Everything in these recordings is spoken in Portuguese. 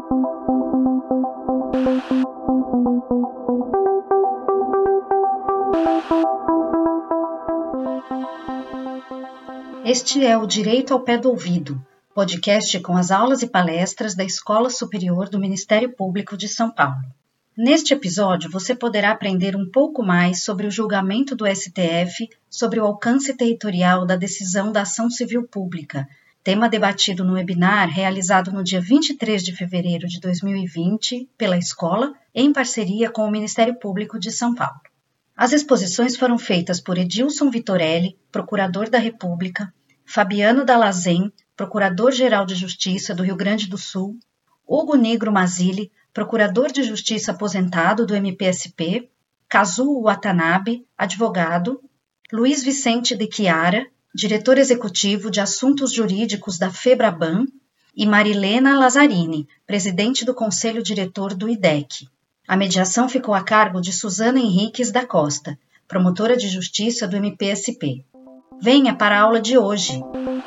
Este é o Direito ao Pé do Ouvido, podcast com as aulas e palestras da Escola Superior do Ministério Público de São Paulo. Neste episódio, você poderá aprender um pouco mais sobre o julgamento do STF sobre o alcance territorial da decisão da ação civil pública, tema debatido no webinar realizado no dia 23 de fevereiro de 2020 pela escola, em parceria com o Ministério Público de São Paulo. As exposições foram feitas por Edilson Vitorelli, Procurador da República, Fabiano Dall'Azen, Procurador-Geral de Justiça do Rio Grande do Sul, Hugo Negro Mazzilli, Procurador de Justiça aposentado do MPSP, Kazuo Watanabe, advogado, Luiz Vicente de Chiara, Diretor Executivo de Assuntos Jurídicos da FEBRABAN, e Marilena Lazzarini, Presidente do Conselho Diretor do IDEC. A mediação ficou a cargo de Suzana Henriques da Costa, promotora de justiça do MPSP. Venha para a aula de hoje.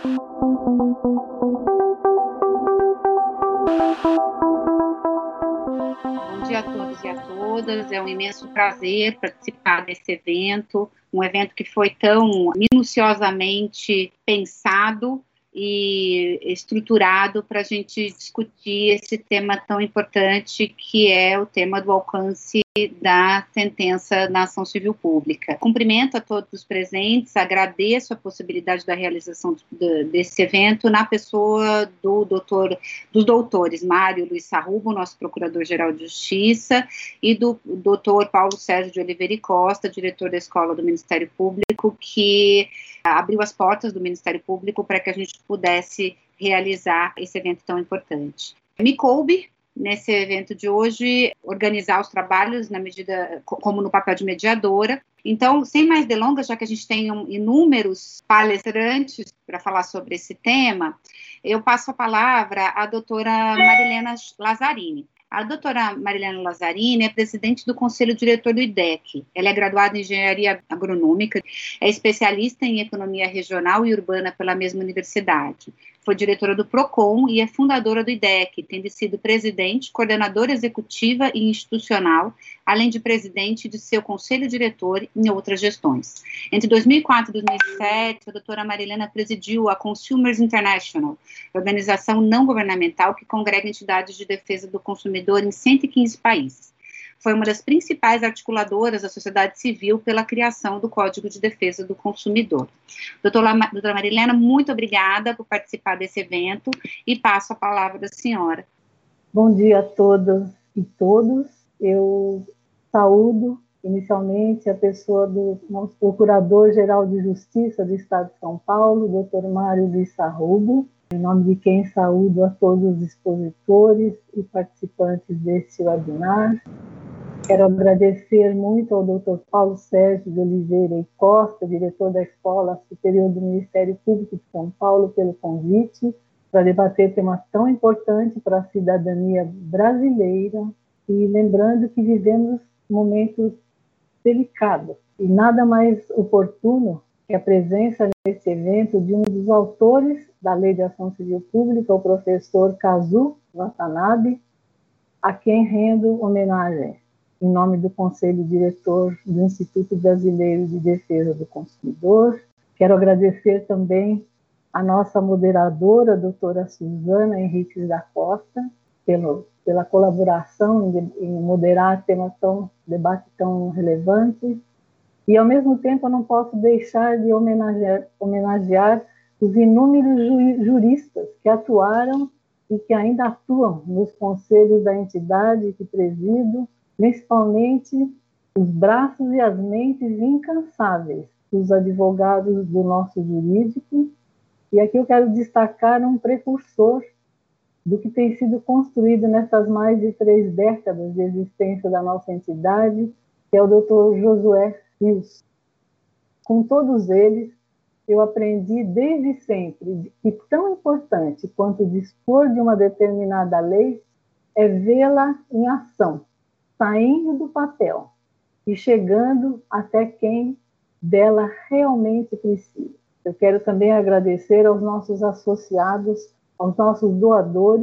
Bom dia a todos e a todas. É um imenso prazer participar desse evento, um evento que foi tão minuciosamente pensado e estruturado para a gente discutir esse tema tão importante que é o tema do alcance da sentença na ação civil pública. Cumprimento a todos os presentes, agradeço a possibilidade da realização desse evento na pessoa dos doutores Mário Luiz Sarrubo, nosso Procurador-Geral de Justiça, e do doutor Paulo Sérgio de Oliveira e Costa, diretor da Escola do Ministério Público, que abriu as portas do Ministério Público para que a gente pudesse realizar esse evento tão importante. Me coube, nesse evento de hoje, organizar os trabalhos na medida, como no papel de mediadora. Então, sem mais delongas, já que a gente tem inúmeros palestrantes para falar sobre esse tema, eu passo a palavra à doutora Marilena Lazzarini. A doutora Marilena Lazzarini é presidente do Conselho Diretor do IDEC. Ela é graduada em Engenharia Agronômica, é especialista em Economia Regional e Urbana pela mesma universidade. Foi diretora do PROCON e é fundadora do IDEC, tendo sido presidente, coordenadora executiva e institucional, além de presidente de seu conselho diretor em outras gestões. Entre 2004 e 2007, a doutora Marilena presidiu a Consumers International, organização não governamental que congrega entidades de defesa do consumidor em 115 países. Foi uma das principais articuladoras da sociedade civil pela criação do Código de Defesa do Consumidor. Doutora Marilena, muito obrigada por participar desse evento e passo a palavra da senhora. Bom dia a todas e todos. Eu saúdo inicialmente a pessoa do nosso Procurador-Geral de Justiça do Estado de São Paulo, doutor Mário Luiz Sarrubo, em nome de quem saúdo a todos os expositores e participantes deste webinar. Quero agradecer muito ao Dr. Paulo Sérgio de Oliveira e Costa, diretor da Escola Superior do Ministério Público de São Paulo, pelo convite para debater tema tão importante para a cidadania brasileira, e lembrando que vivemos momentos delicados e nada mais oportuno que a presença nesse evento de um dos autores da Lei de Ação Civil Pública, o professor Kazuo Watanabe, a quem rendo homenagem em nome do Conselho Diretor do Instituto Brasileiro de Defesa do Consumidor. Quero agradecer também a nossa moderadora, a doutora Suzana Henriques da Costa, pela colaboração em moderar debate tão relevante. E, ao mesmo tempo, eu não posso deixar de homenagear os inúmeros juristas que atuaram e que ainda atuam nos conselhos da entidade que presido, principalmente os braços e as mentes incansáveis dos advogados do nosso jurídico. E aqui eu quero destacar um precursor do que tem sido construído nessas mais de 3 décadas de existência da nossa entidade, que é o Dr. Josué Rios. Com todos eles, eu aprendi desde sempre que tão importante quanto dispor de uma determinada lei é vê-la em ação, saindo do papel e chegando até quem dela realmente precisa. Eu quero também agradecer aos nossos associados, aos nossos doadores,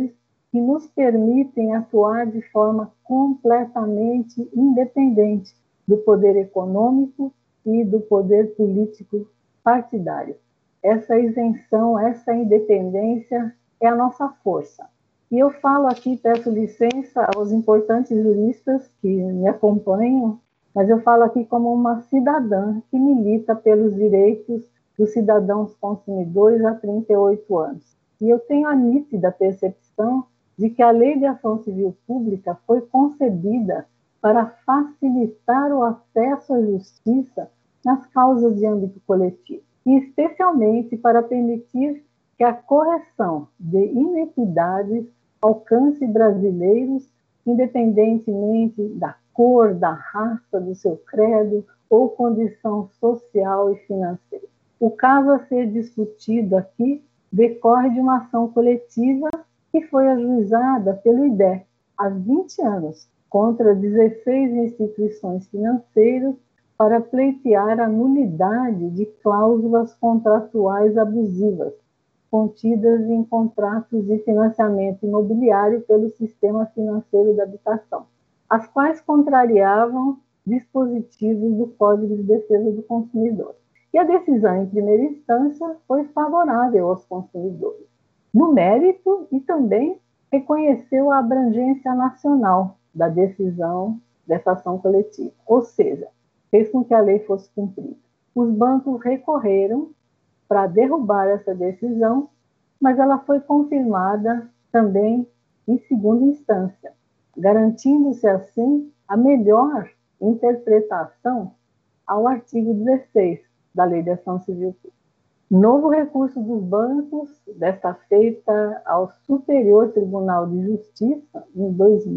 que nos permitem atuar de forma completamente independente do poder econômico e do poder político partidário. Essa isenção, essa independência é a nossa força. E eu falo aqui, peço licença aos importantes juristas que me acompanham, mas eu falo aqui como uma cidadã que milita pelos direitos dos cidadãos consumidores há 38 anos. E eu tenho a nítida percepção de que a Lei de Ação Civil Pública foi concebida para facilitar o acesso à justiça nas causas de âmbito coletivo, e especialmente para permitir que a correção de inequidades alcance brasileiros, independentemente da cor, da raça, do seu credo ou condição social e financeira. O caso a ser discutido aqui decorre de uma ação coletiva que foi ajuizada pelo IDE há 20 anos contra 16 instituições financeiras para pleitear a nulidade de cláusulas contratuais abusivas contidas em contratos de financiamento imobiliário pelo Sistema Financeiro da Habitação, as quais contrariavam dispositivos do Código de Defesa do Consumidor. E a decisão em primeira instância foi favorável aos consumidores, no mérito, e também reconheceu a abrangência nacional da decisão dessa ação coletiva, ou seja, fez com que a lei fosse cumprida. Os bancos recorreram para derrubar essa decisão, mas ela foi confirmada também em segunda instância, garantindo-se assim a melhor interpretação ao artigo 16 da Lei de Ação Civil Pública. Novo recurso dos bancos, desta feita ao Superior Tribunal de Justiça, em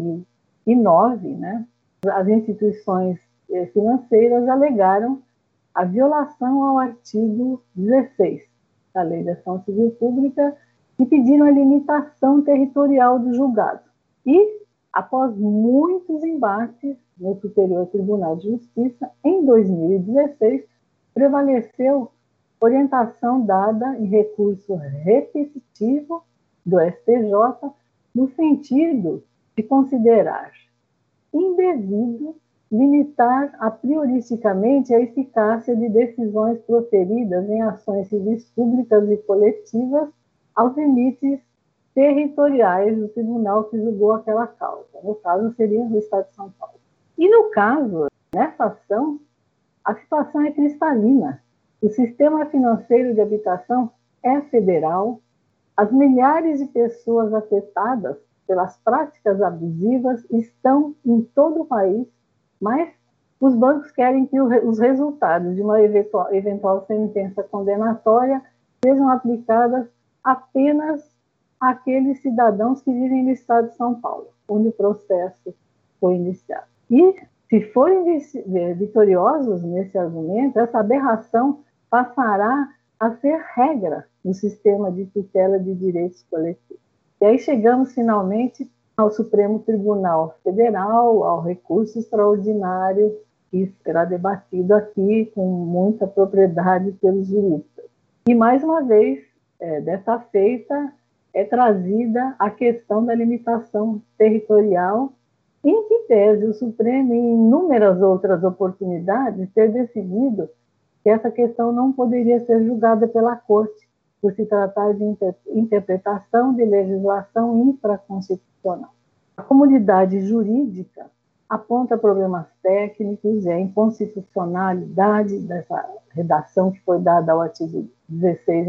2009, né? As instituições financeiras alegaram a violação ao artigo 16 da Lei de Ação Civil Pública e pediram a limitação territorial do julgado. E, após muitos embates no Superior Tribunal de Justiça, em 2016, prevaleceu orientação dada em recurso repetitivo do STJ no sentido de considerar indevido limitar aprioristicamente a eficácia de decisões proferidas em ações civis públicas e coletivas aos limites territoriais do tribunal que julgou aquela causa. No caso, seria o Estado de São Paulo. E no caso, nessa ação, a situação é cristalina. O sistema financeiro de habitação é federal, as milhares de pessoas afetadas pelas práticas abusivas estão em todo o país, mas os bancos querem que os resultados de uma eventual sentença condenatória sejam aplicadas apenas àqueles cidadãos que vivem no estado de São Paulo, onde o processo foi iniciado. E, se forem vitoriosos nesse argumento, essa aberração passará a ser regra no sistema de tutela de direitos coletivos. E aí chegamos finalmente ao Supremo Tribunal Federal, ao recurso extraordinário que será debatido aqui com muita propriedade pelos juristas. E mais uma vez, dessa feita, é trazida a questão da limitação territorial, em que pese o Supremo, em inúmeras outras oportunidades, ter decidido que essa questão não poderia ser julgada pela Corte, por se tratar de interpretação de legislação infraconstitucional. A comunidade jurídica aponta problemas técnicos e a inconstitucionalidade dessa redação que foi dada ao artigo 16 de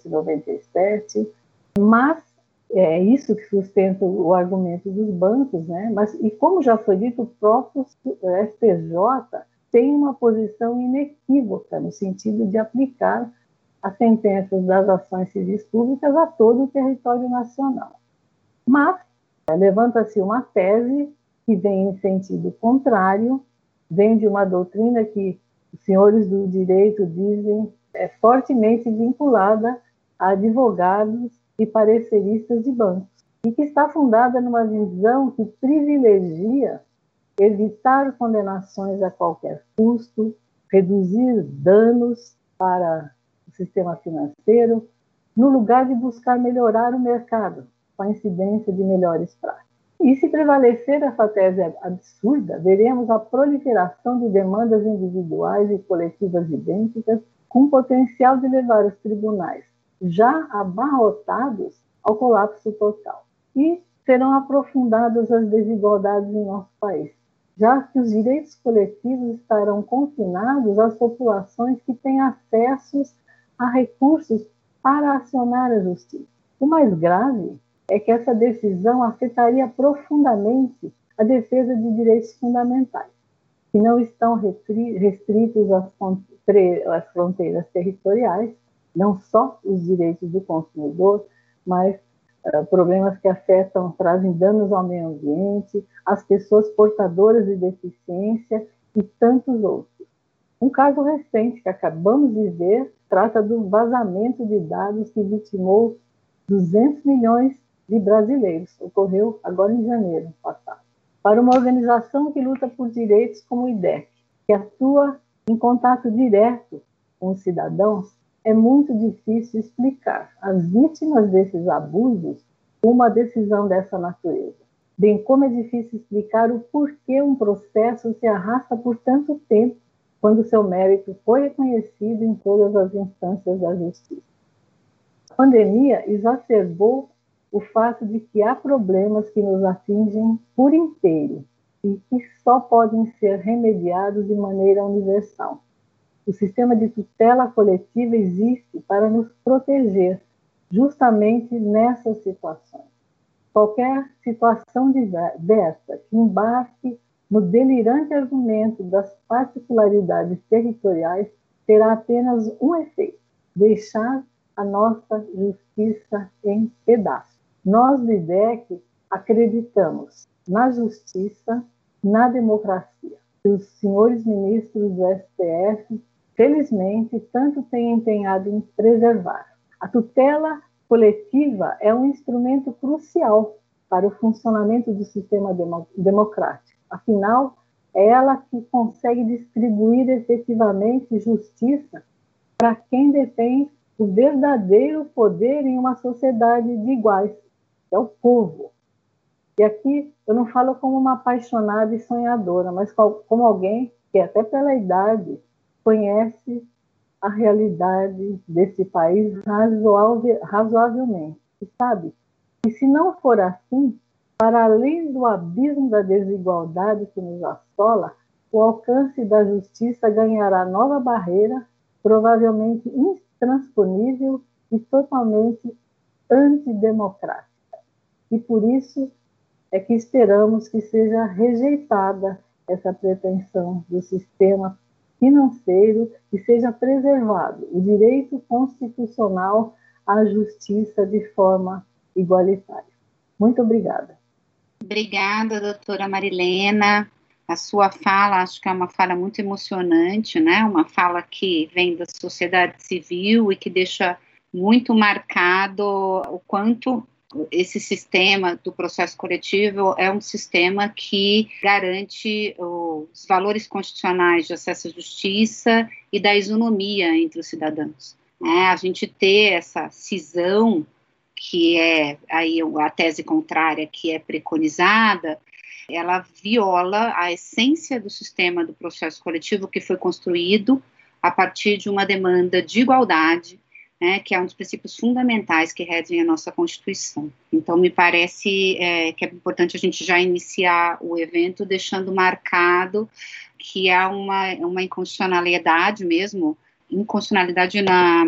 1997, mas é isso que sustenta o argumento dos bancos, né? Mas, e como já foi dito, o próprio STJ tem uma posição inequívoca no sentido de aplicar as sentenças das ações civis públicas a todo o território nacional. Mas levanta-se uma tese que vem em sentido contrário, vem de uma doutrina que os senhores do direito dizem é fortemente vinculada a advogados e pareceristas de bancos, e que está fundada numa visão que privilegia evitar condenações a qualquer custo, reduzir danos para o sistema financeiro, no lugar de buscar melhorar o mercado, com a incidência de melhores práticas. E se prevalecer essa tese absurda, veremos a proliferação de demandas individuais e coletivas idênticas com potencial de levar os tribunais já abarrotados ao colapso total. E serão aprofundadas as desigualdades em nosso país, já que os direitos coletivos estarão confinados às populações que têm acesso a recursos para acionar a justiça. O mais grave é que essa decisão afetaria profundamente a defesa de direitos fundamentais, que não estão restritos às fronteiras territoriais, não só os direitos do consumidor, mas problemas que trazem danos ao meio ambiente, às pessoas portadoras de deficiência e tantos outros. Um caso recente que acabamos de ver trata do vazamento de dados que vitimou 200 milhões de brasileiros. Ocorreu agora em janeiro passado. Para uma organização que luta por direitos como o IDEC, que atua em contato direto com os cidadãos, é muito difícil explicar às vítimas desses abusos uma decisão dessa natureza, bem como é difícil explicar o porquê um processo se arrasta por tanto tempo quando seu mérito foi reconhecido em todas as instâncias da justiça. A pandemia exacerbou o fato de que há problemas que nos atingem por inteiro e que só podem ser remediados de maneira universal. O sistema de tutela coletiva existe para nos proteger justamente nessas situações. Qualquer situação dessa que embarque no delirante argumento das particularidades territoriais terá apenas um efeito: deixar a nossa justiça em pedaços. Nós do IDEC acreditamos na justiça, na democracia. Os senhores ministros do STF, felizmente, tanto têm empenhado em preservar. A tutela coletiva é um instrumento crucial para o funcionamento do sistema democrático. Afinal, é ela que consegue distribuir efetivamente justiça para quem detém o verdadeiro poder em uma sociedade de iguais, que é o povo. E aqui eu não falo como uma apaixonada e sonhadora, mas como alguém que, até pela idade, conhece a realidade desse país razoavelmente. E sabe que, se não for assim, para além do abismo da desigualdade que nos assola, o alcance da justiça ganhará nova barreira, provavelmente intransponível e totalmente antidemocrática. E por isso é que esperamos que seja rejeitada essa pretensão do sistema financeiro e seja preservado o direito constitucional à justiça de forma igualitária. Muito obrigada. Obrigada, doutora Marilena. A sua fala, acho que é uma fala muito emocionante, né? Uma fala que vem da sociedade civil e que deixa muito marcado o quanto esse sistema do processo coletivo é um sistema que garante os valores constitucionais de acesso à justiça e da isonomia entre os cidadãos. A gente ter essa cisão, que é aí a tese contrária que é preconizada, ela viola a essência do sistema do processo coletivo que foi construído a partir de uma demanda de igualdade, né, que é um dos princípios fundamentais que regem a nossa Constituição. Então, me parece que é importante a gente já iniciar o evento deixando marcado que há uma inconstitucionalidade mesmo, inconstitucionalidade na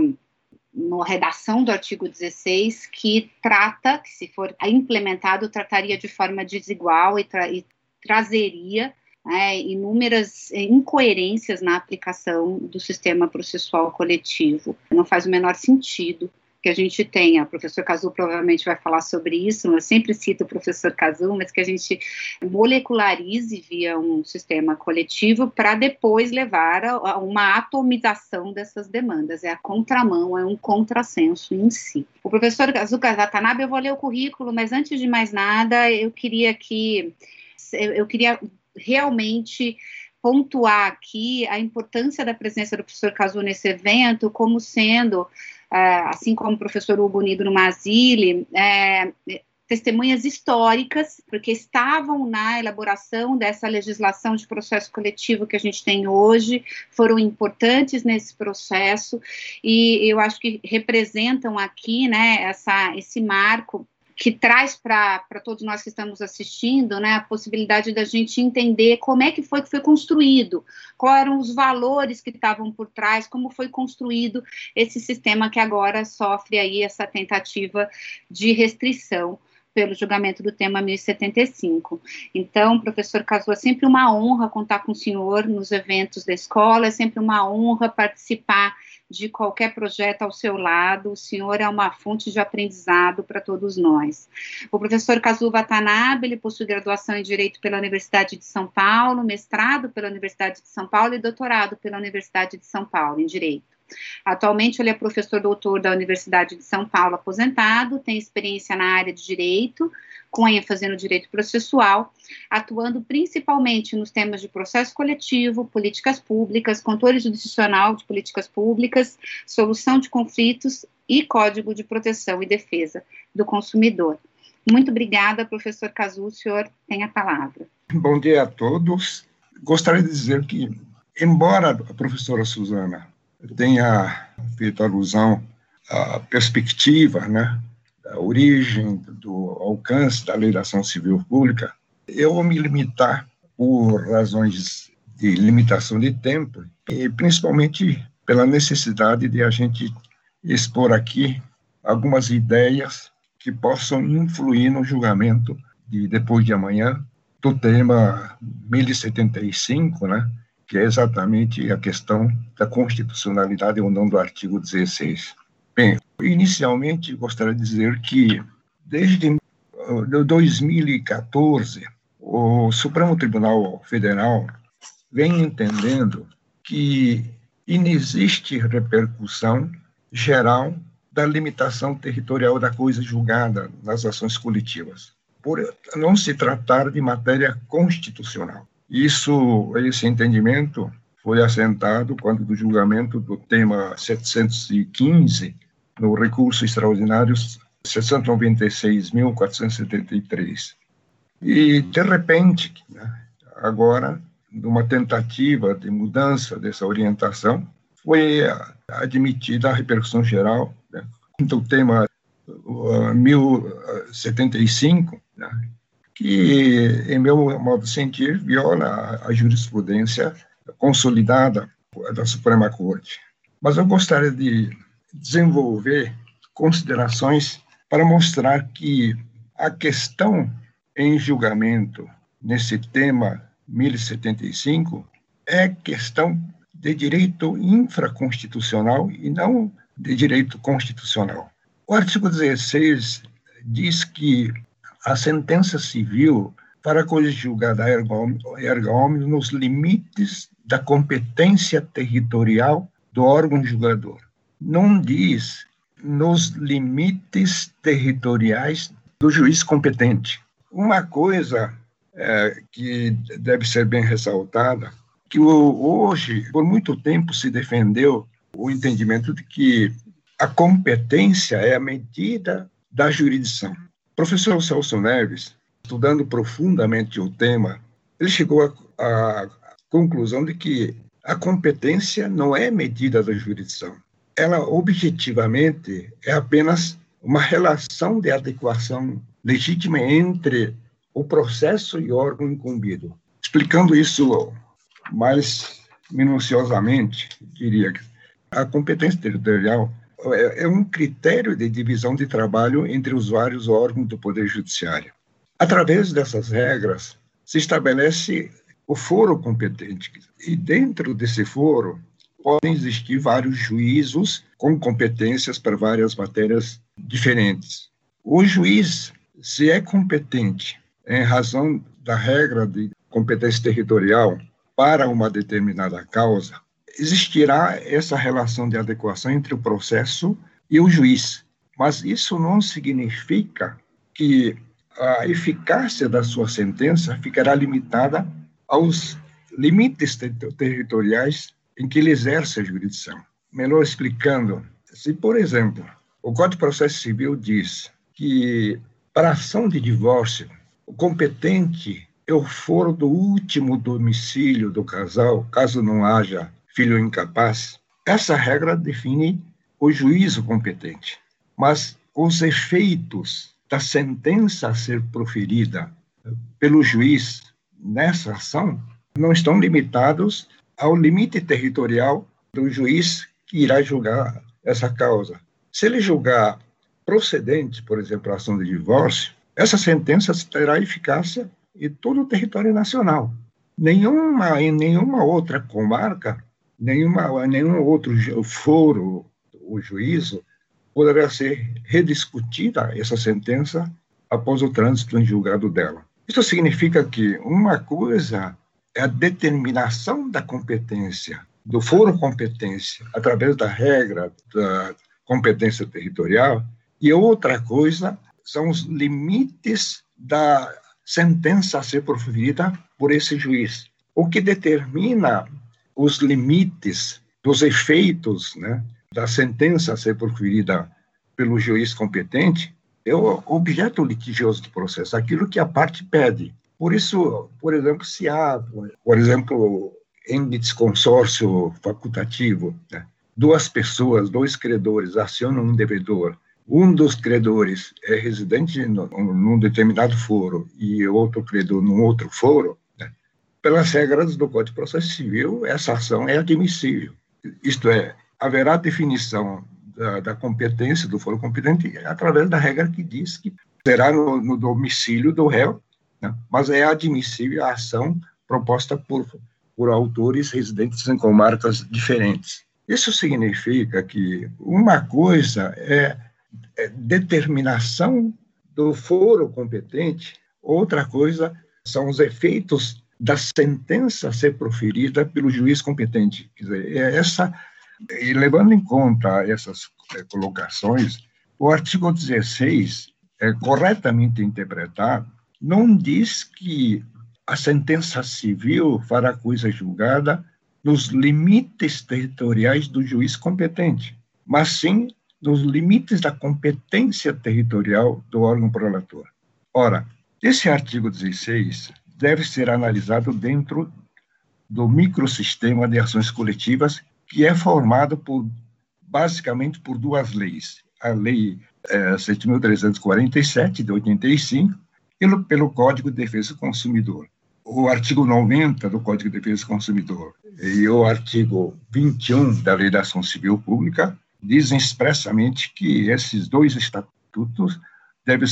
redação do artigo 16, que trata, que se for implementado, trataria de forma desigual e trazeria inúmeras incoerências na aplicação do sistema processual coletivo. Não faz o menor sentido que a gente tenha, o professor Kazu provavelmente vai falar sobre isso, eu sempre cito o professor Kazu, mas que a gente molecularize via um sistema coletivo para depois levar a uma atomização dessas demandas. É a contramão, é um contrassenso em si. O professor Kazuka Watanabe, eu vou ler o currículo, mas antes de mais nada, eu queria realmente pontuar aqui a importância da presença do professor Kazu nesse evento, como sendo, assim como o professor Hugo Nigro Mazzilli, testemunhas históricas, porque estavam na elaboração dessa legislação de processo coletivo que a gente tem hoje, foram importantes nesse processo, e eu acho que representam aqui, né, esse marco que traz para todos nós que estamos assistindo, né, a possibilidade da gente entender como é que foi construído, quais eram os valores que estavam por trás, como foi construído esse sistema que agora sofre aí essa tentativa de restrição pelo julgamento do tema 1075. Então, professor Kazu, é sempre uma honra contar com o senhor nos eventos da escola, é sempre uma honra participar de qualquer projeto ao seu lado. O senhor é uma fonte de aprendizado para todos nós. O professor Kazu Watanabe, ele possui graduação em Direito pela Universidade de São Paulo, mestrado pela Universidade de São Paulo e doutorado pela Universidade de São Paulo em Direito. Atualmente, ele é professor doutor da Universidade de São Paulo, aposentado, tem experiência na área de Direito, com ênfase no direito processual, atuando principalmente nos temas de processo coletivo, políticas públicas, controle judicial de políticas públicas, solução de conflitos e Código de Proteção e Defesa do Consumidor. Muito obrigada, professor Kazu, o senhor tem a palavra. Bom dia a todos. Gostaria de dizer que, embora a professora Suzana tenha feito alusão à perspectiva, né, da origem, do alcance da Lei da Ação Civil Pública, eu vou me limitar, por razões de limitação de tempo, e principalmente pela necessidade de a gente expor aqui algumas ideias que possam influir no julgamento de depois de amanhã do tema 1075, né, que é exatamente a questão da constitucionalidade ou não do artigo 16. Bem, inicialmente gostaria de dizer que desde 2014 o Supremo Tribunal Federal vem entendendo que inexiste repercussão geral da limitação territorial da coisa julgada nas ações coletivas, por não se tratar de matéria constitucional. Esse entendimento foi assentado quando do julgamento do tema 715, no recurso extraordinário 696.473. E, de repente, né, agora, numa tentativa de mudança dessa orientação, foi admitida a repercussão geral, né, do tema 1075, né, que, em meu modo de sentir, viola a jurisprudência consolidada da Suprema Corte. Mas eu gostaria de desenvolver considerações para mostrar que a questão em julgamento nesse tema 1075 é questão de direito infraconstitucional e não de direito constitucional. O artigo 16 diz que a sentença civil para coisa julgada erga omnes nos limites da competência territorial do órgão julgador. Não diz nos limites territoriais do juiz competente. Uma coisa que deve ser bem ressaltada, que hoje, por muito tempo, se defendeu o entendimento de que a competência é a medida da jurisdição. O professor Celso Neves, estudando profundamente o tema, ele chegou à conclusão de que a competência não é medida da jurisdição. Ela, objetivamente, é apenas uma relação de adequação legítima entre o processo e o órgão incumbido. Explicando isso mais minuciosamente, diria que a competência territorial é um critério de divisão de trabalho entre os vários órgãos do Poder Judiciário. Através dessas regras, se estabelece o foro competente, e dentro desse foro podem existir vários juízos com competências para várias matérias diferentes. O juiz, se é competente em razão da regra de competência territorial para uma determinada causa, existirá essa relação de adequação entre o processo e o juiz. Mas isso não significa que a eficácia da sua sentença ficará limitada aos limites territoriais em que ele exerce a jurisdição. Melhor explicando, se, por exemplo, o Código de Processo Civil diz que Para a ação de divórcio, o competente é o foro do último domicílio do casal, caso não haja filho incapaz. Essa regra define o juízo competente, mas os efeitos da sentença a ser proferida pelo juiz nessa ação não estão limitados ao limite territorial do juiz que irá julgar essa causa. Se ele julgar procedente, por exemplo, a ação de divórcio, essa sentença terá eficácia em todo o território nacional. Em nenhuma outra comarca, nenhum outro foro ou juízo poderá ser rediscutida essa sentença após o trânsito em julgado dela. Isso significa que uma coisa é a determinação da competência, do foro competência, através da regra da competência territorial, e outra coisa são os limites da sentença a ser proferida por esse juiz. O que determina os limites dos efeitos, né, da sentença a ser proferida pelo juiz competente é o objeto litigioso do processo, aquilo que a parte pede. Por isso, por exemplo, se há, em desconsórcio facultativo, né, duas pessoas, dois credores acionam um devedor, um dos credores é residente num determinado foro e outro credor num outro foro, né, pelas regras do Código de Processo Civil, essa ação é admissível. Isto é, haverá definição da competência do foro competente através da regra que diz que será no domicílio do réu, né, mas é admissível a ação proposta por autores residentes em comarcas diferentes. Isso significa que uma coisa é determinação do foro competente, outra coisa são os efeitos da sentença a ser proferida pelo juiz competente. Quer dizer, e levando em conta essas colocações, o artigo 16, corretamente interpretado, não diz que a sentença civil fará coisa julgada nos limites territoriais do juiz competente, mas sim nos limites da competência territorial do órgão prolator. Ora, esse artigo 16 deve ser analisado dentro do microsistema de ações coletivas, que é formado basicamente por duas leis. A Lei 7.347, de 85, e pelo Código de Defesa do Consumidor. O artigo 90 do Código de Defesa do Consumidor e o artigo 21 da Lei da Ação Civil Pública dizem expressamente que esses dois estatutos devem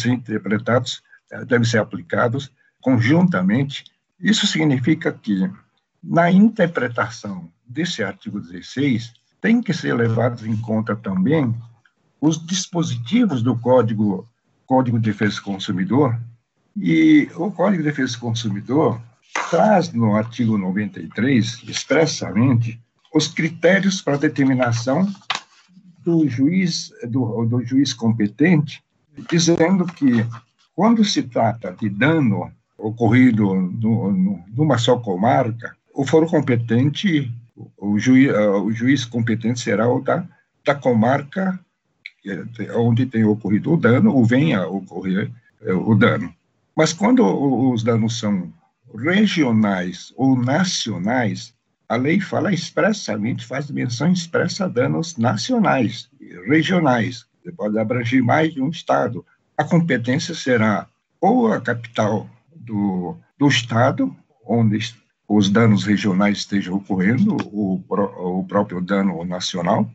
ser aplicados conjuntamente. Isso significa que, na interpretação desse artigo 16, tem que ser levados em conta também os dispositivos do Código de Defesa do Consumidor, e o Código de Defesa do Consumidor traz no artigo 93, expressamente, os critérios para determinação do juiz competente, dizendo que, quando se trata de dano ocorrido numa só comarca, o foro competente, o juiz competente será o da comarca onde tem ocorrido o dano, ou venha a ocorrer o dano. Mas quando os danos são regionais ou nacionais, a lei fala expressamente, faz menção expressa a danos nacionais, regionais, você pode abranger mais de um estado. A competência será ou a capital do estado, onde os danos regionais estejam ocorrendo, o próprio dano nacional,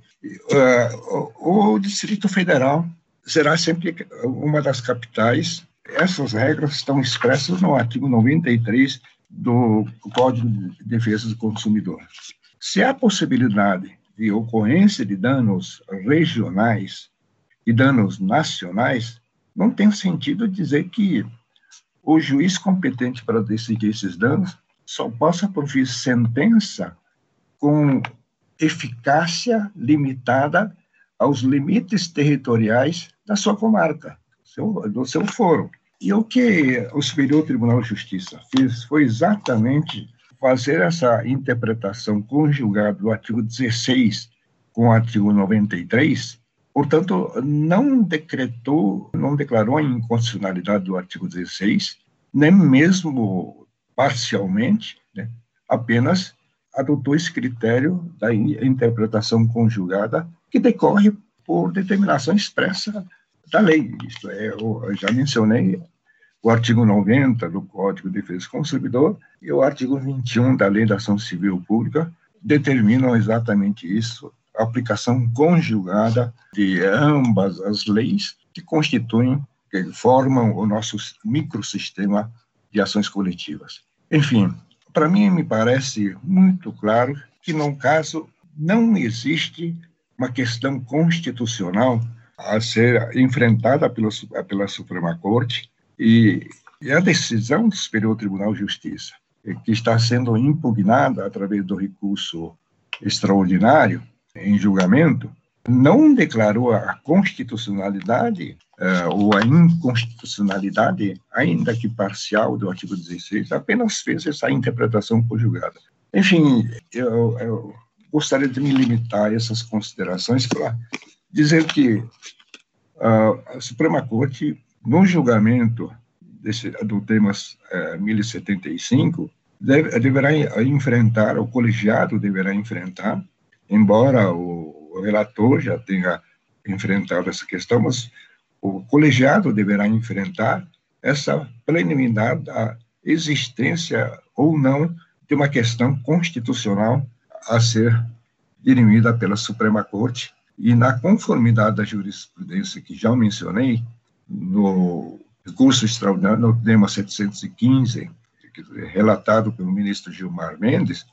o Distrito Federal será sempre uma das capitais. Essas regras estão expressas no artigo 93 do Código de Defesa do Consumidor. Se há possibilidade de ocorrência de danos regionais e danos nacionais, não tem sentido dizer que o juiz competente para decidir esses danos só possa proferir sentença com eficácia limitada aos limites territoriais da sua comarca, do seu foro. E o que o Superior Tribunal de Justiça fez foi exatamente fazer essa interpretação conjugada do artigo 16 com o artigo 93 Portanto, não declarou a inconstitucionalidade do artigo 16, nem mesmo parcialmente, né, apenas adotou esse critério da interpretação conjugada que decorre por determinação expressa da lei. Isto é, eu já mencionei o artigo 90 do Código de Defesa do Consumidor e o artigo 21 da Lei da Ação Civil Pública determinam exatamente isso, a aplicação conjugada de ambas as leis que formam o nosso microsistema de ações coletivas. Enfim, para mim me parece muito claro que, no caso, não existe uma questão constitucional a ser enfrentada pela Suprema Corte e a decisão do Superior Tribunal de Justiça, que está sendo impugnada através do recurso extraordinário em julgamento, não declarou a constitucionalidade ou a inconstitucionalidade, ainda que parcial, do artigo 16, apenas fez essa interpretação conjugada. Enfim, eu gostaria de me limitar a essas considerações para dizer que a Suprema Corte, no julgamento do tema 1075, deverá enfrentar, o colegiado deverá enfrentar, embora o relator já tenha enfrentado essa questão, mas o colegiado deverá enfrentar essa pleninidade da existência ou não de uma questão constitucional a ser dirimida pela Suprema Corte, e na conformidade da jurisprudência que já mencionei, no recurso extraordinário, no tema 715, relatado pelo ministro Gilmar Mendes,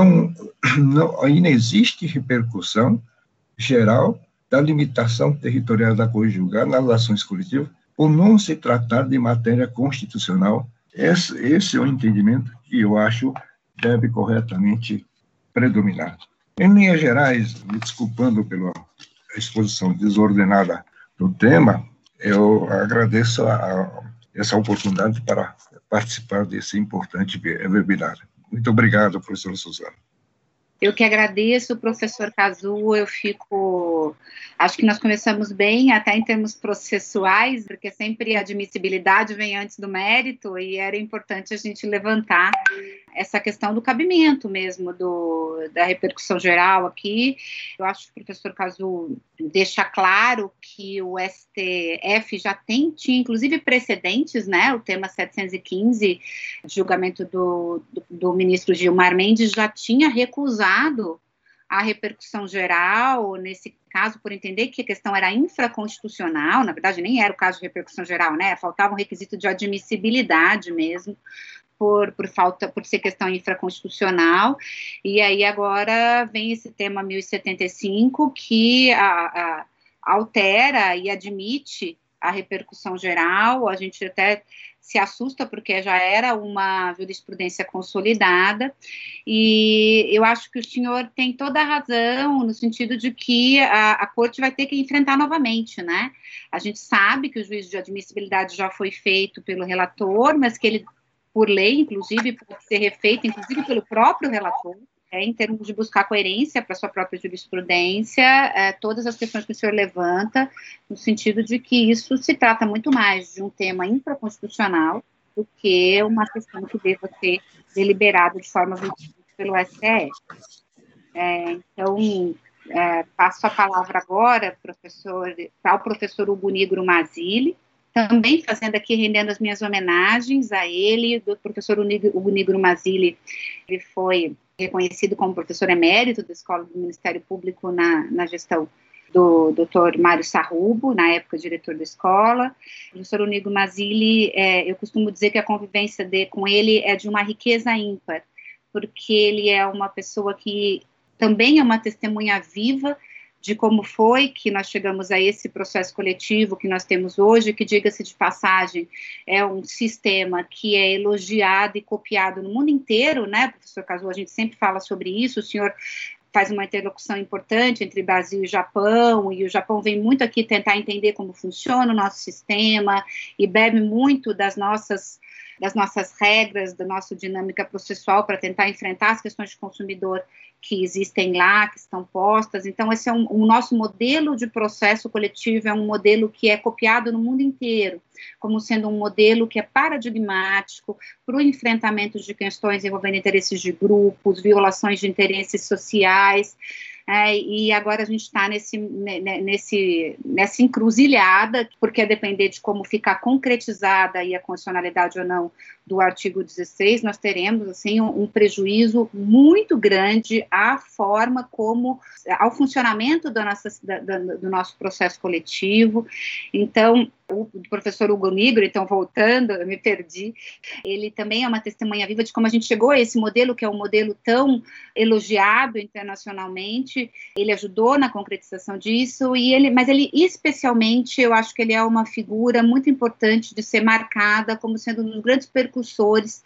ainda existe repercussão geral da limitação territorial da coisa julgada nas ações coletivas, por não se tratar de matéria constitucional. Esse é o entendimento que eu acho deve corretamente predominar. Em linhas gerais, me desculpando pela exposição desordenada do tema, eu agradeço essa oportunidade para participar desse importante webinar. Muito obrigado, professora Suzana. Eu que agradeço, professor Kazu, acho que nós começamos bem, até em termos processuais, porque sempre a admissibilidade vem antes do mérito, e era importante a gente levantar essa questão do cabimento mesmo, da repercussão geral aqui. Eu acho que o professor Kazu deixa claro que o STF já tinha inclusive precedentes, né? O tema 715, julgamento do ministro Gilmar Mendes, já tinha recusado a repercussão geral, nesse caso, por entender que a questão era infraconstitucional. Na verdade, nem era o caso de repercussão geral, né? Faltava um requisito de admissibilidade mesmo, por ser questão infraconstitucional. E aí agora vem esse tema 1075, que altera e admite a repercussão geral. A gente até se assusta, porque já era uma jurisprudência consolidada, e eu acho que o senhor tem toda a razão, no sentido de que a corte vai ter que enfrentar novamente, né? A gente sabe que o juízo de admissibilidade já foi feito pelo relator, mas que ele, por lei, inclusive, pode ser refeito, inclusive pelo próprio relator, em termos de buscar coerência para sua própria jurisprudência, todas as questões que o senhor levanta, no sentido de que isso se trata muito mais de um tema infraconstitucional do que uma questão que deva ser deliberada de forma vinculante pelo STF. Então, passo a palavra agora, para o professor Hugo Nigro Mazzilli, também fazendo aqui, rendendo as minhas homenagens a ele. Do professor Hugo Nigro Mazzilli, ele foi reconhecido como professor emérito da Escola do Ministério Público na gestão do Dr. Mário Sarrubo, na época diretor da escola. O professor Hugo Mazzilli, eu costumo dizer que a convivência com ele é de uma riqueza ímpar, porque ele é uma pessoa que também é uma testemunha viva de como foi que nós chegamos a esse processo coletivo que nós temos hoje, que, diga-se de passagem, é um sistema que é elogiado e copiado no mundo inteiro, né, professor Kazu? A gente sempre fala sobre isso. O senhor faz uma interlocução importante entre Brasil e o Japão vem muito aqui tentar entender como funciona o nosso sistema e bebe muito das nossas das nossas regras, da nossa dinâmica processual para tentar enfrentar as questões de consumidor que existem lá, que estão postas. Então, esse é o nosso modelo de processo coletivo, é um modelo que é copiado no mundo inteiro, como sendo um modelo que é paradigmático para o enfrentamento de questões envolvendo interesses de grupos, violações de interesses sociais, e agora a gente está nessa encruzilhada, porque a depender de como ficar concretizada aí a constitucionalidade ou não do artigo 16, nós teremos assim, um prejuízo muito grande à forma como, ao funcionamento do nosso processo coletivo. Então, o professor Hugo Nigro, então voltando, eu me perdi, ele também é uma testemunha viva de como a gente chegou a esse modelo, que é um modelo tão elogiado internacionalmente. Ele ajudou na concretização disso, mas ele especialmente, eu acho que ele é uma figura muito importante de ser marcada como sendo um dos grandes percussores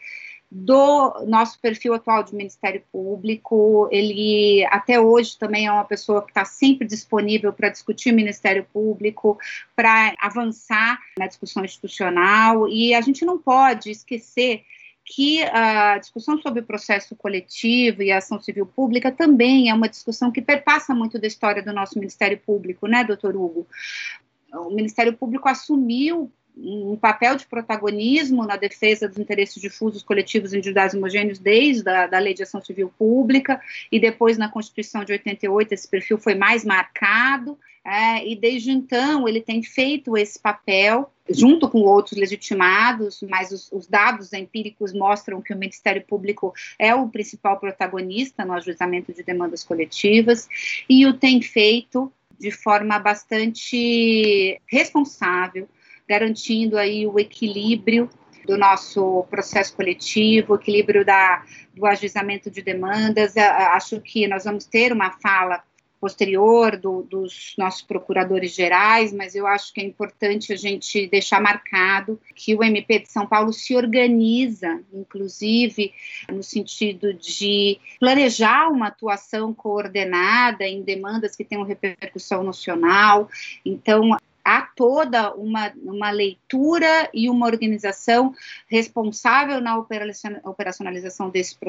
do nosso perfil atual de Ministério Público. Ele, até hoje, também é uma pessoa que está sempre disponível para discutir o Ministério Público, para avançar na discussão institucional, e a gente não pode esquecer que a discussão sobre o processo coletivo e a ação civil pública também é uma discussão que perpassa muito da história do nosso Ministério Público, né, doutor Hugo? O Ministério Público assumiu um papel de protagonismo na defesa dos interesses difusos, coletivos e individuais homogêneos desde a Lei de Ação Civil Pública, e depois na Constituição de 88 esse perfil foi mais marcado, e desde então ele tem feito esse papel junto com outros legitimados, mas os dados empíricos mostram que o Ministério Público é o principal protagonista no ajuizamento de demandas coletivas, e o tem feito de forma bastante responsável, garantindo aí o equilíbrio do nosso processo coletivo, o equilíbrio do ajuizamento de demandas. Acho que nós vamos ter uma fala posterior dos nossos procuradores gerais, mas eu acho que é importante a gente deixar marcado que o MP de São Paulo se organiza, inclusive, no sentido de planejar uma atuação coordenada em demandas que tenham repercussão nacional. Então, há toda uma leitura e uma organização responsável na operacionalização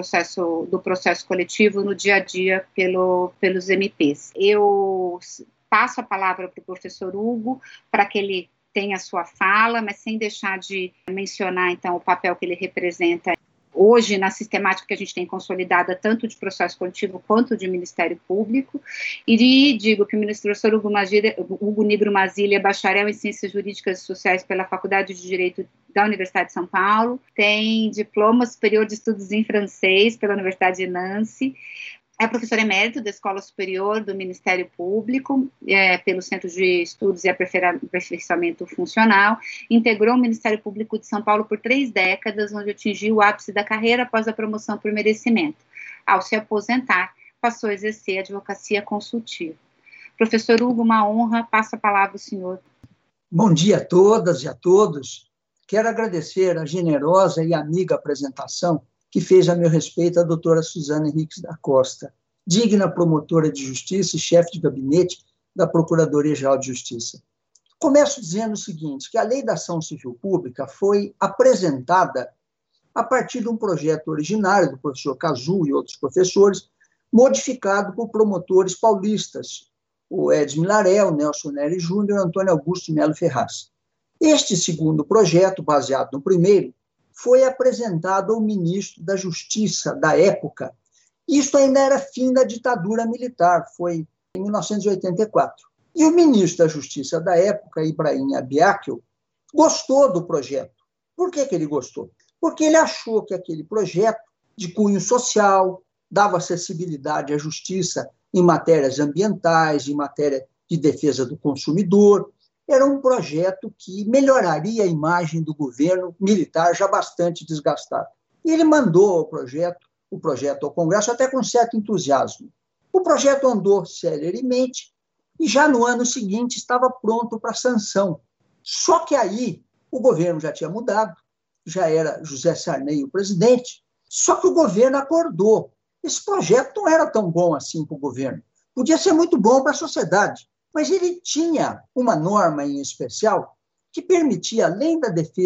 do processo coletivo no dia a dia pelos MPs. Eu passo a palavra para o professor Hugo para que ele tenha a sua fala, mas sem deixar de mencionar, então, o papel que ele representa hoje na sistemática que a gente tem consolidada, tanto de processo coletivo quanto de Ministério Público, e digo que o professor Hugo Nigro Mazzilli é bacharel em Ciências Jurídicas e Sociais pela Faculdade de Direito da Universidade de São Paulo, tem diploma superior de estudos em francês pela Universidade de Nancy, é professor emérito da Escola Superior do Ministério Público, pelo Centro de Estudos e Aperfeiçoamento Funcional, integrou o Ministério Público de São Paulo por 3 décadas, onde atingiu o ápice da carreira após a promoção por merecimento. Ao se aposentar, passou a exercer a advocacia consultiva. Professor Hugo, uma honra, passo a palavra ao senhor. Bom dia a todas e a todos. Quero agradecer a generosa e amiga apresentação que fez a meu respeito a doutora Suzana Henriques da Costa, digna promotora de justiça e chefe de gabinete da Procuradoria-Geral de Justiça. Começo dizendo o seguinte, que a Lei da Ação Civil Pública foi apresentada a partir de um projeto originário do professor Cazu e outros professores, modificado por promotores paulistas, o Edson Laré, o Nelson Nery Júnior e o Antônio Augusto Melo Ferraz. Este segundo projeto, baseado no primeiro, foi apresentado ao ministro da Justiça da época. Isto ainda era fim da ditadura militar, foi em 1984. E o ministro da Justiça da época, Ibrahim Abiakel, gostou do projeto. Por que ele gostou? Porque ele achou que aquele projeto de cunho social dava acessibilidade à justiça em matérias ambientais, em matéria de defesa do consumidor. Era um projeto que melhoraria a imagem do governo militar já bastante desgastado. E ele mandou o projeto ao Congresso até com certo entusiasmo. O projeto andou celeremente e já no ano seguinte estava pronto para sanção. Só que aí o governo já tinha mudado, já era José Sarney o presidente, só que o governo acordou. Esse projeto não era tão bom assim para o governo. Podia ser muito bom para a sociedade. Mas ele tinha uma norma em especial que permitia, além da defesa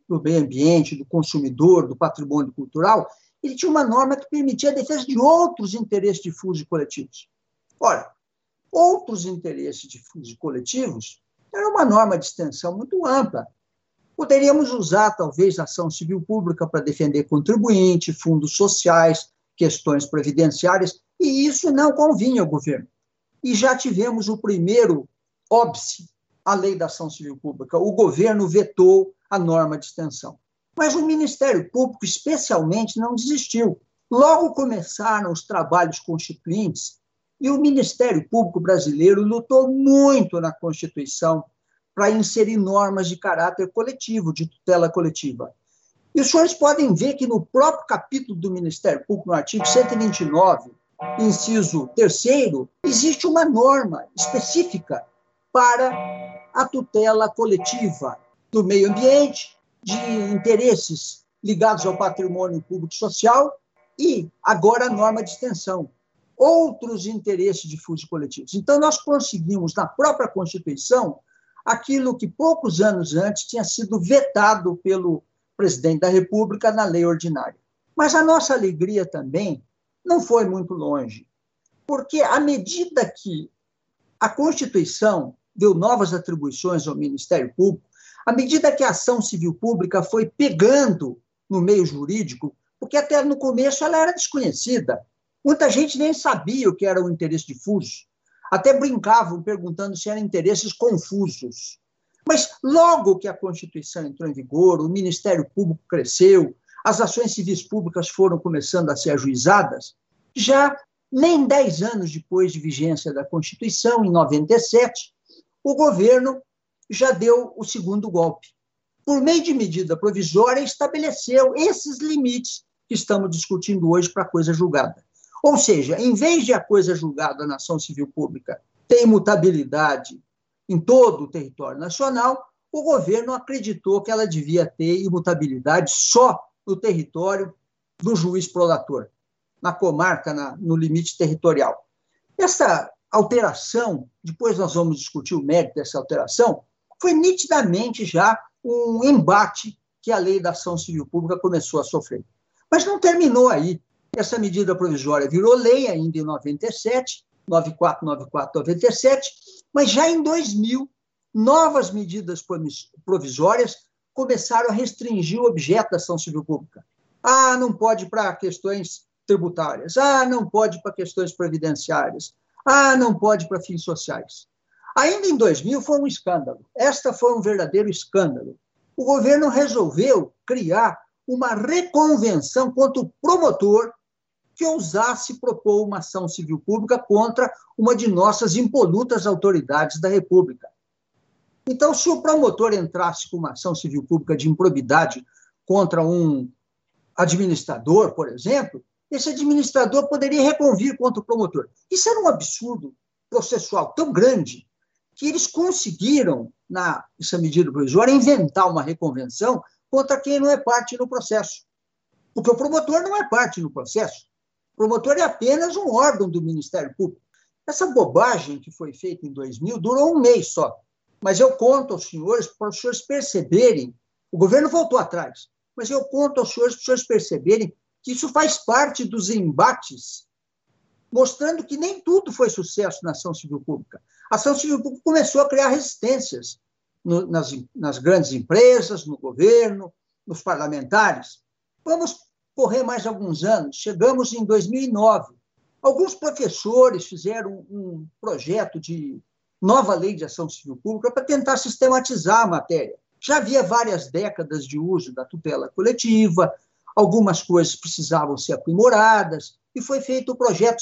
do meio ambiente, do consumidor, do patrimônio cultural, ele tinha uma norma que permitia a defesa de outros interesses difusos e coletivos. Ora, outros interesses difusos e coletivos era uma norma de extensão muito ampla. Poderíamos usar, talvez, a ação civil pública para defender contribuinte, fundos sociais, questões previdenciárias, e isso não convinha ao governo. E já tivemos o primeiro óbice, a lei da ação civil pública. O governo vetou a norma de extensão. Mas o Ministério Público, especialmente, não desistiu. Logo começaram os trabalhos constituintes e o Ministério Público brasileiro lutou muito na Constituição para inserir normas de caráter coletivo, de tutela coletiva. E os senhores podem ver que no próprio capítulo do Ministério Público, no artigo 129, inciso 3º, existe uma norma específica para a tutela coletiva do meio ambiente, de interesses ligados ao patrimônio público social e, agora, a norma de extensão. Outros interesses difusos e coletivos. Então, nós conseguimos, na própria Constituição, aquilo que poucos anos antes tinha sido vetado pelo presidente da República na lei ordinária. Mas a nossa alegria também não foi muito longe, porque à medida que a Constituição deu novas atribuições ao Ministério Público, à medida que a ação civil pública foi pegando no meio jurídico, porque até no começo ela era desconhecida, muita gente nem sabia o que era o interesse difuso, até brincavam perguntando se eram interesses confusos. Mas logo que a Constituição entrou em vigor, o Ministério Público cresceu, as ações civis públicas foram começando a ser ajuizadas, já nem 10 anos depois de vigência da Constituição, em 97, o governo já deu o segundo golpe. Por meio de medida provisória, estabeleceu esses limites que estamos discutindo hoje para a coisa julgada. Ou seja, em vez de a coisa julgada na ação civil pública ter imutabilidade em todo o território nacional, o governo acreditou que ela devia ter imutabilidade só no território do juiz prolator, na comarca, no limite territorial. Essa alteração, depois nós vamos discutir o mérito dessa alteração, foi nitidamente já um embate que a lei da ação civil pública começou a sofrer. Mas não terminou aí. Essa medida provisória virou lei ainda em 97, 94, 94, 97, mas já em 2000, novas medidas provisórias começaram a restringir o objeto da ação civil pública. Ah, não pode para questões tributárias. Ah, não pode para questões previdenciárias. Ah, não pode para fins sociais. Ainda em 2000 foi um escândalo. Esta foi um verdadeiro escândalo. O governo resolveu criar uma reconvenção contra o promotor que ousasse propor uma ação civil pública contra uma de nossas impolutas autoridades da República. Então, se o promotor entrasse com uma ação civil pública de improbidade contra um administrador, por exemplo, esse administrador poderia reconvir contra o promotor. Isso era um absurdo processual tão grande que eles conseguiram, nessa medida provisória, inventar uma reconvenção contra quem não é parte no processo. Porque o promotor não é parte no processo. O promotor é apenas um órgão do Ministério Público. Essa bobagem que foi feita em 2000 durou um mês só. Mas eu conto aos senhores, para os senhores perceberem, o governo voltou atrás, mas eu conto aos senhores para os senhores perceberem que isso faz parte dos embates, mostrando que nem tudo foi sucesso na ação civil pública. A ação civil pública começou a criar resistências nas grandes empresas, no governo, nos parlamentares. Vamos correr mais alguns anos. Chegamos em 2009. Alguns professores fizeram um projeto de nova lei de ação civil pública para tentar sistematizar a matéria. Já havia várias décadas de uso da tutela coletiva, algumas coisas precisavam ser aprimoradas, e foi feito o projeto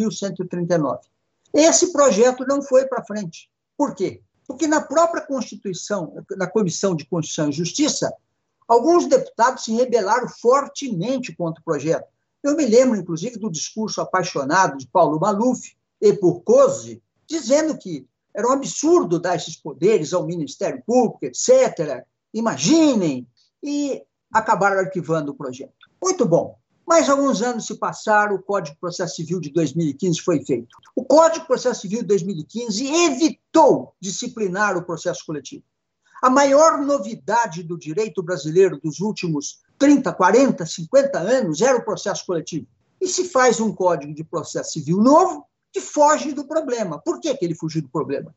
5.139. Esse projeto não foi para frente. Por quê? Porque na própria Constituição, na Comissão de Constituição e Justiça, alguns deputados se rebelaram fortemente contra o projeto. Eu me lembro, inclusive, do discurso apaixonado de Paulo Maluf e Purcosi, dizendo que era um absurdo dar esses poderes ao Ministério Público, etc. Imaginem! E acabaram arquivando o projeto. Muito bom. Mais alguns anos se passaram, o Código de Processo Civil de 2015 foi feito. O Código de Processo Civil de 2015 evitou disciplinar o processo coletivo. A maior novidade do direito brasileiro dos últimos 30, 40, 50 anos era o processo coletivo. E se faz um Código de Processo Civil novo que foge do problema. Por que ele fugiu do problema?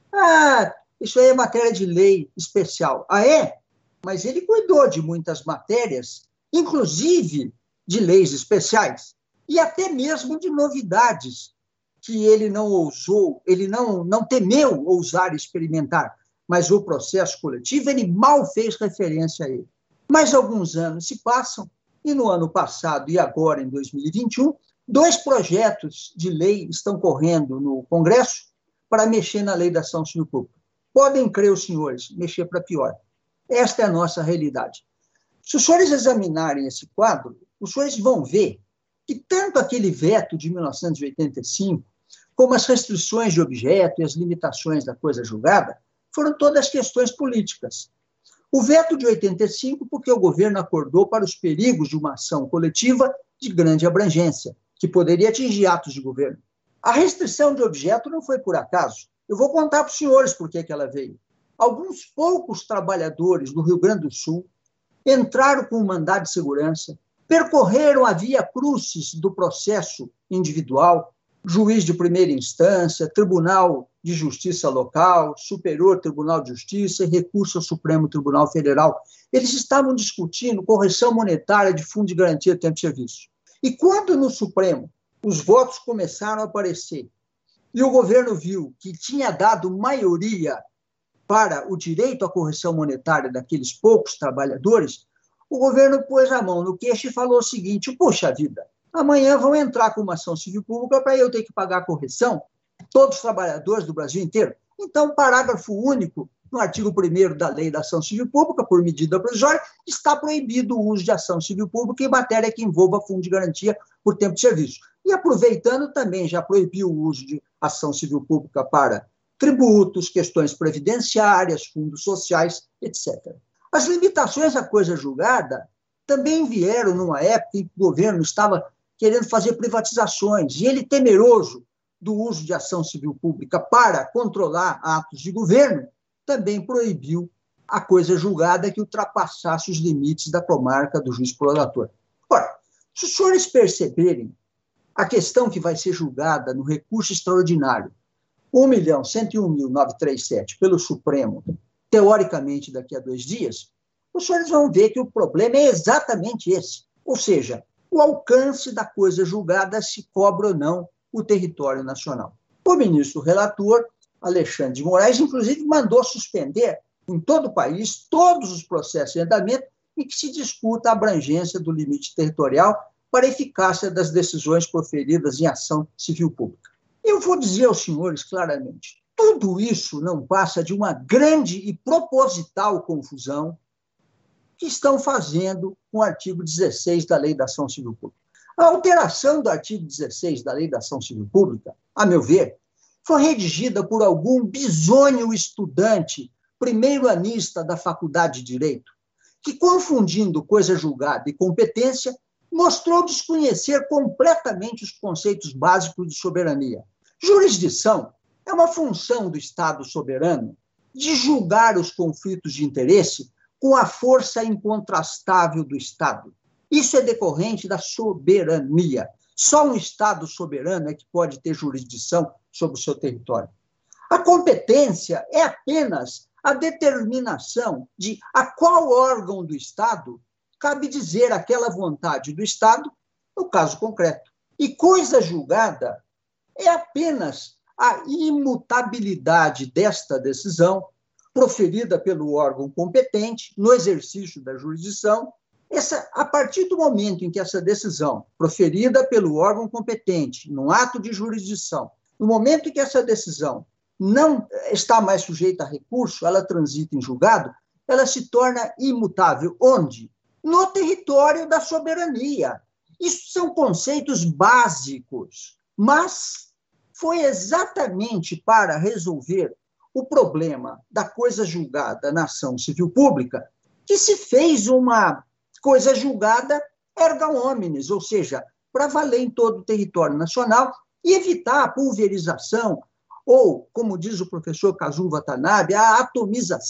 Isso aí é matéria de lei especial. É? Mas ele cuidou de muitas matérias, inclusive de leis especiais, e até mesmo de novidades que ele não ousou, ele não temeu ousar experimentar, mas o processo coletivo ele mal fez referência a ele. Mas alguns anos se passam, e no ano passado e agora, em 2021, 2 projetos de lei estão correndo no Congresso para mexer na lei da ação civil pública. Podem crer os senhores, mexer para pior. Esta é a nossa realidade. Se os senhores examinarem esse quadro, os senhores vão ver que tanto aquele veto de 1985, como as restrições de objeto e as limitações da coisa julgada, foram todas questões políticas. O veto de 85, porque o governo acordou para os perigos de uma ação coletiva de grande abrangência, que poderia atingir atos de governo. A restrição de objeto não foi por acaso. Eu vou contar para os senhores por que ela veio. Alguns poucos trabalhadores do Rio Grande do Sul entraram com um mandado de segurança, percorreram a via crucis do processo individual, juiz de primeira instância, Tribunal de Justiça Local, Superior Tribunal de Justiça e recurso ao Supremo Tribunal Federal. Eles estavam discutindo correção monetária de fundo de garantia de tempo de serviço. E quando no Supremo os votos começaram a aparecer e o governo viu que tinha dado maioria para o direito à correção monetária daqueles poucos trabalhadores, o governo pôs a mão no queixo e falou o seguinte: puxa vida, amanhã vão entrar com uma ação civil pública para eu ter que pagar a correção, todos os trabalhadores do Brasil inteiro. Então, parágrafo único, no artigo 1º da Lei da Ação Civil Pública, por medida provisória, está proibido o uso de ação civil pública em matéria que envolva fundo de garantia por tempo de serviço. E, aproveitando, também já proibiu o uso de ação civil pública para tributos, questões previdenciárias, fundos sociais, etc. As limitações à coisa julgada também vieram numa época em que o governo estava querendo fazer privatizações, e ele, temeroso do uso de ação civil pública para controlar atos de governo, também proibiu a coisa julgada que ultrapassasse os limites da comarca do juiz prolator. Ora, se os senhores perceberem a questão que vai ser julgada no recurso extraordinário 1.101.937 pelo Supremo, teoricamente daqui a 2 dias, os senhores vão ver que o problema é exatamente esse. Ou seja, o alcance da coisa julgada, se cobra ou não o território nacional. O ministro relator, Alexandre de Moraes, inclusive, mandou suspender em todo o país todos os processos em andamento em que se discuta a abrangência do limite territorial para a eficácia das decisões proferidas em ação civil pública. Eu vou dizer aos senhores claramente, tudo isso não passa de uma grande e proposital confusão que estão fazendo com o artigo 16 da Lei da Ação Civil Pública. A alteração do artigo 16 da Lei da Ação Civil Pública, a meu ver, foi redigida por algum bisonho estudante, primeiro-anista da Faculdade de Direito, que, confundindo coisa julgada e competência, mostrou desconhecer completamente os conceitos básicos de soberania. Jurisdição é uma função do Estado soberano de julgar os conflitos de interesse com a força incontrastável do Estado. Isso é decorrente da soberania. Só um Estado soberano é que pode ter jurisdição sobre o seu território. A competência é apenas a determinação de a qual órgão do Estado cabe dizer aquela vontade do Estado, no caso concreto. E coisa julgada é apenas a imutabilidade desta decisão, proferida pelo órgão competente no exercício da jurisdição. A partir do momento em que essa decisão, proferida pelo órgão competente, num ato de jurisdição, no momento em que essa decisão não está mais sujeita a recurso, ela transita em julgado, ela se torna imutável. Onde? No território da soberania. Isso são conceitos básicos, mas foi exatamente para resolver o problema da coisa julgada na ação civil pública que se fez uma coisa julgada erga omnes, ou seja, para valer em todo o território nacional e evitar a pulverização ou, como diz o professor Kazuo Watanabe, a atomização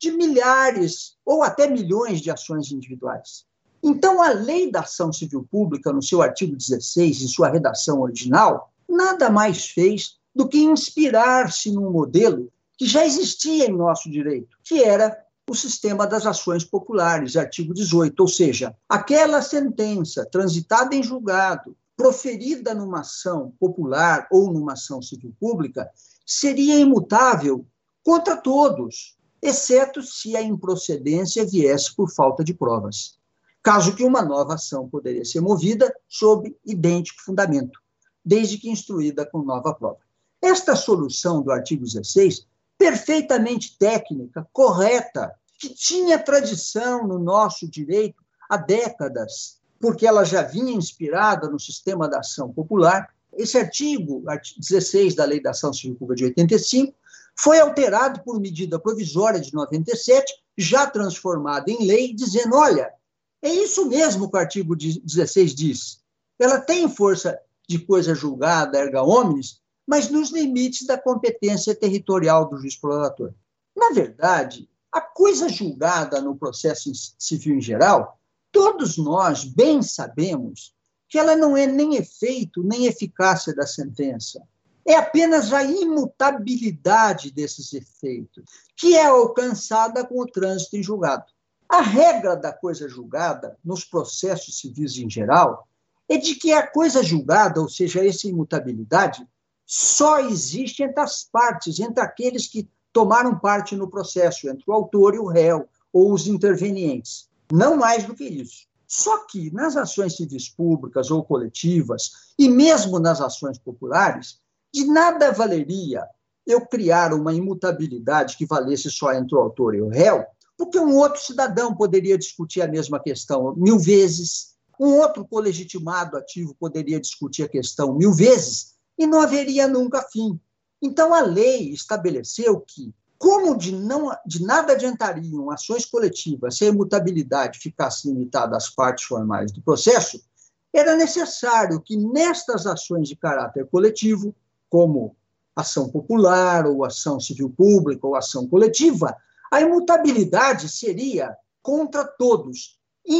de milhares ou até milhões de ações individuais. Então, a Lei da Ação Civil Pública, no seu artigo 16, em sua redação original, nada mais fez do que inspirar-se num modelo que já existia em nosso direito, que era o sistema das ações populares, artigo 18, ou seja, aquela sentença transitada em julgado, proferida numa ação popular ou numa ação civil pública, seria imutável contra todos, exceto se a improcedência viesse por falta de provas, caso que uma nova ação poderia ser movida sob idêntico fundamento, desde que instruída com nova prova. Esta solução do artigo 16, perfeitamente técnica, correta, que tinha tradição no nosso direito há décadas, porque ela já vinha inspirada no sistema da ação popular. Esse artigo 16 da Lei da Ação Civil Pública de 85, foi alterado por medida provisória de 97, já transformada em lei, dizendo, olha, é isso mesmo que o artigo 16 diz. Ela tem força de coisa julgada, erga omnes, mas nos limites da competência territorial do juiz prolator. Na verdade, a coisa julgada no processo civil em geral, todos nós bem sabemos que ela não é nem efeito nem eficácia da sentença. É apenas a imutabilidade desses efeitos, que é alcançada com o trânsito em julgado. A regra da coisa julgada, nos processos civis em geral, é de que a coisa julgada, ou seja, essa imutabilidade, só existe entre as partes, entre aqueles que tomaram parte no processo, entre o autor e o réu, ou os intervenientes. Não mais do que isso. Só que nas ações civis públicas ou coletivas, e mesmo nas ações populares, de nada valeria eu criar uma imutabilidade que valesse só entre o autor e o réu, porque um outro cidadão poderia discutir a mesma questão 1000 vezes, um outro colegitimado ativo poderia discutir a questão 1000 vezes, e não haveria nunca fim. Então, a lei estabeleceu que, como de nada adiantariam ações coletivas se a imutabilidade ficasse limitada às partes formais do processo, era necessário que, nestas ações de caráter coletivo, como ação popular, ou ação civil pública, ou ação coletiva, a imutabilidade seria contra todos,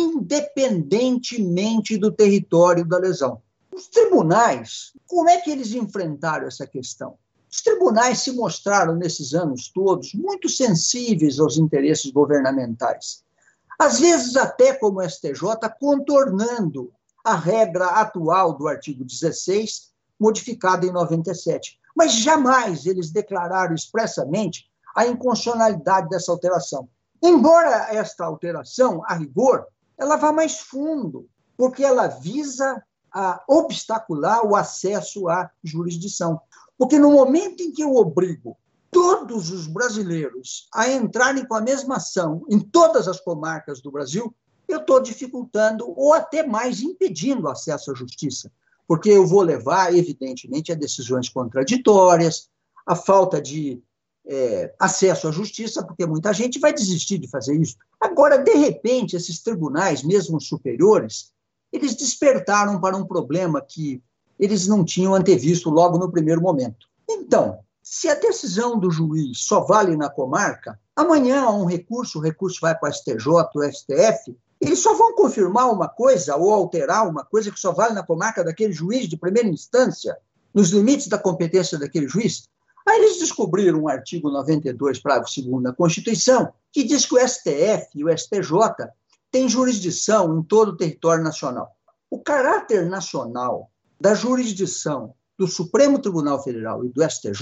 independentemente do território da lesão. Os tribunais, como é que eles enfrentaram essa questão? Os tribunais se mostraram, nesses anos todos, muito sensíveis aos interesses governamentais. Às vezes, até como o STJ, contornando a regra atual do artigo 16, modificada em 97. Mas jamais eles declararam expressamente a inconstitucionalidade dessa alteração. Embora esta alteração, a rigor, ela vá mais fundo, porque ela visa a obstacular o acesso à jurisdição. Porque no momento em que eu obrigo todos os brasileiros a entrarem com a mesma ação em todas as comarcas do Brasil, eu estou dificultando ou até mais impedindo o acesso à justiça, porque eu vou levar, evidentemente, a decisões contraditórias, a falta de acesso à justiça, porque muita gente vai desistir de fazer isso. Agora, de repente, esses tribunais, mesmo superiores, eles despertaram para um problema que eles não tinham antevisto logo no primeiro momento. Então, se a decisão do juiz só vale na comarca, amanhã há um recurso, o recurso vai para o STJ, o STF, eles só vão confirmar uma coisa ou alterar uma coisa que só vale na comarca daquele juiz de primeira instância, nos limites da competência daquele juiz. Aí eles descobriram um artigo 92, parágrafo 2º da Constituição, que diz que o STF e o STJ têm jurisdição em todo o território nacional. O caráter nacional da jurisdição do Supremo Tribunal Federal e do STJ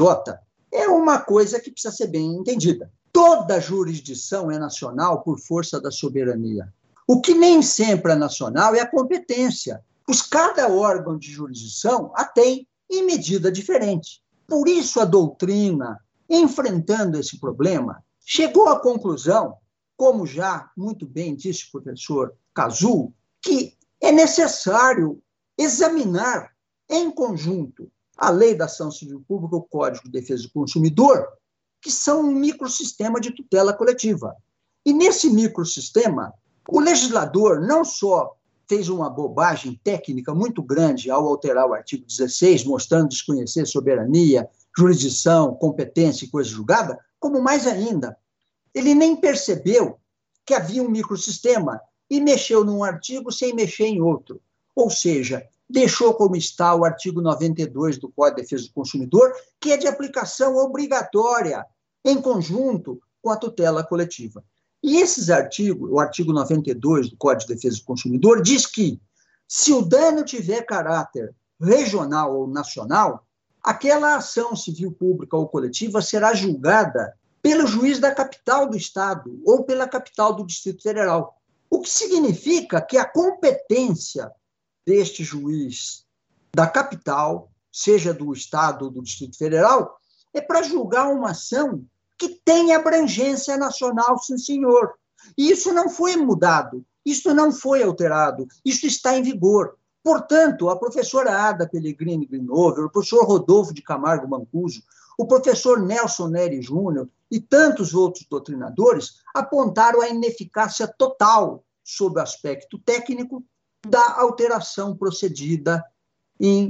é uma coisa que precisa ser bem entendida. Toda jurisdição é nacional por força da soberania. O que nem sempre é nacional é a competência, pois cada órgão de jurisdição a tem em medida diferente. Por isso a doutrina, enfrentando esse problema, chegou à conclusão, como já muito bem disse o professor Cazul, que é necessário examinar em conjunto a Lei da Ação Civil Pública, o Código de Defesa do Consumidor, que são um microsistema de tutela coletiva. E nesse microsistema, o legislador não só fez uma bobagem técnica muito grande ao alterar o artigo 16, mostrando desconhecer soberania, jurisdição, competência e coisa julgada, como mais ainda, Ele nem percebeu que havia um microsistema e mexeu num artigo sem mexer em outro. Ou seja, deixou como está o artigo 92 do Código de Defesa do Consumidor, que é de aplicação obrigatória, em conjunto com a tutela coletiva. E esses artigos, o artigo 92 do Código de Defesa do Consumidor, diz que, se o dano tiver caráter regional ou nacional, aquela ação civil pública ou coletiva será julgada pelo juiz da capital do Estado ou pela capital do Distrito Federal. O que significa que a competência deste juiz da capital, seja do Estado ou do Distrito Federal, é para julgar uma ação que tem abrangência nacional, sim, senhor. E isso não foi mudado, isso não foi alterado, isso está em vigor. Portanto, a professora Ada Pellegrini Grinover, o professor Rodolfo de Camargo Mancuso, o professor Nelson Neri Júnior e tantos outros doutrinadores apontaram a ineficácia total sob o aspecto técnico da alteração procedida em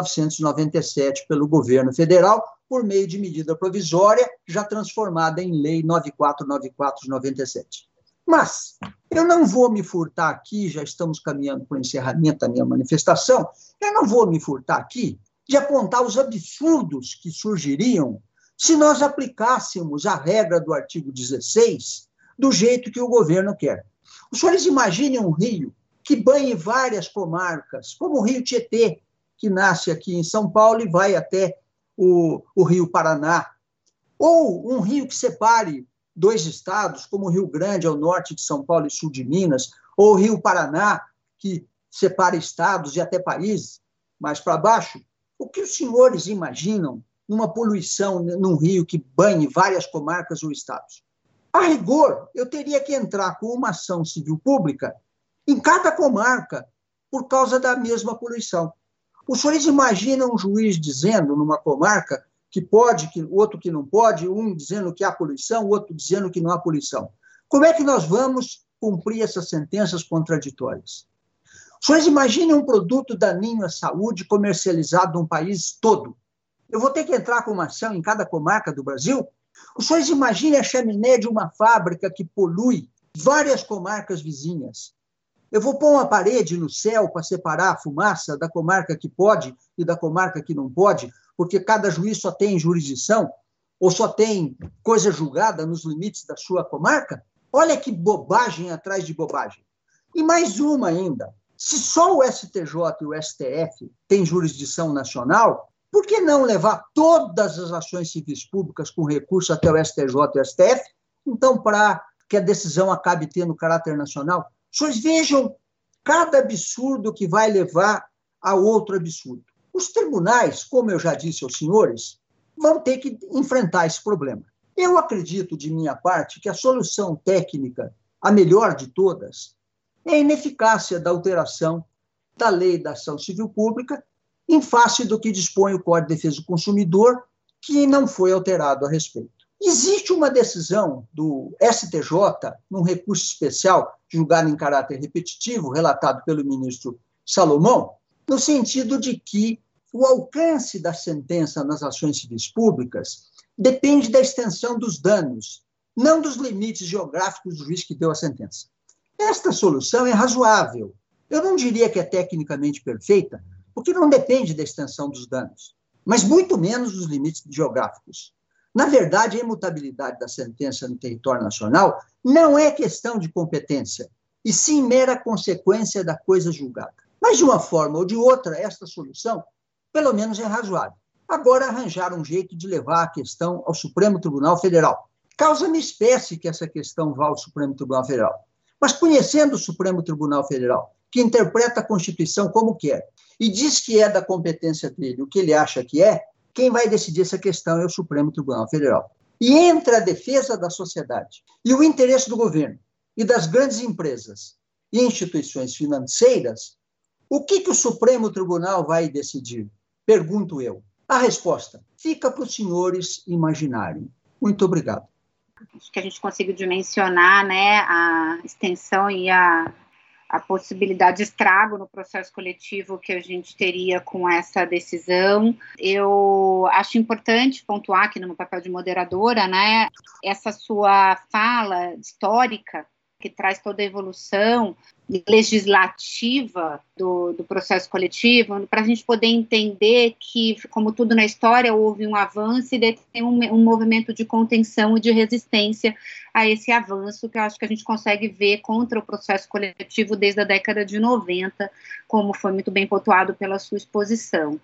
1997 pelo governo federal por meio de medida provisória já transformada em Lei 9494 de 97. Mas eu não vou me furtar aqui, já estamos caminhando para o encerramento da minha manifestação, eu não vou me furtar aqui de apontar os absurdos que surgiriam se nós aplicássemos a regra do artigo 16 do jeito que o governo quer. Os senhores imaginem um rio que banhe várias comarcas, como o Rio Tietê, que nasce aqui em São Paulo e vai até o Rio Paraná, ou um rio que separe dois estados, como o Rio Grande ao norte de São Paulo e sul de Minas, ou o Rio Paraná, que separa estados e até países mais para baixo. O que os senhores imaginam numa poluição num rio que banhe várias comarcas ou estados? A rigor, eu teria que entrar com uma ação civil pública em cada comarca por causa da mesma poluição. Os senhores imaginam um juiz dizendo numa comarca que pode, outro que não pode, um dizendo que há poluição, outro dizendo que não há poluição. Como é que nós vamos cumprir essas sentenças contraditórias? Os senhores imaginem um produto daninho à saúde comercializado num país todo. Eu vou ter que entrar com uma ação em cada comarca do Brasil? Os senhores imaginem a chaminé de uma fábrica que polui várias comarcas vizinhas. Eu vou pôr uma parede no céu para separar a fumaça da comarca que pode e da comarca que não pode, porque cada juiz só tem jurisdição ou só tem coisa julgada nos limites da sua comarca? Olha que bobagem atrás de bobagem. E mais uma ainda. Se só o STJ e o STF têm jurisdição nacional, por que não levar todas as ações civis públicas com recurso até o STJ e o STF, então, para que a decisão acabe tendo caráter nacional? Vocês vejam cada absurdo que vai levar a outro absurdo. Os tribunais, como eu já disse aos senhores, vão ter que enfrentar esse problema. Eu acredito, de minha parte, que a solução técnica, a melhor de todas, é a ineficácia da alteração da lei da ação civil pública em face do que dispõe o Código de Defesa do Consumidor, que não foi alterado a respeito. Existe uma decisão do STJ, num recurso especial, julgado em caráter repetitivo, relatado pelo ministro Salomão, no sentido de que o alcance da sentença nas ações civis públicas depende da extensão dos danos, não dos limites geográficos do juiz que deu a sentença. Esta solução é razoável. Eu não diria que é tecnicamente perfeita, porque não depende da extensão dos danos, mas muito menos dos limites geográficos. Na verdade, a imutabilidade da sentença no território nacional não é questão de competência, e sim mera consequência da coisa julgada. Mas, de uma forma ou de outra, esta solução, pelo menos, é razoável. Agora, arranjar um jeito de levar a questão ao Supremo Tribunal Federal. Causa-me espécie que essa questão vá ao Supremo Tribunal Federal. Mas, conhecendo o Supremo Tribunal Federal, que interpreta a Constituição como quer, e diz que é da competência dele o que ele acha que é, quem vai decidir essa questão é o Supremo Tribunal Federal. E entre a defesa da sociedade e o interesse do governo e das grandes empresas e instituições financeiras, o que o Supremo Tribunal vai decidir? Pergunto eu. A resposta fica para os senhores imaginarem. Muito obrigado. Acho que a gente conseguiu dimensionar, né, a extensão e a a possibilidade de estrago no processo coletivo que a gente teria com essa decisão. Eu acho importante pontuar aqui no meu papel de moderadora, né, essa sua fala histórica, que traz toda a evolução legislativa do processo coletivo, para a gente poder entender que, como tudo na história, houve um avanço e tem um movimento de contenção e de resistência a esse avanço, que eu acho que a gente consegue ver contra o processo coletivo desde a década de 90, como foi muito bem pontuado pela sua exposição.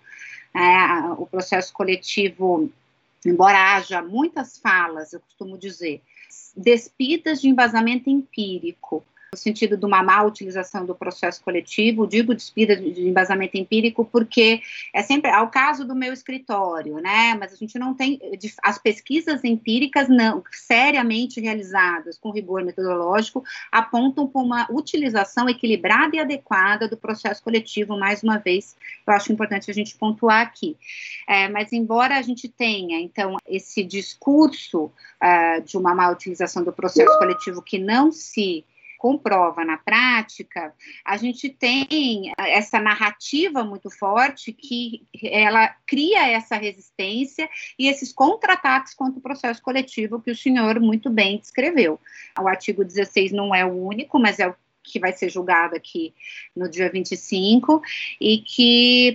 O processo coletivo, embora haja muitas falas, eu costumo dizer, despidas de embasamento empírico, no sentido de uma má utilização do processo coletivo, digo despida de embasamento empírico porque é sempre ao caso do meu escritório, né, mas a gente não tem, as pesquisas empíricas não, seriamente realizadas com rigor metodológico, apontam para uma utilização equilibrada e adequada do processo coletivo, mais uma vez, eu acho importante a gente pontuar aqui. Mas embora a gente tenha, então, esse discurso de uma má utilização do processo coletivo que não se comprova na prática, a gente tem essa narrativa muito forte que ela cria essa resistência e esses contra-ataques contra o processo coletivo que o senhor muito bem descreveu. O artigo 16 não é o único, mas é o que vai ser julgado aqui no dia 25, e que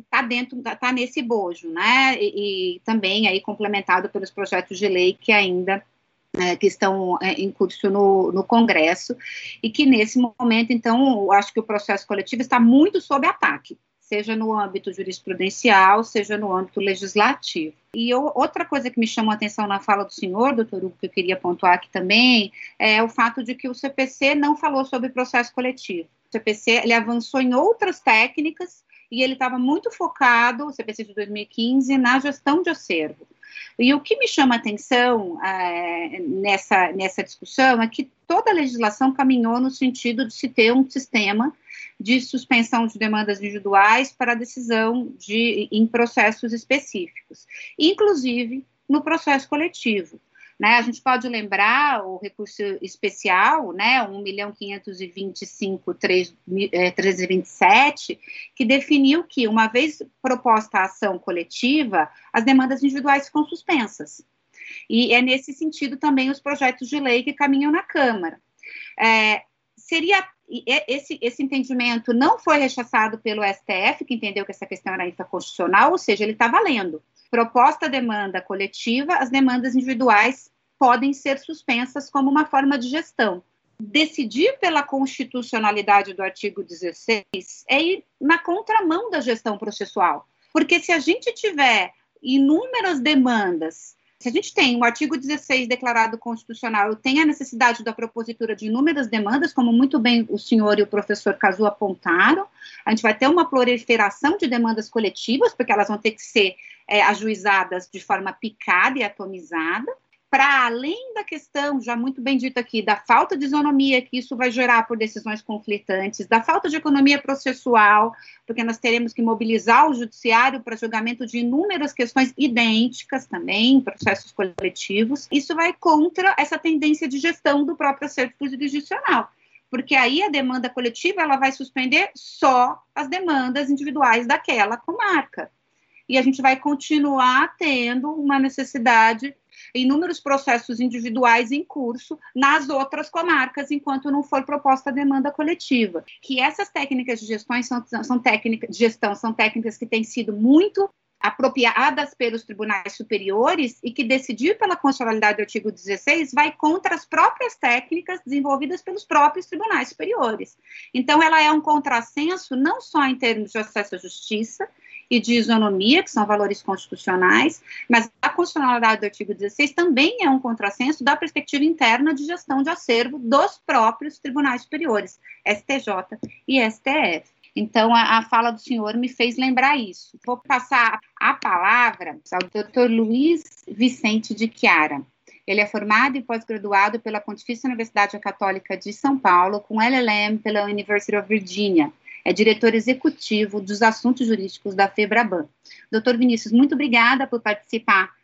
está nesse bojo, né, e também aí complementado pelos projetos de lei que ainda que estão em curso no Congresso, e que nesse momento, então, eu acho que o processo coletivo está muito sob ataque, seja no âmbito jurisprudencial, seja no âmbito legislativo. E outra coisa que me chamou a atenção na fala do senhor, doutor Hugo, que eu queria pontuar aqui também, é o fato de que o CPC não falou sobre processo coletivo. O CPC, ele avançou em outras técnicas, e ele estava muito focado, o CPC de 2015, na gestão de acervo. E o que me chama a atenção nessa discussão é que toda a legislação caminhou no sentido de se ter um sistema de suspensão de demandas individuais para decisão em processos específicos, inclusive no processo coletivo. Né, a gente pode lembrar o recurso especial, né, 1.525.1327, que definiu que, uma vez proposta a ação coletiva, as demandas individuais ficam suspensas. E é nesse sentido também os projetos de lei que caminham na Câmara. Esse entendimento não foi rechaçado pelo STF, que entendeu que essa questão era infraconstitucional, ou seja, ele está valendo. Proposta a demanda coletiva, as demandas individuais podem ser suspensas como uma forma de gestão. Decidir pela constitucionalidade do artigo 16 é ir na contramão da gestão processual, porque se a gente tiver inúmeras demandas, se a gente tem o artigo 16 declarado constitucional, tem a necessidade da propositura de inúmeras demandas, como muito bem o senhor e o professor Cazu apontaram, a gente vai ter uma proliferação de demandas coletivas, porque elas vão ter que ser ajuizadas de forma picada e atomizada, para além da questão, já muito bem dito aqui, da falta de isonomia que isso vai gerar por decisões conflitantes, da falta de economia processual, porque nós teremos que mobilizar o judiciário para julgamento de inúmeras questões idênticas também, processos coletivos, isso vai contra essa tendência de gestão do próprio acervo jurisdicional, porque aí a demanda coletiva ela vai suspender só as demandas individuais daquela comarca, e a gente vai continuar tendo uma necessidade inúmeros processos individuais em curso nas outras comarcas, enquanto não for proposta a demanda coletiva. Que essas técnicas de gestão são técnicas que têm sido muito apropriadas pelos tribunais superiores e que decidir pela constitucionalidade do artigo 16 vai contra as próprias técnicas desenvolvidas pelos próprios tribunais superiores. Então, ela é um contrassenso não só em termos de acesso à justiça e de isonomia, que são valores constitucionais, mas a constitucionalidade do artigo 16 também é um contrassenso da perspectiva interna de gestão de acervo dos próprios tribunais superiores, STJ e STF. Então, a fala do senhor me fez lembrar isso. Vou passar a palavra ao Dr. Luiz Vicente de Chiara. Ele é formado e pós-graduado pela Pontifícia Universidade Católica de São Paulo, com LLM pela University of Virginia. É diretor executivo dos assuntos jurídicos da FEBRABAN. Doutor Vinícius, muito obrigada por participar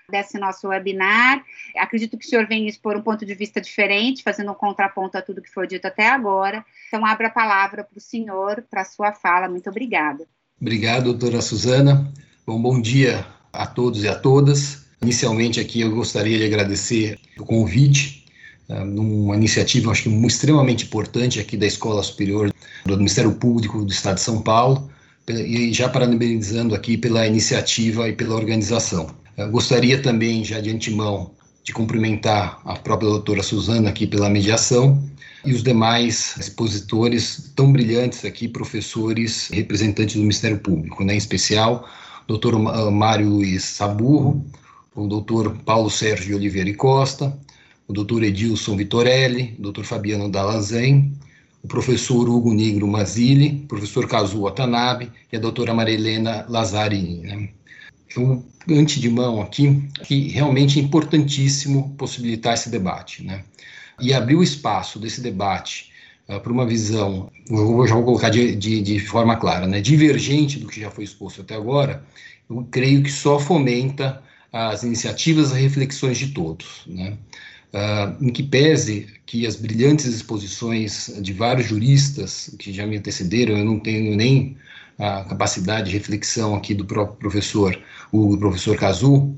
desse nosso webinar. Acredito que o senhor vem expor um ponto de vista diferente, fazendo um contraponto a tudo que foi dito até agora. Então, abro a palavra para o senhor, para a sua fala. Muito obrigada. Obrigado, doutora Suzana. Bom dia a todos e a todas. Inicialmente aqui eu gostaria de agradecer o convite, numa iniciativa, acho que extremamente importante aqui da Escola Superior do Ministério Público do Estado de São Paulo, e já parabenizando aqui pela iniciativa e pela organização. Eu gostaria também, já de antemão, de cumprimentar a própria doutora Suzana aqui pela mediação e os demais expositores tão brilhantes aqui, professores, representantes do Ministério Público, em especial o doutor Mário Luiz Saburro, o doutor Paulo Sérgio de Oliveira e Costa, o doutor Edilson Vitorelli, o doutor Fabiano Dalazen, o professor Hugo Nigro Mazzilli, o professor Kazuo Watanabe e a doutora Marilena Lazzarini. Eu, antes de mão aqui, que realmente é importantíssimo possibilitar esse debate, e abrir o espaço desse debate para uma visão, já vou colocar de forma clara, divergente do que já foi exposto até agora. Eu creio que só fomenta as iniciativas e reflexões de todos, em que pese que as brilhantes exposições de vários juristas que já me antecederam, eu não tenho nem a capacidade de reflexão aqui do próprio professor Hugo, professor Kazuo,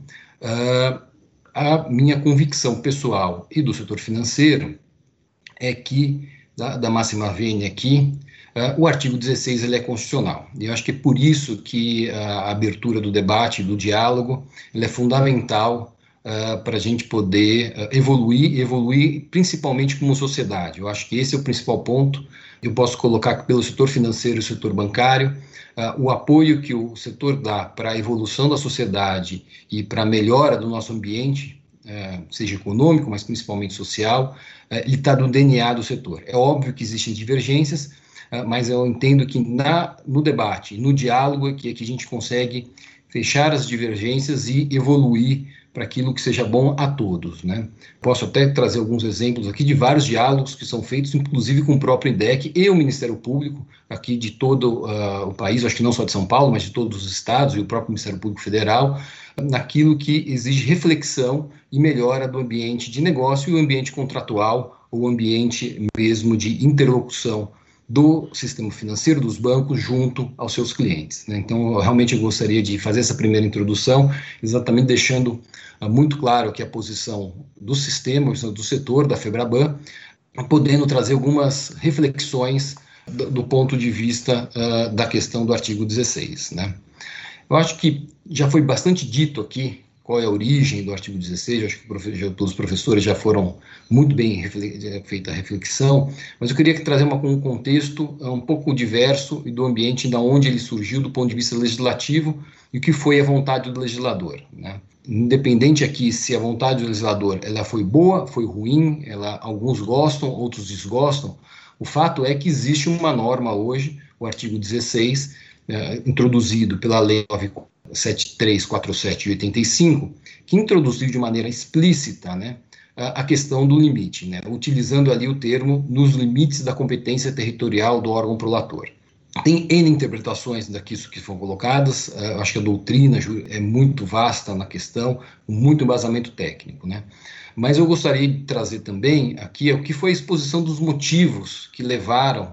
a minha convicção pessoal e do setor financeiro é que, da máxima vênia aqui, o artigo 16 ele é constitucional. E eu acho que é por isso que a abertura do debate, do diálogo, ele é fundamental para a gente poder evoluir principalmente como sociedade. Eu acho que esse é o principal ponto. Eu posso colocar que pelo setor financeiro e setor bancário, o apoio que o setor dá para a evolução da sociedade e para a melhora do nosso ambiente, seja econômico, mas principalmente social, ele está no DNA do setor. É óbvio que existem divergências, mas eu entendo que no debate, no diálogo, é que a gente consegue fechar as divergências e evoluir para aquilo que seja bom a todos, Posso até trazer alguns exemplos aqui de vários diálogos que são feitos, inclusive com o próprio INDEC e o Ministério Público, aqui de todo o país, acho que não só de São Paulo, mas de todos os estados e o próprio Ministério Público Federal, naquilo que exige reflexão e melhora do ambiente de negócio e o ambiente contratual, ou o ambiente mesmo de interlocução do sistema financeiro, dos bancos, junto aos seus clientes. Então, eu realmente gostaria de fazer essa primeira introdução, exatamente deixando muito claro que a posição do sistema, do setor, da FEBRABAN, podendo trazer algumas reflexões do ponto de vista da questão do artigo 16. Eu acho que já foi bastante dito aqui qual é a origem do artigo 16, eu acho que todos os professores já foram muito bem feita a reflexão, mas eu queria trazer um contexto um pouco diverso e do ambiente da onde ele surgiu do ponto de vista legislativo e o que foi a vontade do legislador. Independente aqui se a vontade do legislador ela foi boa, foi ruim, alguns gostam, outros desgostam, o fato é que existe uma norma hoje, o artigo 16, introduzido pela Lei 97347 de 85, que introduziu de maneira explícita a questão do limite, utilizando ali o termo nos limites da competência territorial do órgão prolator. Tem N interpretações daquilo que foram colocadas, acho que a doutrina é muito vasta na questão, muito embasamento técnico, Mas eu gostaria de trazer também aqui o que foi a exposição dos motivos que levaram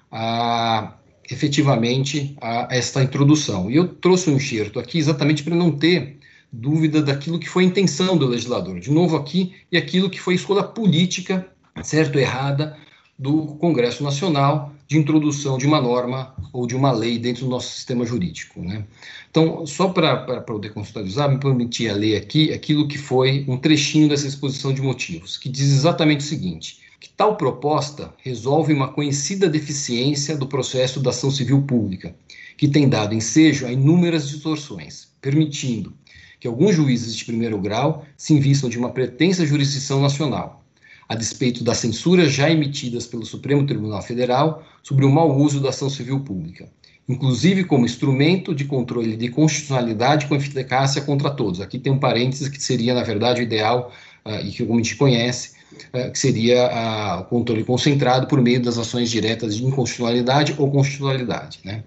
efetivamente a esta introdução. E eu trouxe um enxerto aqui exatamente para não ter dúvida daquilo que foi a intenção do legislador. De novo aqui, e aquilo que foi a escolha política, certo ou errada, do Congresso Nacional de introdução de uma norma ou de uma lei dentro do nosso sistema jurídico. Então, só para poder contextualizar, me permitia ler aqui aquilo que foi um trechinho dessa exposição de motivos, que diz exatamente o seguinte: que tal proposta resolve uma conhecida deficiência do processo da ação civil pública, que tem dado ensejo a inúmeras distorções, permitindo que alguns juízes de primeiro grau se invistam de uma pretensa jurisdição nacional, a despeito das censuras já emitidas pelo Supremo Tribunal Federal sobre o mau uso da ação civil pública, inclusive como instrumento de controle de constitucionalidade com eficácia contra todos. Aqui tem um parênteses que seria, na verdade, o ideal, e que como a gente conhece, que seria o controle concentrado por meio das ações diretas de inconstitucionalidade ou constitucionalidade.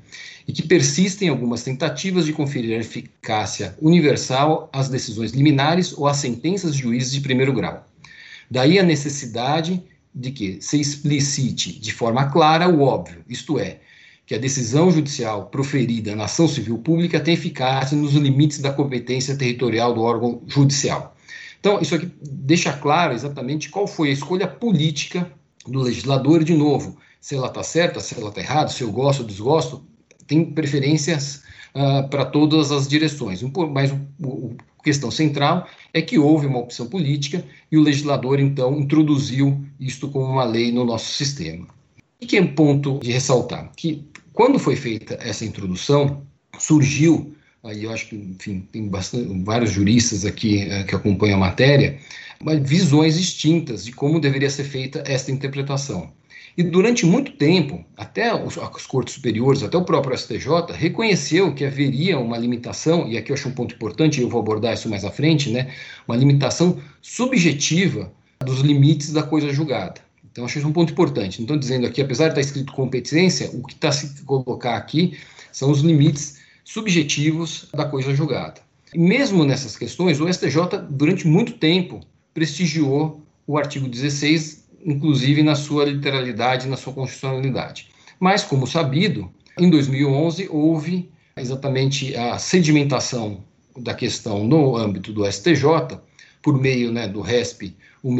e que persistem algumas tentativas de conferir a eficácia universal às decisões liminares ou às sentenças de juízes de primeiro grau. Daí a necessidade de que se explicite de forma clara o óbvio, isto é, que a decisão judicial proferida na ação civil pública tem eficácia nos limites da competência territorial do órgão judicial. Então, isso aqui deixa claro exatamente qual foi a escolha política do legislador, de novo, se ela está certa, se ela está errada, se eu gosto ou desgosto, tem preferências para todas as direções, mas a questão central é que houve uma opção política e o legislador, então, introduziu isto como uma lei no nosso sistema. O que é um ponto de ressaltar? Que quando foi feita essa introdução, surgiu, aí eu acho que, enfim, tem vários juristas aqui que acompanham a matéria, mas visões distintas de como deveria ser feita essa interpretação. E durante muito tempo, até as cortes superiores, até o próprio STJ, reconheceu que haveria uma limitação, e aqui eu acho um ponto importante, e eu vou abordar isso mais à frente, né, uma limitação subjetiva dos limites da coisa julgada. Então, acho isso um ponto importante. Não estou dizendo aqui, apesar de estar escrito competência, o que está se colocar aqui são os limites subjetivos da coisa julgada. E mesmo nessas questões, o STJ, durante muito tempo, prestigiou o artigo 16, inclusive na sua literalidade, na sua constitucionalidade. Mas, como sabido, em 2011 houve exatamente a sedimentação da questão no âmbito do STJ, por meio, né, do RESP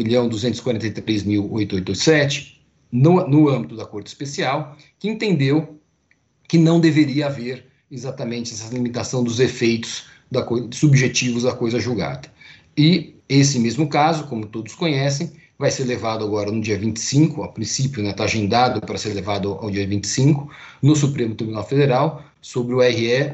1.243.887, no âmbito da Corte Especial, que entendeu que não deveria haver exatamente essa limitação dos efeitos subjetivos da coisa julgada. E esse mesmo caso, como todos conhecem, vai ser levado agora no dia 25, a princípio, está agendado para ser levado ao dia 25, no Supremo Tribunal Federal, sobre o RE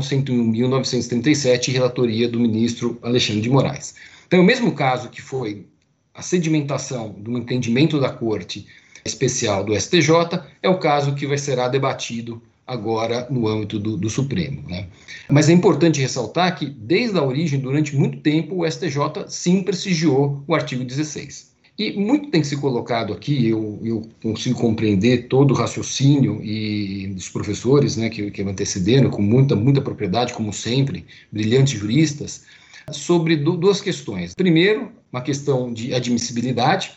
1.101.937, relatoria do ministro Alexandre de Moraes. Então, o mesmo caso que foi a sedimentação do entendimento da Corte Especial do STJ, é o caso que será debatido agora no âmbito do Supremo, né? Mas é importante ressaltar que, desde a origem, durante muito tempo, o STJ sim prestigiou o artigo 16. E muito tem se colocado aqui, eu consigo compreender todo o raciocínio e dos professores, né, que me antecederam, com muita propriedade, como sempre, brilhantes juristas, sobre duas questões. Primeiro, uma questão de admissibilidade,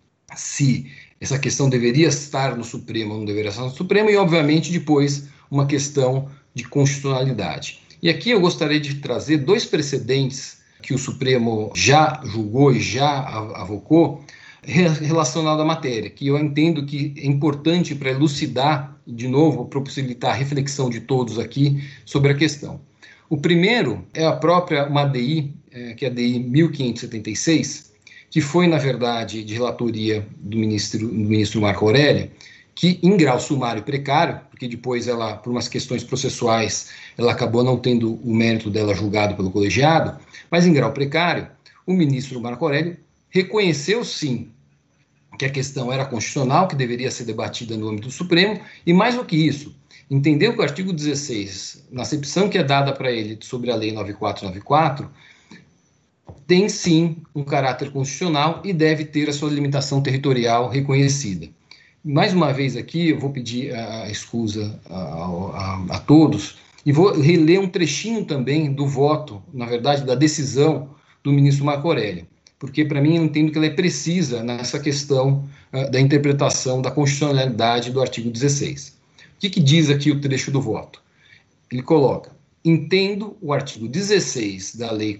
se essa questão deveria estar no Supremo ou não deveria estar no Supremo, e, obviamente, depois, uma questão de constitucionalidade. E aqui eu gostaria de trazer dois precedentes que o Supremo já julgou e já avocou relacionado à matéria, que eu entendo que é importante para elucidar, de novo, para possibilitar a reflexão de todos aqui sobre a questão. O primeiro é uma ADI, que é a ADI 1576, que foi, na verdade, de relatoria do ministro Marco Aurélio, que, em grau sumário precário, porque depois ela, por umas questões processuais, ela acabou não tendo o mérito dela julgado pelo colegiado, mas em grau precário, o ministro Marco Aurélio reconheceu, sim, que a questão era constitucional, que deveria ser debatida no âmbito do Supremo, e mais do que isso, entendeu que o artigo 16, na acepção que é dada para ele sobre a Lei 9494, tem sim um caráter constitucional e deve ter a sua limitação territorial reconhecida. Mais uma vez aqui, eu vou pedir a excusa a todos e vou reler um trechinho também do voto, na verdade, da decisão do ministro Marco Aurélio, porque, para mim, eu entendo que ela é precisa nessa questão da interpretação da constitucionalidade do artigo 16. O que diz aqui o trecho do voto? Ele coloca: entendo o artigo 16 da Lei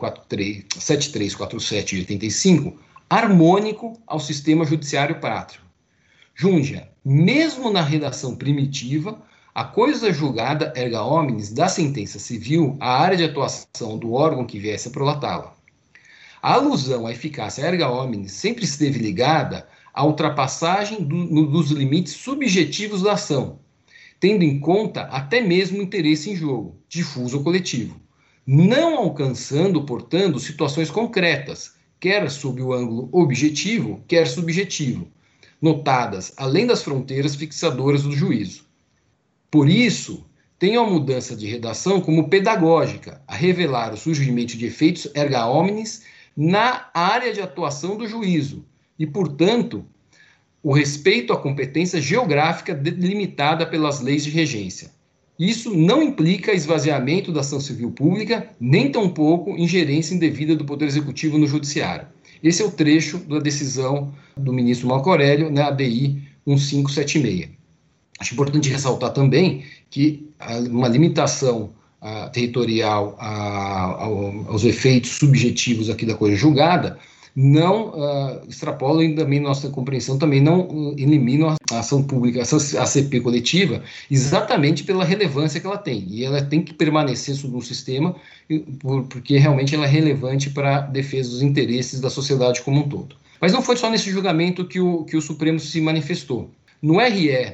7347 de 85 harmônico ao sistema judiciário pátrio. Junja, mesmo na redação primitiva, a coisa julgada erga omnes da sentença civil à área de atuação do órgão que viesse a prolatá-la. A alusão à eficácia erga omnes sempre esteve ligada à ultrapassagem dos limites subjetivos da ação, tendo em conta até mesmo o interesse em jogo, difuso ou coletivo, não alcançando, portanto, situações concretas, quer sob o ângulo objetivo, quer subjetivo, notadas além das fronteiras fixadoras do juízo. Por isso, tenho a mudança de redação como pedagógica, a revelar o surgimento de efeitos erga omnes na área de atuação do juízo e, portanto, o respeito à competência geográfica delimitada pelas leis de regência. Isso não implica esvaziamento da ação civil pública, nem tampouco ingerência indevida do Poder Executivo no Judiciário. Esse é o trecho da decisão do ministro Marco Aurélio na ADI 1576. Acho importante ressaltar também que uma limitação territorial aos efeitos subjetivos aqui da coisa julgada não extrapola, e também nossa compreensão também não elimina a ação pública, a ACP coletiva, exatamente pela relevância que ela tem. E ela tem que permanecer sob um sistema, porque realmente ela é relevante para a defesa dos interesses da sociedade como um todo. Mas não foi só nesse julgamento que o Supremo se manifestou. No RE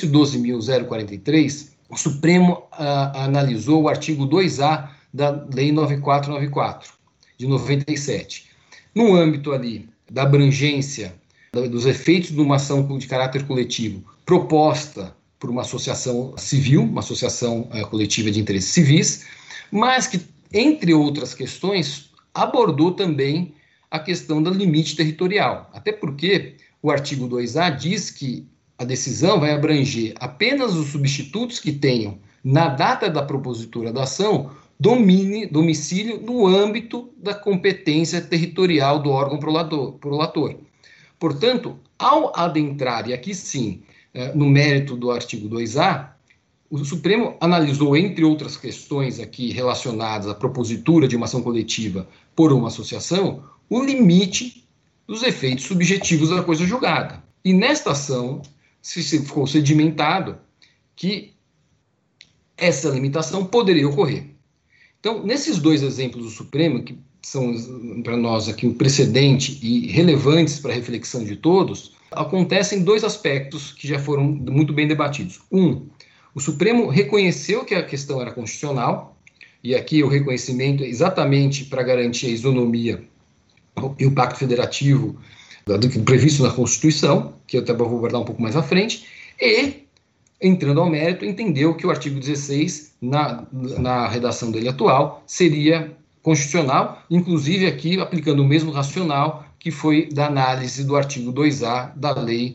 612.043, o Supremo analisou o artigo 2A da Lei 9494, de 97. No âmbito ali da abrangência dos efeitos de uma ação de caráter coletivo proposta por uma associação civil, uma associação coletiva de interesses civis, mas que, entre outras questões, abordou também a questão do limite territorial. Até porque o artigo 2A diz que a decisão vai abranger apenas os substitutos que tenham, na data da propositura da ação, domicílio no âmbito da competência territorial do órgão prolator. Portanto, ao adentrar, e aqui sim, no mérito do artigo 2A, o Supremo analisou, entre outras questões aqui relacionadas à propositura de uma ação coletiva por uma associação, o limite dos efeitos subjetivos da coisa julgada. E nesta ação, ficou sedimentado que essa limitação poderia ocorrer. Então, nesses dois exemplos do Supremo, que são para nós aqui um precedente e relevantes para a reflexão de todos, acontecem dois aspectos que já foram muito bem debatidos. O Supremo reconheceu que a questão era constitucional, e aqui o reconhecimento é exatamente para garantir a isonomia e o pacto federativo previsto na Constituição, que eu até vou abordar um pouco mais à frente, e, entrando ao mérito, entendeu que o artigo 16, na redação dele atual, seria constitucional, inclusive aqui aplicando o mesmo racional que foi da análise do artigo 2A da Lei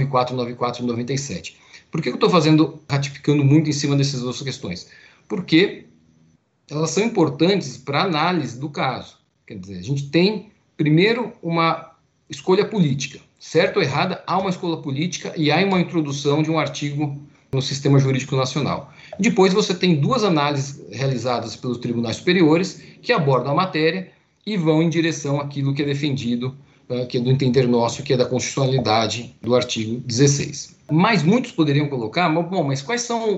9494 de 97. Por que eu estou ratificando muito em cima dessas duas questões? Porque elas são importantes para a análise do caso. Quer dizer, a gente tem, primeiro, uma escolha política. Certo ou errada, há uma escolha política e há uma introdução de um artigo no sistema jurídico nacional. Depois você tem duas análises realizadas pelos tribunais superiores que abordam a matéria e vão em direção àquilo que é defendido, que é do entender nosso, que é da constitucionalidade do artigo 16. Mas muitos poderiam colocar, mas quais são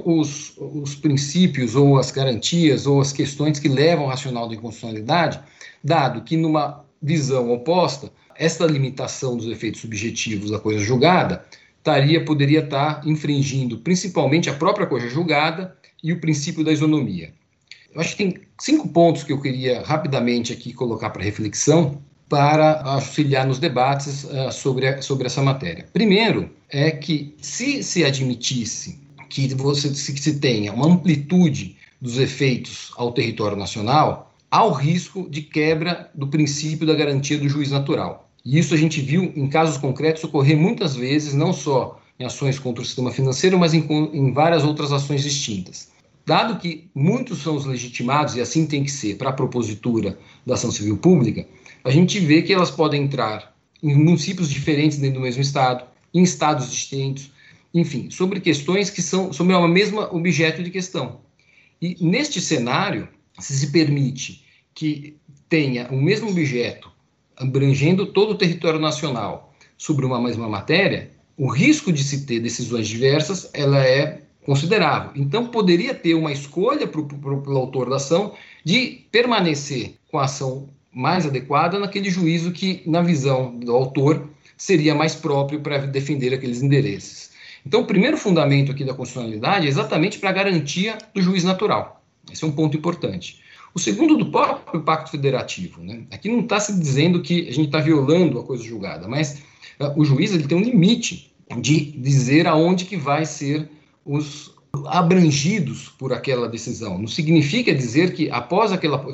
os princípios ou as garantias ou as questões que levam ao racional da inconstitucionalidade, dado que numa visão oposta, esta limitação dos efeitos subjetivos da coisa julgada poderia estar infringindo principalmente a própria coisa julgada e o princípio da isonomia. Eu acho que tem 5 pontos que eu queria rapidamente aqui colocar para reflexão para auxiliar nos debates sobre essa matéria. Primeiro, é que se admitisse que se tenha uma amplitude dos efeitos ao território nacional, há o risco de quebra do princípio da garantia do juiz natural. E isso a gente viu em casos concretos ocorrer muitas vezes, não só em ações contra o sistema financeiro, mas em várias outras ações distintas. Dado que muitos são os legitimados, e assim tem que ser para a propositura da ação civil pública, a gente vê que elas podem entrar em municípios diferentes dentro do mesmo estado, em estados distintos, enfim, sobre questões que são sobre o mesmo objeto de questão. E neste cenário, se permite que tenha o mesmo objeto abrangendo todo o território nacional sobre uma mesma matéria, o risco de se ter decisões diversas ela é considerável. Então, poderia ter uma escolha pelo autor da ação de permanecer com a ação mais adequada naquele juízo que, na visão do autor, seria mais próprio para defender aqueles interesses. Então, o primeiro fundamento aqui da constitucionalidade é exatamente para a garantia do juiz natural. Esse é um ponto importante. O segundo, do próprio pacto federativo, né? Aqui não está se dizendo que a gente está violando a coisa julgada, mas o juiz ele tem um limite de dizer aonde que vai ser os abrangidos por aquela decisão. Não significa dizer que após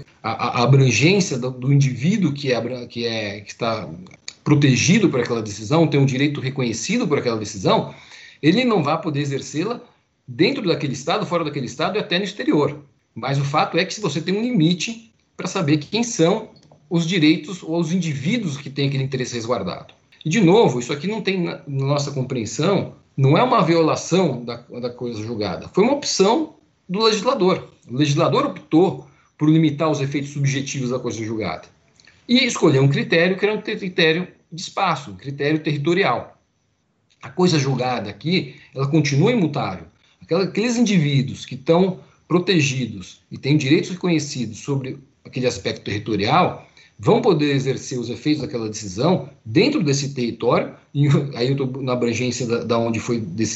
a abrangência do indivíduo que está protegido por aquela decisão, tem um direito reconhecido por aquela decisão, ele não vai poder exercê-la dentro daquele estado, fora daquele estado e até no exterior. Mas o fato é que se você tem um limite para saber quem são os direitos ou os indivíduos que têm aquele interesse resguardado. E, de novo, isso aqui não tem, na nossa compreensão, não é uma violação da coisa julgada. Foi uma opção do legislador. O legislador optou por limitar os efeitos subjetivos da coisa julgada. E escolheu um critério que era um critério de espaço, um critério territorial. A coisa julgada aqui, ela continua imutável. Aqueles indivíduos que estão protegidos e têm direitos reconhecidos sobre aquele aspecto territorial vão poder exercer os efeitos daquela decisão dentro desse território, e aí eu estou na abrangência da onde foi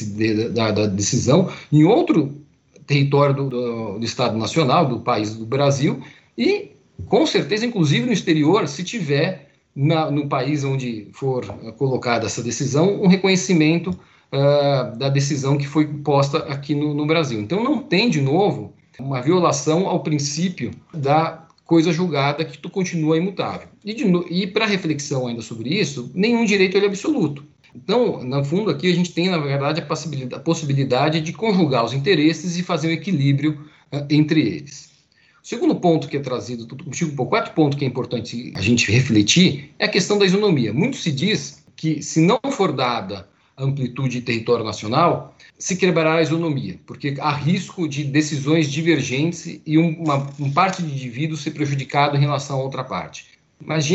da decisão, em outro território do Estado Nacional, do país do Brasil, e com certeza, inclusive no exterior, se tiver no país onde for colocada essa decisão, um reconhecimento da decisão que foi posta aqui no Brasil. Então não tem, de novo, uma violação ao princípio da coisa julgada que tu continua imutável. E para reflexão ainda sobre isso, nenhum direito é absoluto. Então, no fundo, aqui a gente tem, na verdade, a possibilidade de conjugar os interesses e fazer um equilíbrio entre eles. O segundo ponto que é trazido, o quarto ponto que é importante a gente refletir, é a questão da isonomia. Muito se diz que, se não for dada a amplitude de território nacional, se quebrará a isonomia, porque há risco de decisões divergentes e uma parte de indivíduo ser prejudicado em relação a outra parte. Mas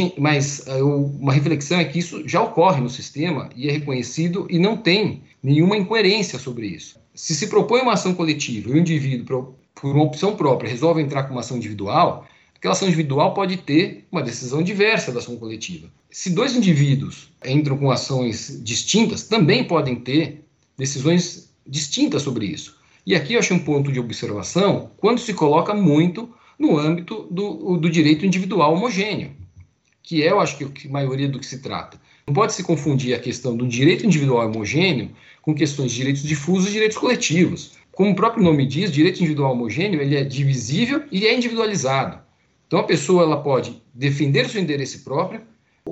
uma reflexão é que isso já ocorre no sistema e é reconhecido e não tem nenhuma incoerência sobre isso. Se propõe uma ação coletiva e o indivíduo, por uma opção própria, resolve entrar com uma ação individual, aquela ação individual pode ter uma decisão diversa da ação coletiva. Se dois indivíduos entram com ações distintas, também podem ter decisões distintas sobre isso. E aqui eu acho um ponto de observação quando se coloca muito no âmbito do direito individual homogêneo, que é, eu acho que a maioria do que se trata. Não pode se confundir a questão do direito individual homogêneo com questões de direitos difusos e direitos coletivos. Como o próprio nome diz, direito individual homogêneo ele é divisível e é individualizado. Então a pessoa ela pode defender seu interesse próprio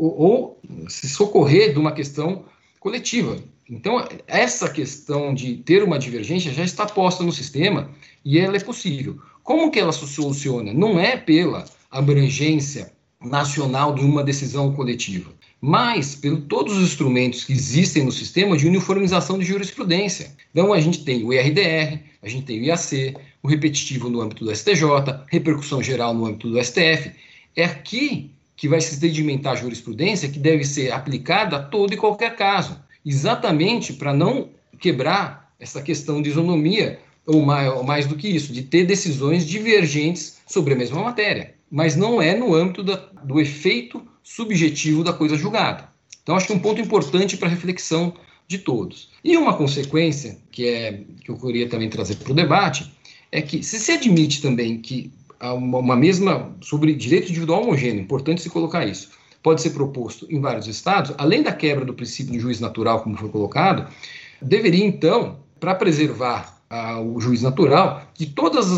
ou se socorrer de uma questão coletiva. Então, essa questão de ter uma divergência já está posta no sistema e ela é possível. Como que ela se soluciona? Não é pela abrangência nacional de uma decisão coletiva, mas por todos os instrumentos que existem no sistema de uniformização de jurisprudência. Então, a gente tem o IRDR, a gente tem o IAC, o repetitivo no âmbito do STJ, repercussão geral no âmbito do STF. É aqui que vai se sedimentar a jurisprudência que deve ser aplicada a todo e qualquer caso, exatamente para não quebrar essa questão de isonomia, ou mais do que isso, de ter decisões divergentes sobre a mesma matéria, mas não é no âmbito do efeito subjetivo da coisa julgada. Então, acho que é um ponto importante para a reflexão de todos. E uma consequência, que eu queria também trazer para o debate, é que se admite também que uma mesma, sobre direito individual homogêneo, importante se colocar isso, pode ser proposto em vários estados, além da quebra do princípio do juiz natural, como foi colocado, deveria, então, para preservar o juiz natural, que todas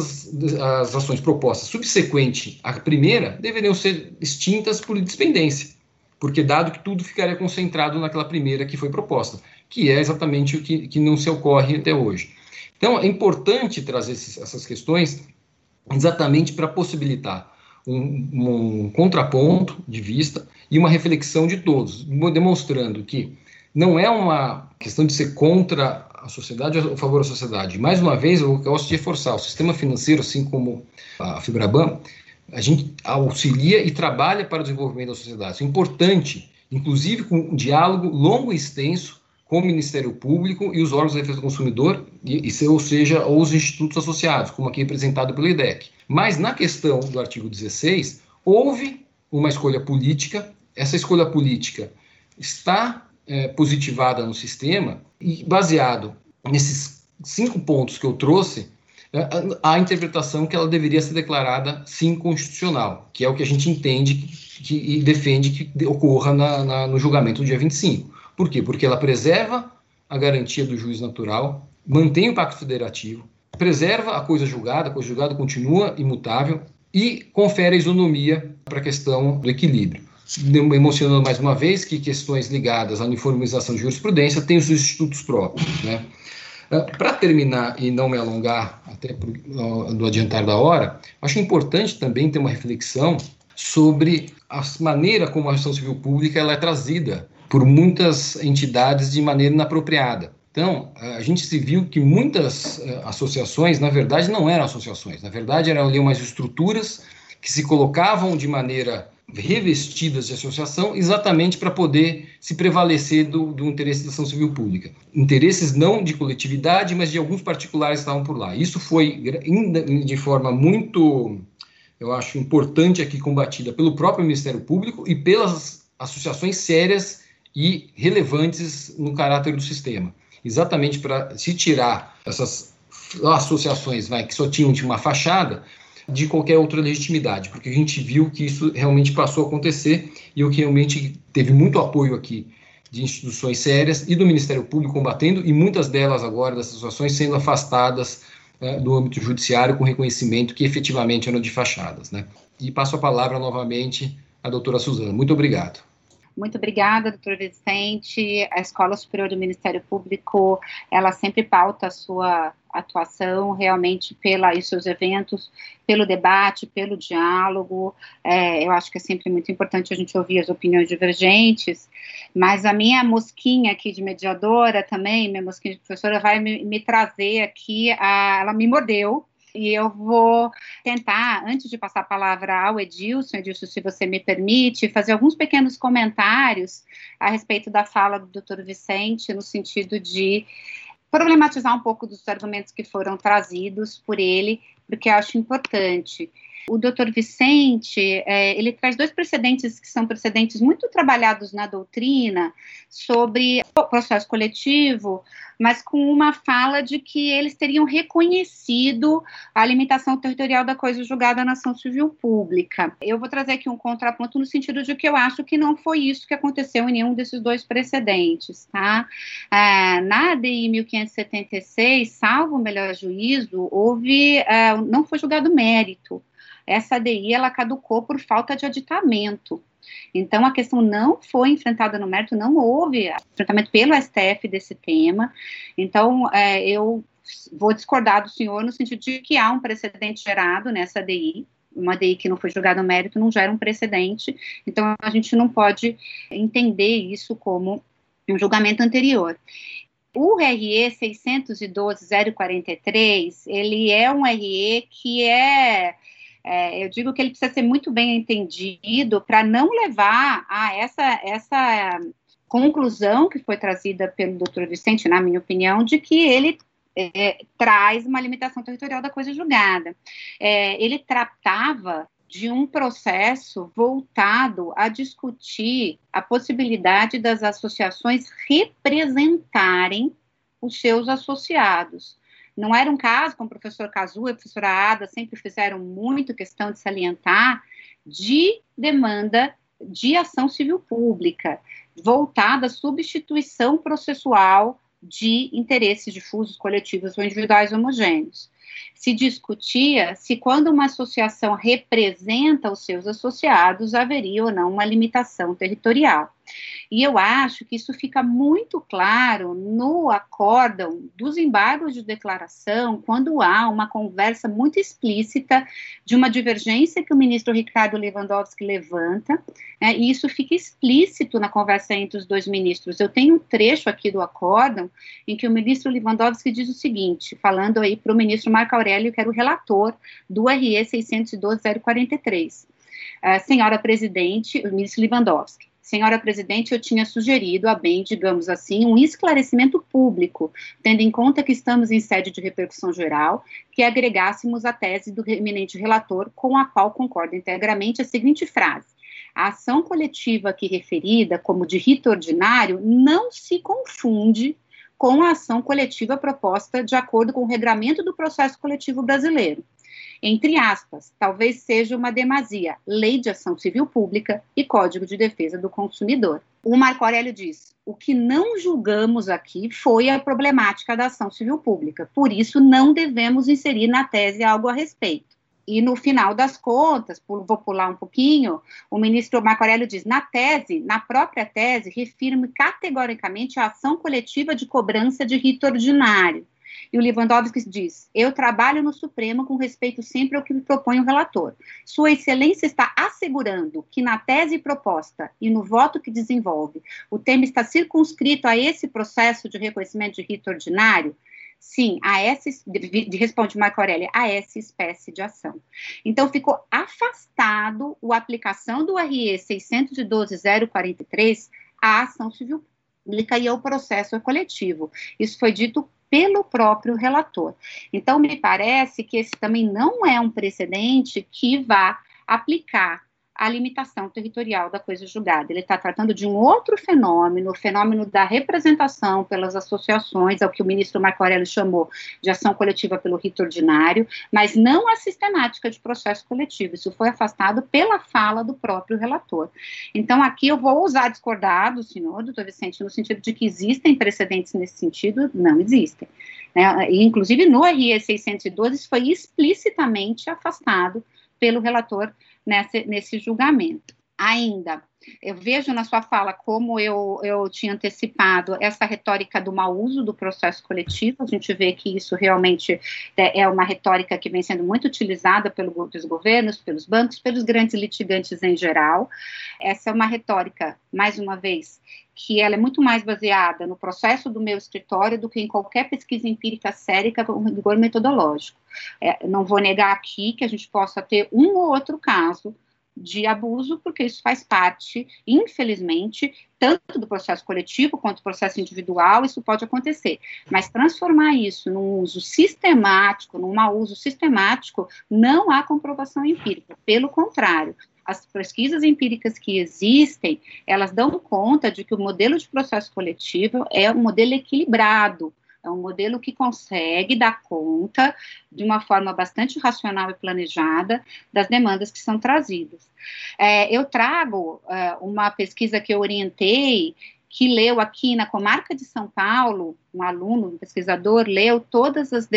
as ações propostas subsequente à primeira deveriam ser extintas por dispendência, porque dado que tudo ficaria concentrado naquela primeira que foi proposta, que é exatamente o que não se ocorre até hoje. Então, é importante trazer essas questões exatamente para possibilitar um contraponto de vista e uma reflexão de todos, demonstrando que não é uma questão de ser contra a sociedade ou a favor da sociedade. Mais uma vez, eu gosto de reforçar, o sistema financeiro, assim como a Febraban, a gente auxilia e trabalha para o desenvolvimento da sociedade. Isso é importante, inclusive com um diálogo longo e extenso com o Ministério Público e os órgãos de defesa do consumidor, ou seja, ou os institutos associados, como aqui representado pelo IDEC. Mas na questão do artigo 16, houve uma escolha política, essa escolha política está positivada no sistema e baseado nesses 5 pontos que eu trouxe, a interpretação que ela deveria ser declarada sim constitucional, que é o que a gente entende e defende que ocorra no julgamento do dia 25. Por quê? Porque ela preserva a garantia do juiz natural, mantém o pacto federativo, preserva a coisa julgada continua imutável e confere a isonomia para a questão do equilíbrio. Emocionando mais uma vez que questões ligadas à uniformização de jurisprudência têm os seus institutos próprios, né? Para terminar e não me alongar até do adiantar da hora, acho importante também ter uma reflexão sobre a maneira como a ação civil pública ela é trazida por muitas entidades de maneira inapropriada. Então, a gente se viu que muitas associações, na verdade, não eram associações. Na verdade, eram ali umas estruturas que se colocavam de maneira revestidas de associação exatamente para poder se prevalecer do interesse da ação civil pública. Interesses não de coletividade, mas de alguns particulares que estavam por lá. Isso foi de forma muito, eu acho, importante aqui combatida pelo próprio Ministério Público e pelas associações sérias e relevantes no caráter do sistema. Exatamente para se tirar essas associações que só tinham uma fachada de qualquer outra legitimidade, porque a gente viu que isso realmente passou a acontecer e o que realmente teve muito apoio aqui de instituições sérias e do Ministério Público combatendo, e muitas delas agora, dessas associações, sendo afastadas do âmbito judiciário com reconhecimento que efetivamente eram de fachadas, né? E passo a palavra novamente à doutora Suzana. Muito obrigado. Muito obrigada, doutor Vicente. A Escola Superior do Ministério Público, ela sempre pauta a sua atuação realmente e seus eventos, pelo debate, pelo diálogo. Eu acho que é sempre muito importante a gente ouvir as opiniões divergentes, mas a minha mosquinha aqui de mediadora também, minha mosquinha de professora, vai me trazer aqui, ela me mordeu. E eu vou tentar, antes de passar a palavra ao Edilson, se você me permite, fazer alguns pequenos comentários a respeito da fala do doutor Vicente, no sentido de problematizar um pouco dos argumentos que foram trazidos por ele, porque eu acho importante. O doutor Vicente, ele traz dois precedentes que são precedentes muito trabalhados na doutrina sobre o processo coletivo, mas com uma fala de que eles teriam reconhecido a limitação territorial da coisa julgada na ação civil pública. Eu vou trazer aqui um contraponto no sentido de que eu acho que não foi isso que aconteceu em nenhum desses dois precedentes, tá? Na ADI 1576, salvo o melhor juízo, não foi julgado mérito. Essa ADI, ela caducou por falta de aditamento. Então, a questão não foi enfrentada no mérito, não houve enfrentamento pelo STF desse tema. Então, eu vou discordar do senhor no sentido de que há um precedente gerado nessa ADI. Uma ADI que não foi julgada no mérito não gera um precedente. Então, a gente não pode entender isso como um julgamento anterior. O RE 612-043, ele é um RE que eu digo que ele precisa ser muito bem entendido para não levar a essa conclusão que foi trazida pelo doutor Vicente, na minha opinião, de que ele traz uma limitação territorial da coisa julgada. Ele tratava de um processo voltado a discutir a possibilidade das associações representarem os seus associados. Não era um caso, como o professor Cazu e a professora Ada sempre fizeram muito questão de salientar, de demanda de ação civil pública, voltada à substituição processual de interesses difusos, coletivos ou individuais homogêneos. Se discutia se quando uma associação representa os seus associados, haveria ou não uma limitação territorial. E eu acho que isso fica muito claro no acórdão dos embargos de declaração, quando há uma conversa muito explícita de uma divergência que o ministro Ricardo Lewandowski levanta, e isso fica explícito na conversa entre os dois ministros. Eu tenho um trecho aqui do acórdão em que o ministro Lewandowski diz o seguinte, falando aí para o ministro Marco Aurélio, que era o relator do RE 612-043. Senhora presidente, o ministro Lewandowski, senhora presidente, eu tinha sugerido a bem, digamos assim, um esclarecimento público, tendo em conta que estamos em sede de repercussão geral, que agregássemos a tese do eminente relator, com a qual concordo integralmente a seguinte frase: a ação coletiva aqui referida, como de rito ordinário, não se confunde com a ação coletiva proposta de acordo com o regramento do processo coletivo brasileiro. Entre aspas, talvez seja uma demasia, Lei de Ação Civil Pública e Código de Defesa do Consumidor. O Marco Aurélio diz, o que não julgamos aqui foi a problemática da ação civil pública, por isso não devemos inserir na tese algo a respeito. E no final das contas, vou pular um pouquinho, o ministro Marco Aurélio diz, na própria tese, refirmo categoricamente a ação coletiva de cobrança de rito ordinário. E o Lewandowski diz: eu trabalho no Supremo com respeito sempre ao que me propõe o relator. Sua Excelência está assegurando que na tese proposta e no voto que desenvolve, o tema está circunscrito a esse processo de reconhecimento de rito ordinário? Sim, responde Marco Aurélio, a essa espécie de ação. Então, ficou afastado a aplicação do RE 612.043 à ação civil pública e ao processo coletivo. Isso foi dito pelo próprio relator. Então, me parece que esse também não é um precedente que vá aplicar a limitação territorial da coisa julgada. Ele está tratando de um outro fenômeno, o fenômeno da representação pelas associações, ao que o ministro Marco Aurélio chamou de ação coletiva pelo rito ordinário, mas não a sistemática de processo coletivo. Isso foi afastado pela fala do próprio relator. Então, aqui eu vou ousar discordar do senhor, doutor Vicente, no sentido de que existem precedentes nesse sentido, não existem. Né? E, inclusive, no RE 612, isso foi explicitamente afastado pelo relator nesse julgamento. Ainda, eu vejo na sua fala, como eu tinha antecipado, essa retórica do mau uso do processo coletivo. A gente vê que isso realmente é uma retórica que vem sendo muito utilizada pelos governos, pelos bancos, pelos grandes litigantes em geral. Essa é uma retórica, mais uma vez, que ela é muito mais baseada no processo do meu escritório do que em qualquer pesquisa empírica séria com rigor metodológico. Não vou negar aqui que a gente possa ter um ou outro caso de abuso, porque isso faz parte, infelizmente, tanto do processo coletivo quanto do processo individual, isso pode acontecer. Mas transformar isso num uso sistemático, num mau uso sistemático, não há comprovação empírica. Pelo contrário, as pesquisas empíricas que existem, elas dão conta de que o modelo de processo coletivo é um modelo equilibrado, é um modelo que consegue dar conta, de uma forma bastante racional e planejada, das demandas que são trazidas. Eu trago uma pesquisa que eu orientei, que leu aqui na comarca de São Paulo, um aluno, um pesquisador, leu todas as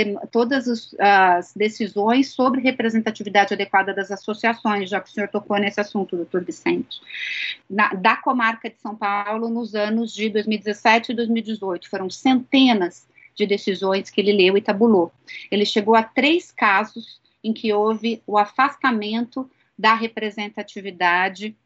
decisões sobre representatividade adequada das associações, já que o senhor tocou nesse assunto, doutor Vicente, da comarca de São Paulo nos anos de 2017 e 2018. Foram centenas de decisões que ele leu e tabulou. Ele chegou a 3 casos em que houve o afastamento da representatividade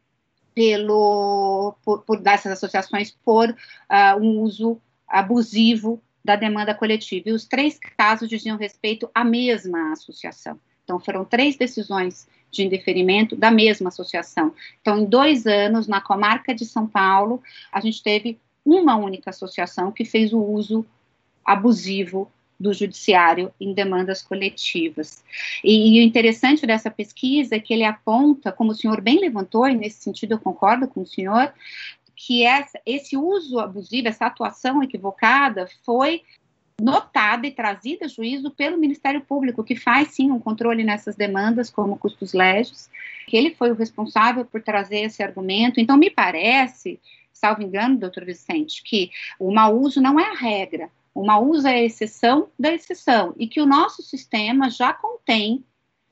dessas associações por um uso abusivo da demanda coletiva. E os 3 casos diziam respeito à mesma associação. Então, foram 3 decisões de indeferimento da mesma associação. Então, em 2 anos, na comarca de São Paulo, a gente teve uma única associação que fez o uso abusivo do judiciário em demandas coletivas. E o interessante dessa pesquisa é que ele aponta, como o senhor bem levantou, e nesse sentido eu concordo com o senhor, que esse uso abusivo, essa atuação equivocada foi notada e trazida a juízo pelo Ministério Público, que faz, sim, um controle nessas demandas, como custos legis, que ele foi o responsável por trazer esse argumento. Então, me parece, salvo engano, doutor Vicente, que o mau uso não é a regra, o mau uso é a exceção da exceção, e que o nosso sistema já contém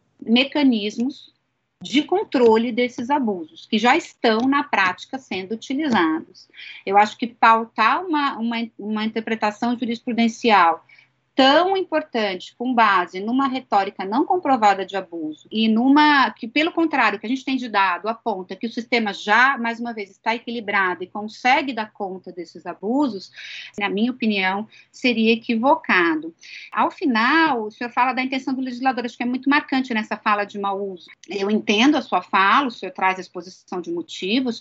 mecanismos de controle desses abusos, que já estão na prática sendo utilizados. Eu acho que pautar uma interpretação jurisprudencial tão importante, com base numa retórica não comprovada de abuso, e que, pelo contrário, que a gente tem de dado aponta que o sistema já, mais uma vez, está equilibrado e consegue dar conta desses abusos, na minha opinião, seria equivocado. Ao final, o senhor fala da intenção do legislador, acho que é muito marcante nessa fala de mau uso. Eu entendo a sua fala, o senhor traz a exposição de motivos,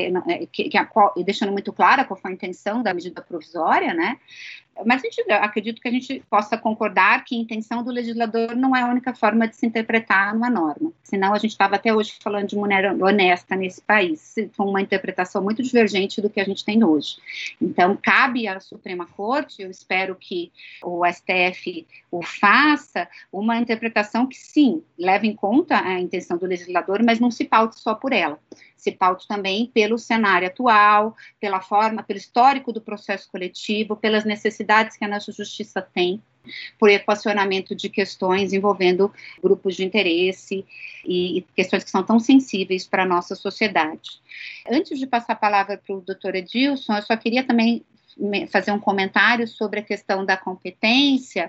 deixando muito clara qual foi a intenção da medida provisória, né? Mas acredito que a gente possa concordar que a intenção do legislador não é a única forma de se interpretar uma norma. Senão a gente estava até hoje falando de mulher honesta nesse país, com uma interpretação muito divergente do que a gente tem hoje. Então, cabe à Suprema Corte, eu espero que o STF o faça, uma interpretação que, sim, leve em conta a intenção do legislador, mas não se paute só por ela. Se paute também pelo cenário atual, pelo histórico do processo coletivo, pelas necessidades que a nossa justiça tem, por equacionamento de questões envolvendo grupos de interesse e questões que são tão sensíveis para a nossa sociedade. Antes de passar a palavra para o doutor Edilson, eu só queria também fazer um comentário sobre a questão da competência.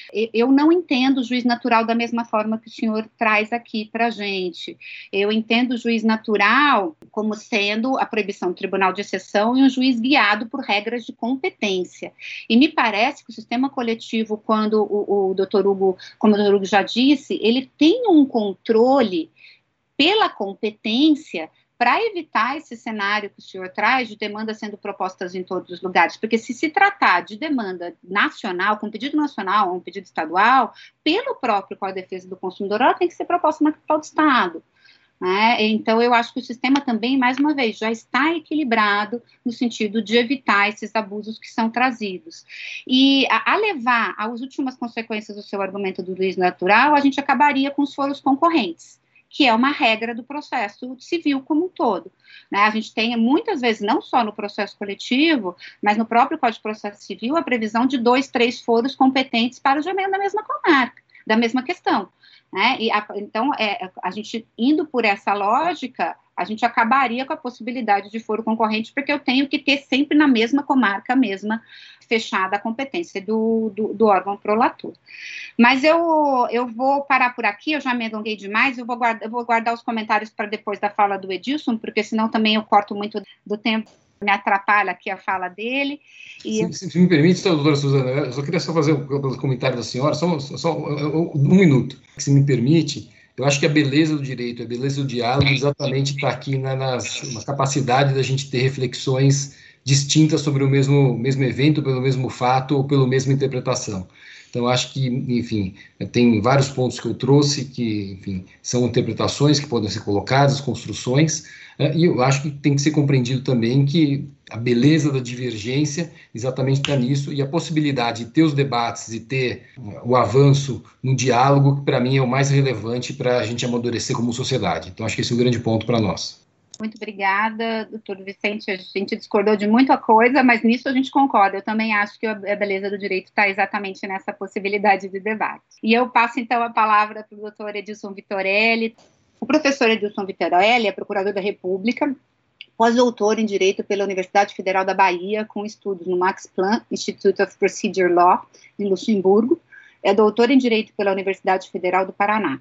Eu não entendo o juiz natural da mesma forma que o senhor traz aqui para a gente. Eu entendo o juiz natural como sendo a proibição do tribunal de exceção e um juiz guiado por regras de competência. E me parece que o sistema coletivo, quando o doutor Hugo, como o doutor Hugo já disse, ele tem um controle pela competência para evitar esse cenário que o senhor traz de demandas sendo propostas em todos os lugares, porque se tratar de demanda nacional, com pedido nacional ou um pedido estadual, pelo próprio Código de Defesa do Consumidor, ela tem que ser proposta na capital do Estado. Né? Então, eu acho que o sistema também, mais uma vez, já está equilibrado no sentido de evitar esses abusos que são trazidos. E a levar às últimas consequências do seu argumento do juiz natural, a gente acabaria com os foros concorrentes, que é uma regra do processo civil como um todo. Né? A gente tem, muitas vezes, não só no processo coletivo, mas no próprio Código de Processo Civil, a previsão de 2, 3 foros competentes para o julgamento da mesma comarca, da mesma questão. Né? Então, a gente indo por essa lógica, a gente acabaria com a possibilidade de foro concorrente, porque eu tenho que ter sempre na mesma comarca, mesma fechada a competência do órgão prolator. Mas eu vou parar por aqui, eu já me alonguei demais, eu vou guardar os comentários para depois da fala do Edilson, porque senão também eu corto muito do tempo, me atrapalha aqui a fala dele. E se me permite, doutora Suzana, eu só queria fazer um comentário da senhora, só um minuto. Se me permite, eu acho que a beleza do direito, a beleza do diálogo exatamente está aqui na capacidade da gente ter reflexões distintas sobre o mesmo evento, pelo mesmo fato ou pela mesma interpretação. Então, acho que, enfim, tem vários pontos que eu trouxe que, enfim, são interpretações que podem ser colocadas, construções, e eu acho que tem que ser compreendido também que a beleza da divergência exatamente está nisso, e a possibilidade de ter os debates e ter o avanço no diálogo, que para mim é o mais relevante para a gente amadurecer como sociedade. Então, acho que esse é um grande ponto para nós. Muito obrigada, doutor Vicente. A gente discordou de muita coisa, mas nisso a gente concorda. Eu também acho que a beleza do direito está exatamente nessa possibilidade de debate. E eu passo, então, a palavra para o doutor Edilson Vitorelli. O professor Edilson Vitorelli é procurador da República, pós-doutor em Direito pela Universidade Federal da Bahia, com estudos no Max Planck Institute of Procedure Law, em Luxemburgo. É doutor em Direito pela Universidade Federal do Paraná.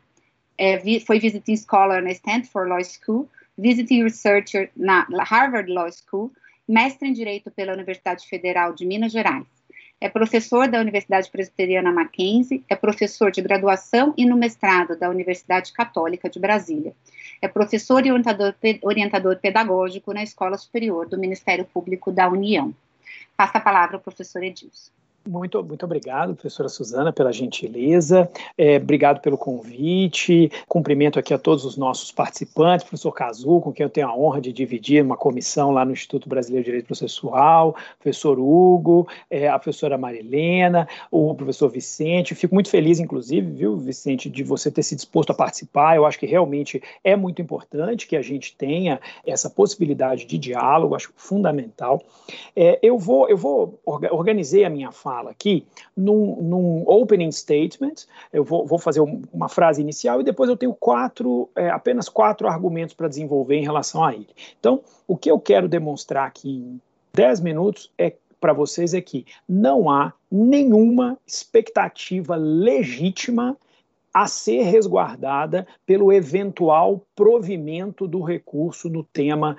Foi visiting scholar na Stanford Law School, visiting researcher na Harvard Law School, mestre em Direito pela Universidade Federal de Minas Gerais. É professor da Universidade Presbiteriana Mackenzie, é professor de graduação e no mestrado da Universidade Católica de Brasília. É professor e orientador pedagógico na Escola Superior do Ministério Público da União. Passa a palavra ao professor Edilson. Muito obrigado, professora Suzana, pela gentileza, obrigado pelo convite, cumprimento aqui a todos os nossos participantes, professor Cazu, com quem eu tenho a honra de dividir uma comissão lá no Instituto Brasileiro de Direito Processual, professor Hugo, a professora Marilena, o professor Vicente. Fico muito feliz, inclusive, viu, Vicente, de você ter se disposto a participar. Eu acho que realmente é muito importante que a gente tenha essa possibilidade de diálogo, acho fundamental. Eu organizei a minha fala aqui num opening statement. Eu vou fazer uma frase inicial e depois eu tenho apenas quatro argumentos para desenvolver em relação a ele. Então, o que eu quero demonstrar aqui em 10 minutos para vocês é que não há nenhuma expectativa legítima a ser resguardada pelo eventual provimento do recurso no tema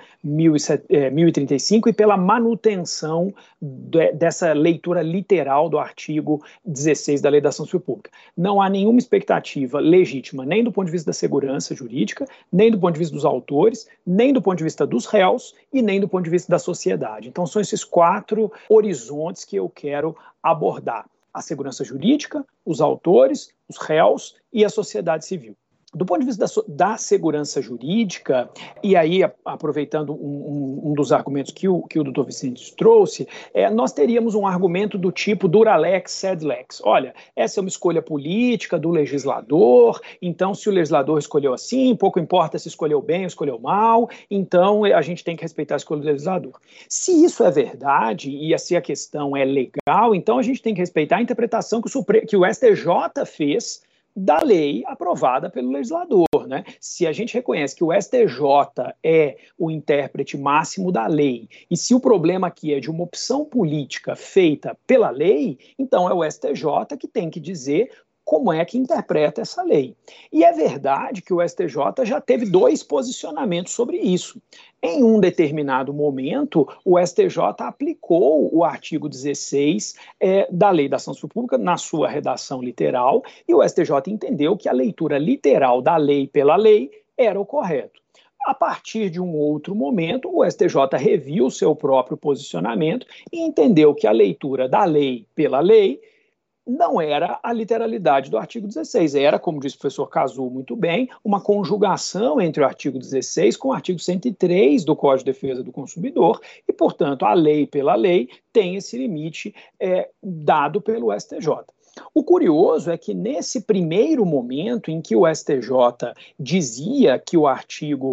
1035 e pela manutenção dessa leitura literal do artigo 16 da Lei da Ação Civil Pública. Não há nenhuma expectativa legítima, nem do ponto de vista da segurança jurídica, nem do ponto de vista dos autores, nem do ponto de vista dos réus e nem do ponto de vista da sociedade. Então, são esses 4 horizontes que eu quero abordar: a segurança jurídica, os autores, os réus e a sociedade civil. Do ponto de vista da segurança jurídica, e aí aproveitando um dos argumentos que o doutor Vicente trouxe, nós teríamos um argumento do tipo dura lex sed lex. Olha, essa é uma escolha política do legislador, então se o legislador escolheu assim, pouco importa se escolheu bem ou escolheu mal, então a gente tem que respeitar a escolha do legislador. Se isso é verdade e se a questão é legal, então a gente tem que respeitar a interpretação que o STJ fez da lei aprovada pelo legislador, né? Se a gente reconhece que o STJ é o intérprete máximo da lei, e se o problema aqui é de uma opção política feita pela lei, então é o STJ que tem que dizer como é que interpreta essa lei. E é verdade que o STJ já teve 2 posicionamentos sobre isso. Em um determinado momento, o STJ aplicou o artigo 16 da Lei da Ação Civil Pública na sua redação literal, e o STJ entendeu que a leitura literal da lei pela lei era o correto. A partir de um outro momento, o STJ reviu o seu próprio posicionamento e entendeu que a leitura da lei pela lei não era a literalidade do artigo 16, era, como disse o professor Cazu muito bem, uma conjugação entre o artigo 16 com o artigo 103 do Código de Defesa do Consumidor e, portanto, a lei pela lei tem esse limite dado pelo STJ. O curioso é que nesse primeiro momento em que o STJ dizia que o artigo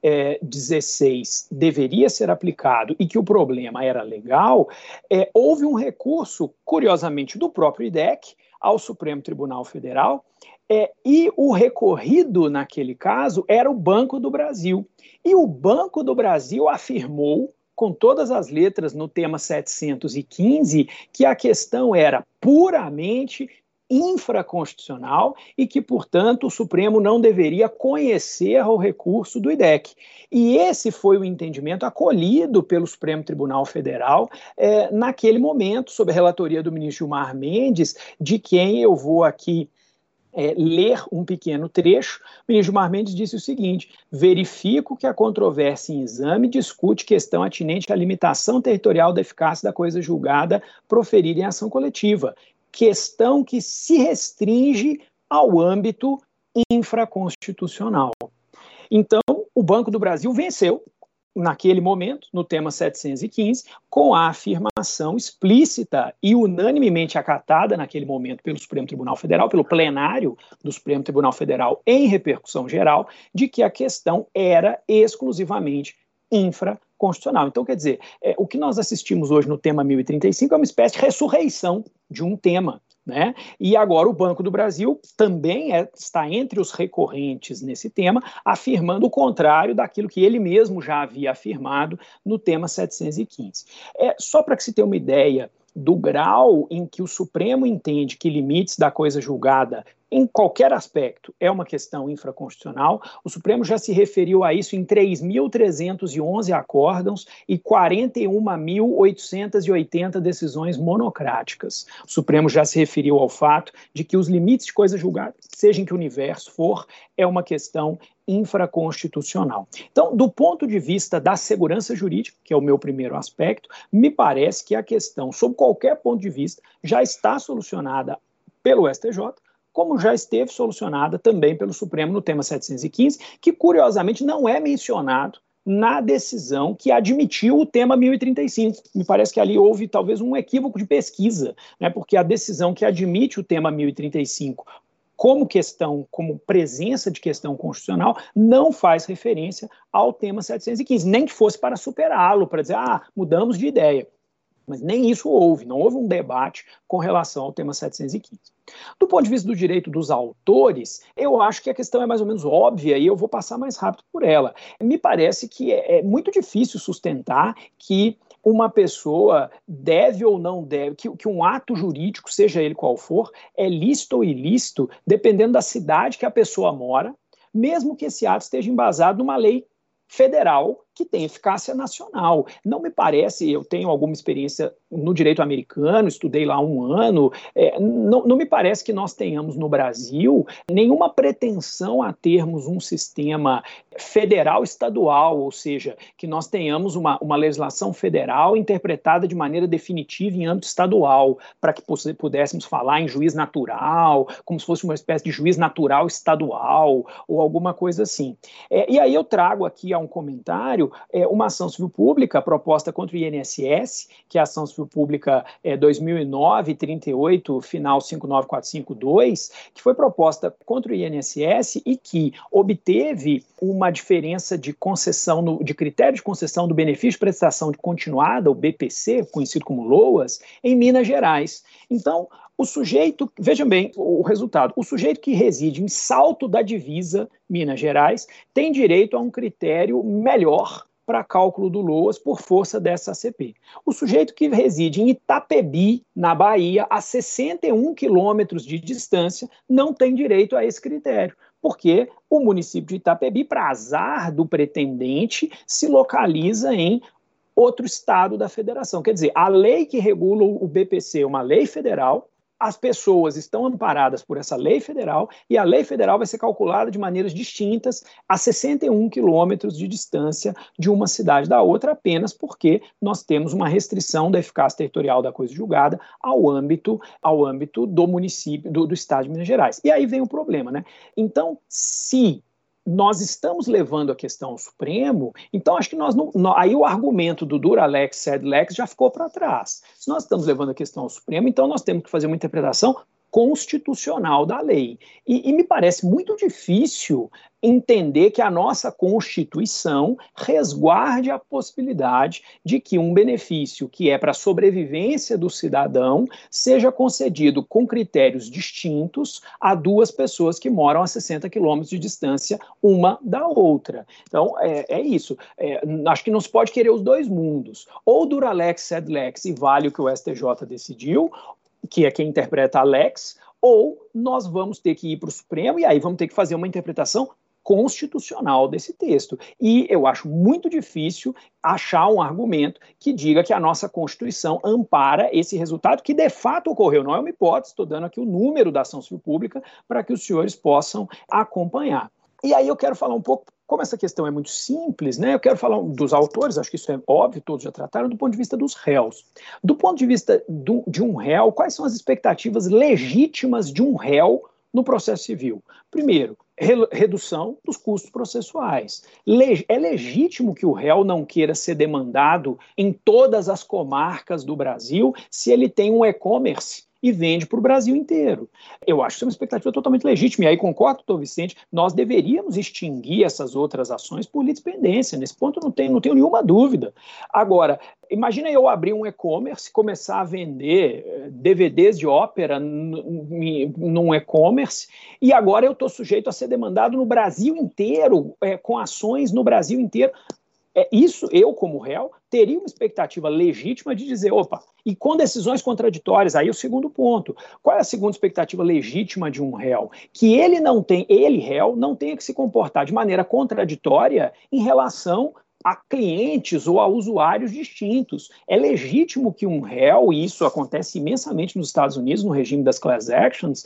16 deveria ser aplicado e que o problema era legal, houve um recurso, curiosamente, do próprio IDEC ao Supremo Tribunal Federal, e o recorrido naquele caso era o Banco do Brasil. E o Banco do Brasil afirmou, com todas as letras no tema 715, que a questão era puramente infraconstitucional e que, portanto, o Supremo não deveria conhecer o recurso do IDEC. E esse foi o entendimento acolhido pelo Supremo Tribunal Federal naquele momento, sob a relatoria do ministro Gilmar Mendes, de quem eu vou aqui ler um pequeno trecho. O ministro Gilmar Mendes disse o seguinte: verifico que a controvérsia em exame discute questão atinente à limitação territorial da eficácia da coisa julgada proferida em ação coletiva, questão que se restringe ao âmbito infraconstitucional. Então, o Banco do Brasil venceu naquele momento, no tema 715, com a afirmação explícita e unanimemente acatada naquele momento pelo Supremo Tribunal Federal, pelo plenário do Supremo Tribunal Federal em repercussão geral, de que a questão era exclusivamente infraconstitucional. Então, quer dizer, o que nós assistimos hoje no tema 1035 é uma espécie de ressurreição de um tema, né? E agora o Banco do Brasil também está entre os recorrentes nesse tema, afirmando o contrário daquilo que ele mesmo já havia afirmado no tema 715. Só para que se tenha uma ideia do grau em que o Supremo entende que limites da coisa julgada em qualquer aspecto é uma questão infraconstitucional, o Supremo já se referiu a isso em 3.311 acórdãos e 41.880 decisões monocráticas. O Supremo já se referiu ao fato de que os limites de coisa julgada, seja em que universo for, é uma questão infraconstitucional. Então, do ponto de vista da segurança jurídica, que é o meu primeiro aspecto, me parece que a questão, sob qualquer ponto de vista, já está solucionada pelo STJ, como já esteve solucionada também pelo Supremo no tema 715, que curiosamente não é mencionado na decisão que admitiu o tema 1035. Me parece que ali houve talvez um equívoco de pesquisa, né, porque a decisão que admite o tema 1035 como questão, como presença de questão constitucional, não faz referência ao tema 715, nem que fosse para superá-lo, para dizer, mudamos de ideia. Mas nem isso houve, não houve um debate com relação ao tema 715. Do ponto de vista do direito dos autores, eu acho que a questão é mais ou menos óbvia e eu vou passar mais rápido por ela. Me parece que é muito difícil sustentar que uma pessoa deve ou não deve, que um ato jurídico, seja ele qual for, é lícito ou ilícito, dependendo da cidade que a pessoa mora, mesmo que esse ato esteja embasado numa lei federal que tem eficácia nacional. Não me parece, eu tenho alguma experiência no direito americano, estudei lá há um ano, não me parece que nós tenhamos no Brasil nenhuma pretensão a termos um sistema federal estadual, ou seja, que nós tenhamos uma legislação federal interpretada de maneira definitiva em âmbito estadual, para que pudéssemos falar em juiz natural, como se fosse uma espécie de juiz natural estadual, ou alguma coisa assim. E aí eu trago aqui a um comentário uma ação civil pública proposta contra o INSS, que é a ação civil pública 2009-38, final 59452, que foi proposta contra o INSS e que obteve uma diferença de concessão, de critério de concessão do benefício de prestação continuada, o BPC, conhecido como LOAS, em Minas Gerais. Então, O sujeito, vejam bem o resultado, o sujeito que reside em Salto da Divisa, Minas Gerais, tem direito a um critério melhor para cálculo do LOAS por força dessa ACP. O sujeito que reside em Itapebi, na Bahia, a 61 quilômetros de distância, não tem direito a esse critério, porque o município de Itapebi, para azar do pretendente, se localiza em outro estado da federação. Quer dizer, a lei que regula o BPC é uma lei federal, as pessoas estão amparadas por essa lei federal e a lei federal vai ser calculada de maneiras distintas a 61 quilômetros de distância de uma cidade da outra, apenas porque nós temos uma restrição da eficácia territorial da coisa julgada ao âmbito do município, do estado de Minas Gerais. E aí vem o problema, né? Então, se nós estamos levando a questão ao Supremo, então acho que aí o argumento do dura lex, sed lex já ficou para trás. Se nós estamos levando a questão ao Supremo, então nós temos que fazer uma interpretação constitucional da lei. E me parece muito difícil entender que a nossa Constituição resguarde a possibilidade de que um benefício que é para a sobrevivência do cidadão seja concedido com critérios distintos a duas pessoas que moram a 60 quilômetros de distância uma da outra. Então, é isso. Acho que não se pode querer os dois mundos. Ou dura lex, sed lex e vale o que o STJ decidiu, que é quem interpreta a lex, ou nós vamos ter que ir para o Supremo e aí vamos ter que fazer uma interpretação constitucional desse texto. E eu acho muito difícil achar um argumento que diga que a nossa Constituição ampara esse resultado, que de fato ocorreu. Não é uma hipótese, estou dando aqui o número da ação civil pública para que os senhores possam acompanhar. E aí eu quero falar um pouco, como essa questão é muito simples, né? Eu quero falar dos autores, acho que isso é óbvio, todos já trataram, do ponto de vista dos réus. Do ponto de vista de um réu, quais são as expectativas legítimas de um réu no processo civil? Primeiro, redução dos custos processuais. É legítimo que o réu não queira ser demandado em todas as comarcas do Brasil se ele tem um e-commerce e vende para o Brasil inteiro. Eu acho que isso é uma expectativa totalmente legítima, e aí concordo, doutor Vicente, nós deveríamos extinguir essas outras ações por litispendência, nesse ponto não tenho nenhuma dúvida. Agora, imagina eu abrir um e-commerce, começar a vender DVDs de ópera num e-commerce, e agora eu estou sujeito a ser demandado no Brasil inteiro, com ações no Brasil inteiro. Isso, eu como réu, teria uma expectativa legítima de dizer, opa, e com decisões contraditórias, aí é o segundo ponto. Qual é a segunda expectativa legítima de um réu? Que ele, réu, não tenha que se comportar de maneira contraditória em relação a clientes ou a usuários distintos. É legítimo que um réu, e isso acontece imensamente nos Estados Unidos, no regime das class actions,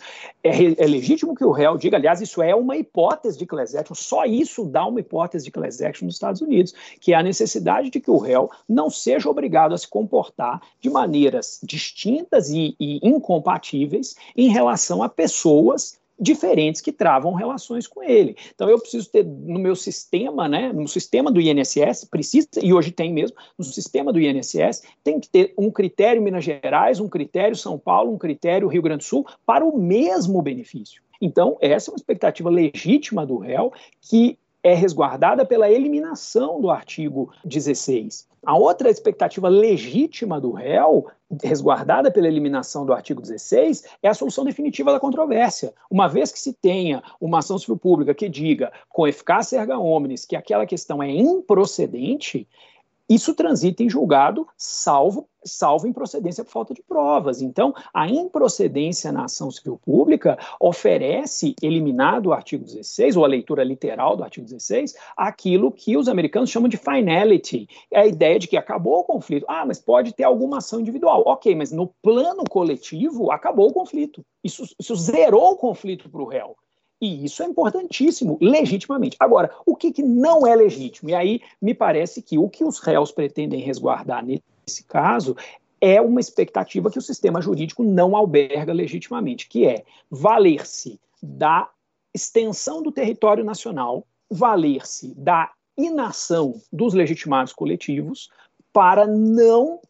é legítimo que o réu diga, aliás, isso é uma hipótese de class action, só isso dá uma hipótese de class action nos Estados Unidos, que é a necessidade de que o réu não seja obrigado a se comportar de maneiras distintas e incompatíveis em relação a pessoas diferentes que travam relações com ele. Então eu preciso ter no meu sistema, né, no sistema do INSS, precisa, e hoje tem mesmo, no sistema do INSS, tem que ter um critério Minas Gerais, um critério São Paulo, um critério Rio Grande do Sul, para o mesmo benefício. Então essa é uma expectativa legítima do réu que é resguardada pela eliminação do artigo 16. A outra expectativa legítima do réu, resguardada pela eliminação do artigo 16, é a solução definitiva da controvérsia. Uma vez que se tenha uma ação civil pública que diga, com eficácia erga omnes, que aquela questão é improcedente, isso transita em julgado, salvo improcedência por falta de provas. Então, a improcedência na ação civil pública oferece, eliminado o artigo 16, ou a leitura literal do artigo 16, aquilo que os americanos chamam de finality. É a ideia de que acabou o conflito. Ah, mas pode ter alguma ação individual. Ok, mas no plano coletivo, acabou o conflito. Isso zerou o conflito para o réu. E isso é importantíssimo, legitimamente. Agora, o que não é legítimo? E aí me parece que o que os réus pretendem resguardar nesse caso é uma expectativa que o sistema jurídico não alberga legitimamente, que é valer-se da extensão do território nacional, valer-se da inação dos legitimados coletivos para não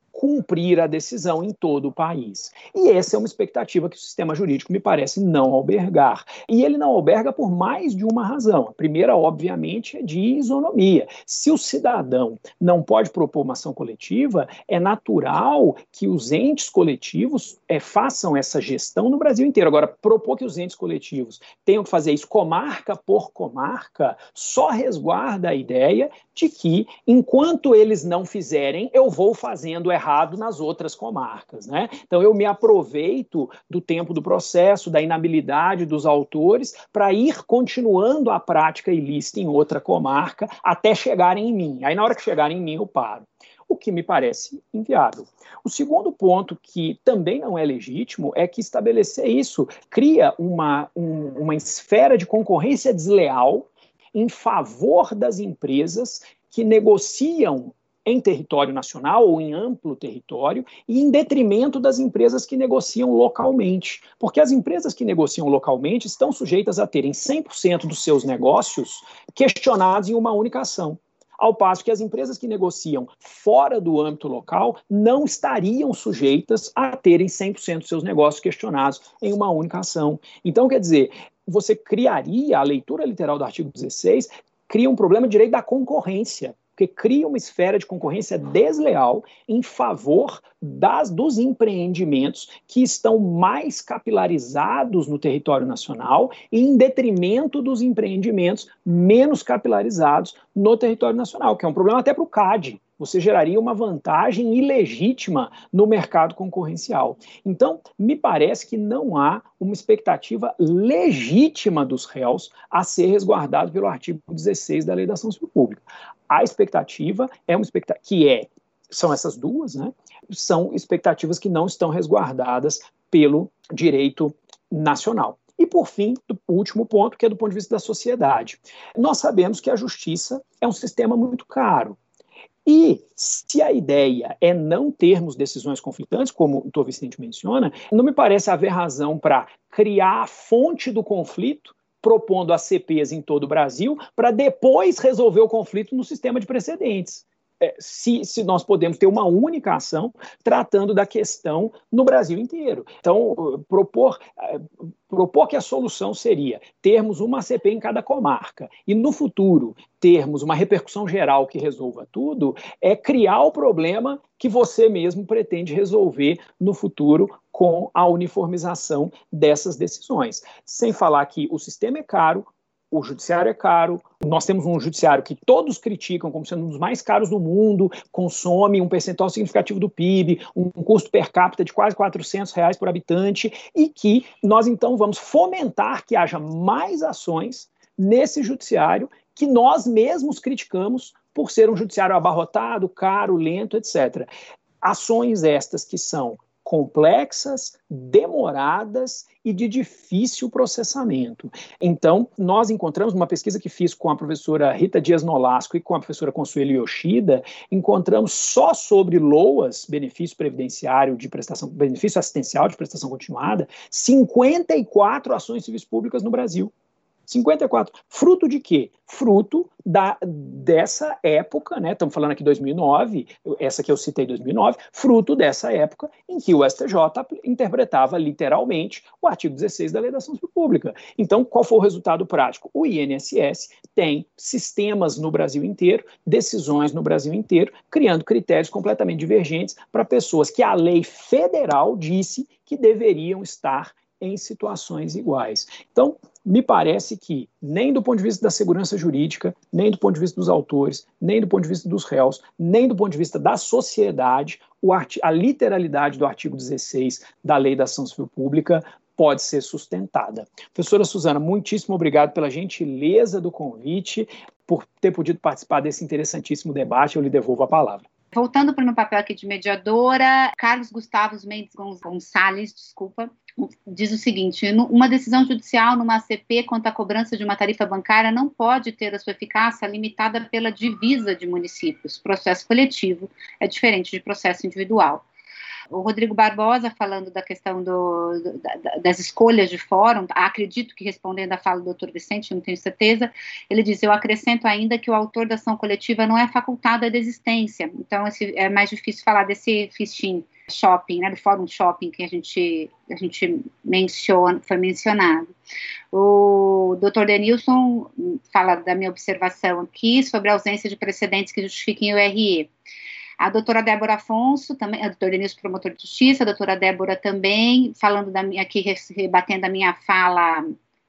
cumprir a decisão em todo o país. E essa é uma expectativa que o sistema jurídico me parece não albergar. E ele não alberga por mais de uma razão. A primeira, obviamente, é de isonomia. Se o cidadão não pode propor uma ação coletiva, é natural que os entes coletivos façam essa gestão no Brasil inteiro. Agora, propor que os entes coletivos tenham que fazer isso comarca por comarca, só resguarda a ideia de que, enquanto eles não fizerem, eu vou fazendo errado nas outras comarcas, né? Então, eu me aproveito do tempo do processo, da inabilidade dos autores, para ir continuando a prática ilícita em outra comarca, até chegarem em mim. Aí, na hora que chegarem em mim, eu paro. O que me parece inviável. O segundo ponto, que também não é legítimo, é que estabelecer isso cria uma esfera de concorrência desleal em favor das empresas que negociam em território nacional ou em amplo território e em detrimento das empresas que negociam localmente. Porque as empresas que negociam localmente estão sujeitas a terem 100% dos seus negócios questionados em uma única ação. Ao passo que as empresas que negociam fora do âmbito local não estariam sujeitas a terem 100% dos seus negócios questionados em uma única ação. Então, quer dizer, você criaria, a leitura literal do artigo 16, cria um problema de direito da concorrência, porque cria uma esfera de concorrência desleal em favor dos empreendimentos que estão mais capilarizados no território nacional e em detrimento dos empreendimentos menos capilarizados no território nacional, que é um problema até para o CAD. Você geraria uma vantagem ilegítima no mercado concorrencial. Então, me parece que não há uma expectativa legítima dos réus a ser resguardado pelo artigo 16 da Lei da Ação Civil Pública. A expectativa é uma expectativa são essas duas, né? São expectativas que não estão resguardadas pelo direito nacional. E, por fim, o último ponto, que é do ponto de vista da sociedade. Nós sabemos que a justiça é um sistema muito caro. E se a ideia é não termos decisões conflitantes, como o Dr. Vicente menciona, não me parece haver razão para criar a fonte do conflito, propondo as CPs em todo o Brasil, para depois resolver o conflito no sistema de precedentes. Se nós podemos ter uma única ação tratando da questão no Brasil inteiro. Então, propor que a solução seria termos uma CP em cada comarca e, no futuro, termos uma repercussão geral que resolva tudo, é criar o problema que você mesmo pretende resolver no futuro com a uniformização dessas decisões. Sem falar que o sistema é caro, o judiciário é caro, nós temos um judiciário que todos criticam como sendo um dos mais caros do mundo, consome um percentual significativo do PIB, um custo per capita de quase R$400 por habitante, e que nós então vamos fomentar que haja mais ações nesse judiciário que nós mesmos criticamos por ser um judiciário abarrotado, caro, lento, etc. Ações estas que são complexas, demoradas e de difícil processamento. Então, nós encontramos, numa pesquisa que fiz com a professora Rita Dias Nolasco e com a professora Consuelo Yoshida, encontramos só sobre LOAS, benefício previdenciário de prestação, benefício assistencial de prestação continuada, 54 ações civis públicas no Brasil. 54. Fruto de quê? Fruto dessa época, né? Estamos falando aqui 2009, essa que eu citei 2009, fruto dessa época em que o STJ interpretava literalmente o artigo 16 da Lei da Ação Civil Pública. Então, qual foi o resultado prático? O INSS tem sistemas no Brasil inteiro, decisões no Brasil inteiro, criando critérios completamente divergentes para pessoas que a lei federal disse que deveriam estar em situações iguais. Então, me parece que, nem do ponto de vista da segurança jurídica, nem do ponto de vista dos autores, nem do ponto de vista dos réus, nem do ponto de vista da sociedade, a literalidade do artigo 16 da Lei da Ação Civil Pública pode ser sustentada. Professora Suzana, muitíssimo obrigado pela gentileza do convite, por ter podido participar desse interessantíssimo debate. Eu lhe devolvo a palavra. Voltando para o meu papel aqui de mediadora, Carlos Gustavo Mendes Gonçalves, diz o seguinte: uma decisão judicial numa ACP quanto à cobrança de uma tarifa bancária não pode ter a sua eficácia limitada pela divisa de municípios. Processo coletivo é diferente de processo individual. O Rodrigo Barbosa, falando da questão das escolhas de fórum, acredito que respondendo à fala do Dr. Vicente, não tenho certeza, ele diz: eu acrescento ainda que o autor da ação coletiva não é facultado à desistência. Então, é mais difícil falar desse Fistim Shopping, né, do Fórum Shopping que a gente foi mencionado. O Dr. Denilson fala da minha observação aqui sobre a ausência de precedentes que justifiquem o RE. A doutora Débora Afonso, também, a doutora Denilson, promotor de justiça, a doutora Débora também, falando aqui, rebatendo a minha fala,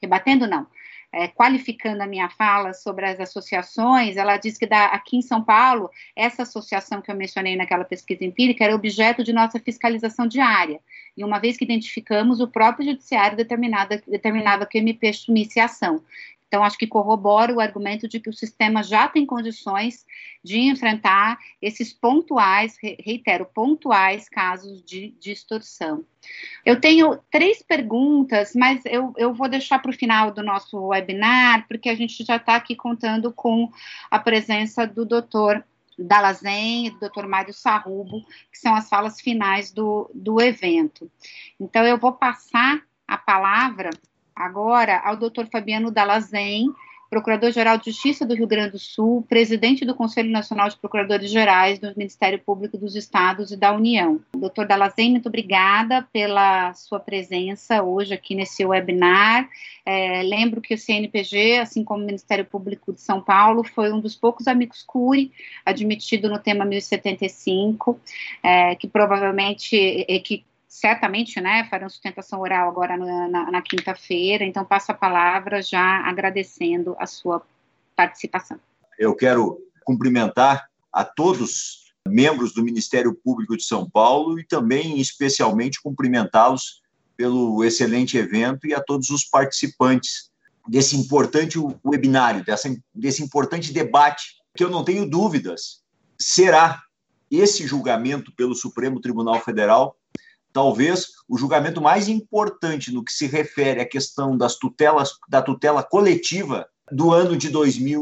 qualificando a minha fala sobre as associações, ela diz que aqui em São Paulo, essa associação que eu mencionei naquela pesquisa empírica era objeto de nossa fiscalização diária, e uma vez que identificamos, o próprio judiciário determinava que o MP assumisse a ação. Então, acho que corrobora o argumento de que o sistema já tem condições de enfrentar esses pontuais, reitero, pontuais casos de extorsão. Eu tenho 3 perguntas, mas eu vou deixar para o final do nosso webinar, porque a gente já está aqui contando com a presença do doutor Dalazen e do Dr. Mário Sarrubo, que são as falas finais do evento. Então, eu vou passar a palavra agora ao Dr. Fabiano Dalazen, Procurador-Geral de Justiça do Rio Grande do Sul, presidente do Conselho Nacional de Procuradores-Gerais do Ministério Público dos Estados e da União. Dr. Dalazen, muito obrigada pela sua presença hoje aqui nesse webinar. Lembro que o CNPG, assim como o Ministério Público de São Paulo, foi um dos poucos amicus curiae admitido no tema 1075, que provavelmente, certamente, né, farão sustentação oral agora na quinta-feira, então passo a palavra já agradecendo a sua participação. Eu quero cumprimentar a todos membros do Ministério Público de São Paulo e também, especialmente, cumprimentá-los pelo excelente evento e a todos os participantes desse importante webinário, desse importante debate, que eu não tenho dúvidas, será esse julgamento pelo Supremo Tribunal Federal talvez o julgamento mais importante no que se refere à questão da tutela coletiva do ano de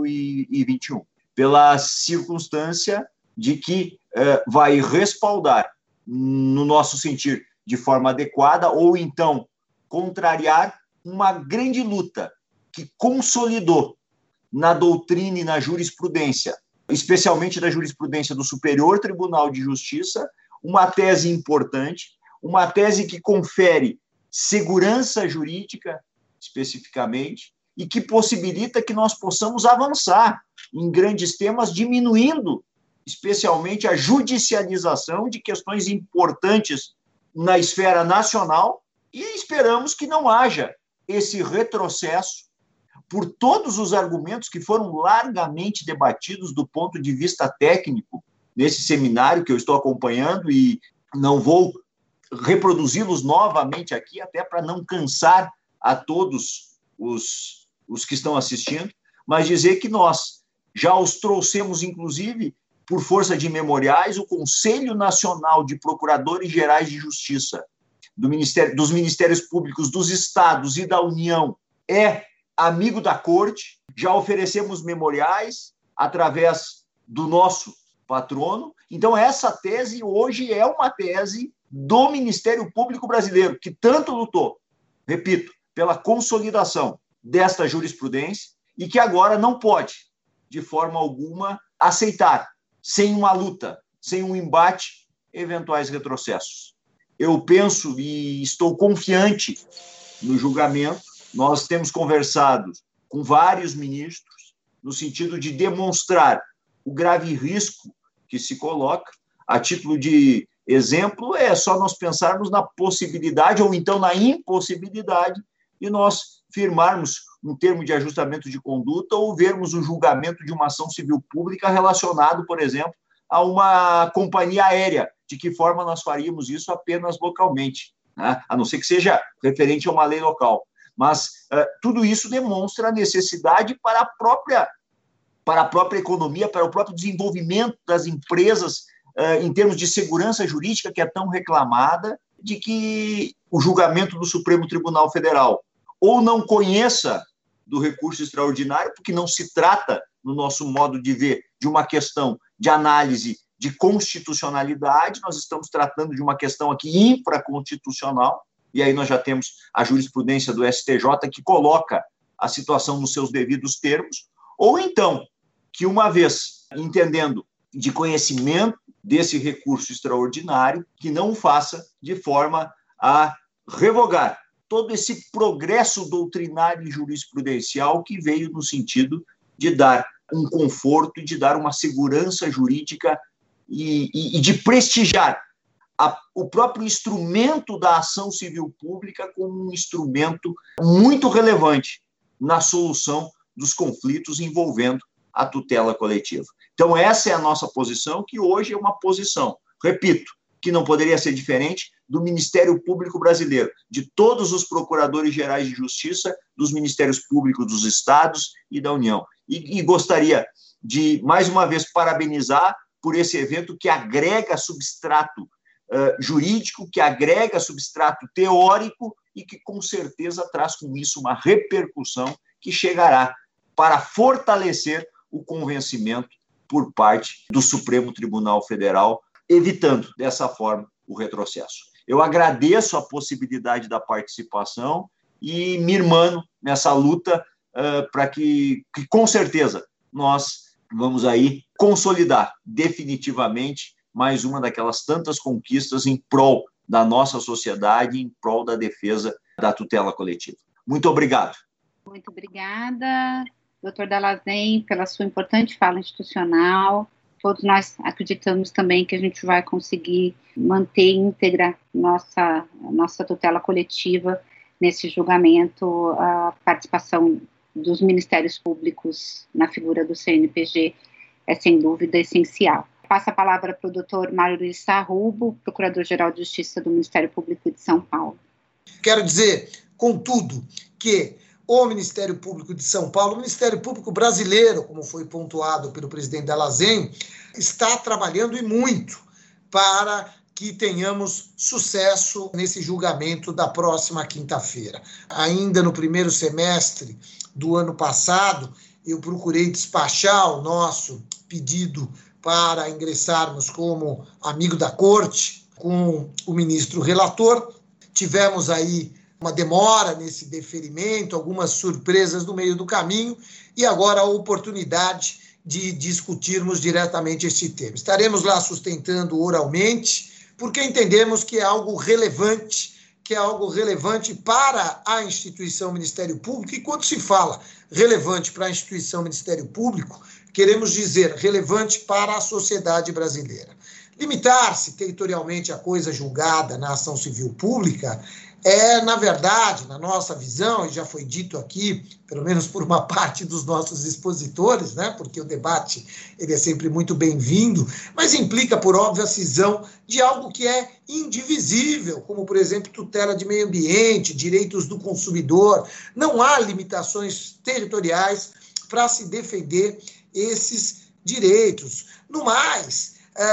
2021, pela circunstância de que vai respaldar, no nosso sentir, de forma adequada, ou então contrariar uma grande luta que consolidou na doutrina e na jurisprudência, especialmente da jurisprudência do Superior Tribunal de Justiça, uma tese importante, uma tese que confere segurança jurídica, especificamente, e que possibilita que nós possamos avançar em grandes temas, diminuindo, especialmente, a judicialização de questões importantes na esfera nacional, e esperamos que não haja esse retrocesso por todos os argumentos que foram largamente debatidos do ponto de vista técnico nesse seminário que eu estou acompanhando, e não vou reproduzi-los novamente aqui, até para não cansar a todos os que estão assistindo, mas dizer que nós já os trouxemos, inclusive, por força de memoriais, o Conselho Nacional de Procuradores Gerais de Justiça dos Ministérios Públicos dos Estados e da União é amigo da Corte, já oferecemos memoriais através do nosso patrono. Então, essa tese hoje é uma tese do Ministério Público brasileiro, que tanto lutou, repito, pela consolidação desta jurisprudência e que agora não pode, de forma alguma, aceitar, sem uma luta, sem um embate, eventuais retrocessos. Eu penso e estou confiante no julgamento. Nós temos conversado com vários ministros no sentido de demonstrar o grave risco que se coloca. A título de exemplo, é só nós pensarmos na possibilidade ou então na impossibilidade de nós firmarmos um termo de ajustamento de conduta ou vermos o julgamento de uma ação civil pública relacionado, por exemplo, a uma companhia aérea. De que forma nós faríamos isso apenas localmente, né? A não ser que seja referente a uma lei local. Mas tudo isso demonstra a necessidade para a própria economia, para o próprio desenvolvimento das empresas, em termos de segurança jurídica, que é tão reclamada, de que o julgamento do Supremo Tribunal Federal ou não conheça do recurso extraordinário, porque não se trata, no nosso modo de ver, de uma questão de análise de constitucionalidade, nós estamos tratando de uma questão aqui infraconstitucional, e aí nós já temos a jurisprudência do STJ que coloca a situação nos seus devidos termos, ou então que, uma vez entendendo de conhecimento desse recurso extraordinário, que não o faça de forma a revogar todo esse progresso doutrinário e jurisprudencial que veio no sentido de dar um conforto e de dar uma segurança jurídica e de prestigiar o próprio instrumento da ação civil pública como um instrumento muito relevante na solução dos conflitos envolvendo a tutela coletiva. Então, essa é a nossa posição, que hoje é uma posição, repito, que não poderia ser diferente do Ministério Público Brasileiro, de todos os procuradores gerais de justiça, dos Ministérios Públicos dos Estados e da União. E gostaria de, mais uma vez, parabenizar por esse evento que agrega substrato jurídico, que agrega substrato teórico e que, com certeza, traz com isso uma repercussão que chegará para fortalecer o convencimento por parte do Supremo Tribunal Federal, evitando, dessa forma, o retrocesso. Eu agradeço a possibilidade da participação e me irmano nessa luta para que, com certeza, nós vamos aí consolidar definitivamente mais uma daquelas tantas conquistas em prol da nossa sociedade, em prol da defesa da tutela coletiva. Muito obrigado. Muito obrigada, doutor Dallazen, pela sua importante fala institucional. Todos nós acreditamos também que a gente vai conseguir manter íntegra nossa tutela coletiva nesse julgamento. A participação dos ministérios públicos na figura do CNPG é, sem dúvida, essencial. Passo a palavra para o doutor Mário Luiz Sarrubo, Procurador-Geral de Justiça do Ministério Público de São Paulo. Quero dizer, contudo, que o Ministério Público de São Paulo, o Ministério Público Brasileiro, como foi pontuado pelo presidente Dallazen, está trabalhando e muito para que tenhamos sucesso nesse julgamento da próxima quinta-feira. Ainda no primeiro semestre do ano passado, eu procurei despachar o nosso pedido para ingressarmos como amigo da corte com o ministro relator. Tivemos aí uma demora nesse deferimento, algumas surpresas no meio do caminho, e agora a oportunidade de discutirmos diretamente este tema. Estaremos lá sustentando oralmente, porque entendemos que é algo relevante, para a instituição Ministério Público, e quando se fala relevante para a instituição Ministério Público, queremos dizer relevante para a sociedade brasileira. Limitar-se territorialmente a coisa julgada na ação civil pública é, na verdade, na nossa visão, e já foi dito aqui, pelo menos por uma parte dos nossos expositores, né, porque o debate ele é sempre muito bem-vindo, mas implica, por óbvio, a cisão de algo que é indivisível, como, por exemplo, tutela de meio ambiente, direitos do consumidor. Não há limitações territoriais para se defender esses direitos. No mais,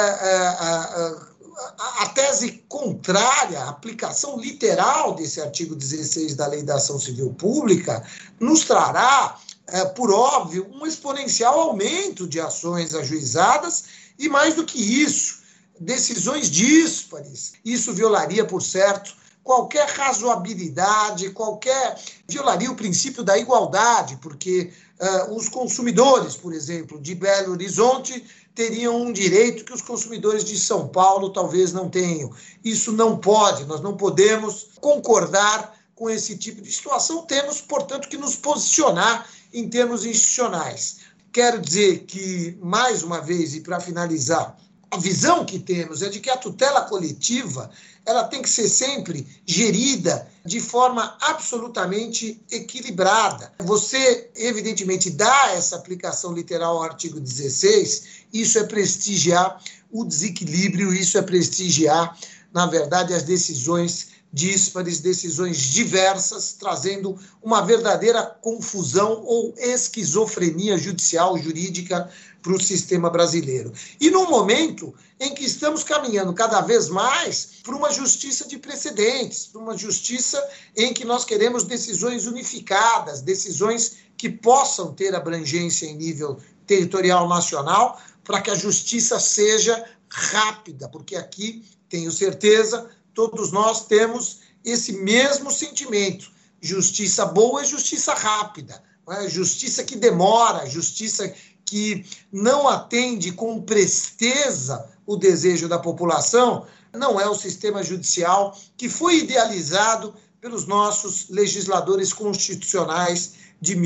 a tese contrária à aplicação literal desse artigo 16 da Lei da Ação Civil Pública nos trará, por óbvio, um exponencial aumento de ações ajuizadas e, mais do que isso, decisões díspares. Isso violaria, por certo, qualquer razoabilidade, violaria o princípio da igualdade, porque os consumidores, por exemplo, de Belo Horizonte teriam um direito que os consumidores de São Paulo talvez não tenham. Isso não pode, nós não podemos concordar com esse tipo de situação, temos, portanto, que nos posicionar em termos institucionais. Quero dizer que, mais uma vez, e para finalizar, a visão que temos é de que a tutela coletiva ela tem que ser sempre gerida de forma absolutamente equilibrada. Você, evidentemente, dá essa aplicação literal ao artigo 16, isso é prestigiar o desequilíbrio, isso é prestigiar, na verdade, as decisões díspares, decisões diversas, trazendo uma verdadeira confusão ou esquizofrenia judicial, jurídica, para o sistema brasileiro. E num momento em que estamos caminhando cada vez mais para uma justiça de precedentes, para uma justiça em que nós queremos decisões unificadas, decisões que possam ter abrangência em nível territorial nacional, para que a justiça seja rápida, porque aqui, tenho certeza, todos nós temos esse mesmo sentimento. Justiça boa é justiça rápida, não é? Justiça que demora, justiça que não atende com presteza o desejo da população, não é o sistema judicial que foi idealizado pelos nossos legisladores constitucionais de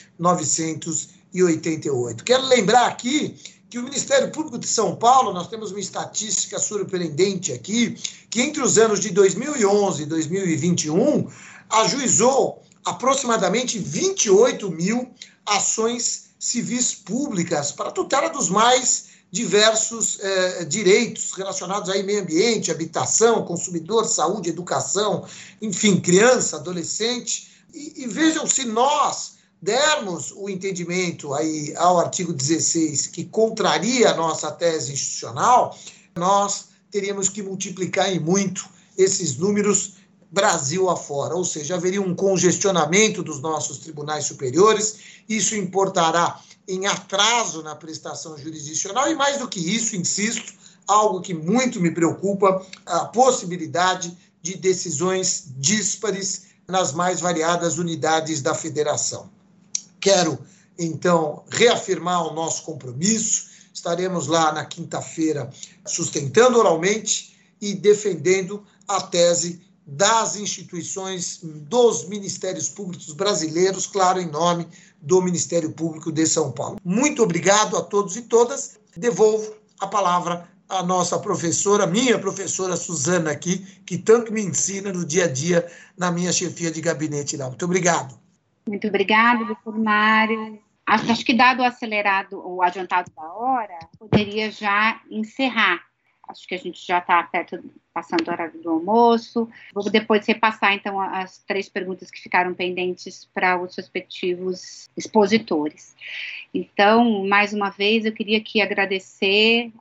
1988. Quero lembrar aqui que o Ministério Público de São Paulo, nós temos uma estatística surpreendente aqui, que entre os anos de 2011 e 2021, ajuizou aproximadamente 28 mil ações civis públicas para a tutela dos mais diversos direitos relacionados aí meio ambiente, habitação, consumidor, saúde, educação, enfim, criança, adolescente. E vejam, se nós dermos o entendimento aí ao artigo 16 que contraria a nossa tese institucional, nós teríamos que multiplicar em muito esses números Brasil afora, ou seja, haveria um congestionamento dos nossos tribunais superiores, isso importará em atraso na prestação jurisdicional e, mais do que isso, insisto, algo que muito me preocupa, a possibilidade de decisões díspares nas mais variadas unidades da federação. Quero, então, reafirmar o nosso compromisso, estaremos lá na quinta-feira sustentando oralmente e defendendo a tese das instituições, dos ministérios públicos brasileiros, claro, em nome do Ministério Público de São Paulo. Muito obrigado a todos e todas. Devolvo a palavra à nossa professora, minha professora Suzana aqui, que tanto me ensina no dia a dia na minha chefia de gabinete lá. Muito obrigado. Muito obrigada, doutor Mário. Acho que dado o adiantado da hora, poderia já encerrar. Acho que a gente já está passando o horário do almoço. Vou depois repassar, então, as 3 perguntas que ficaram pendentes para os respectivos expositores. Então, mais uma vez, eu queria aqui agradecer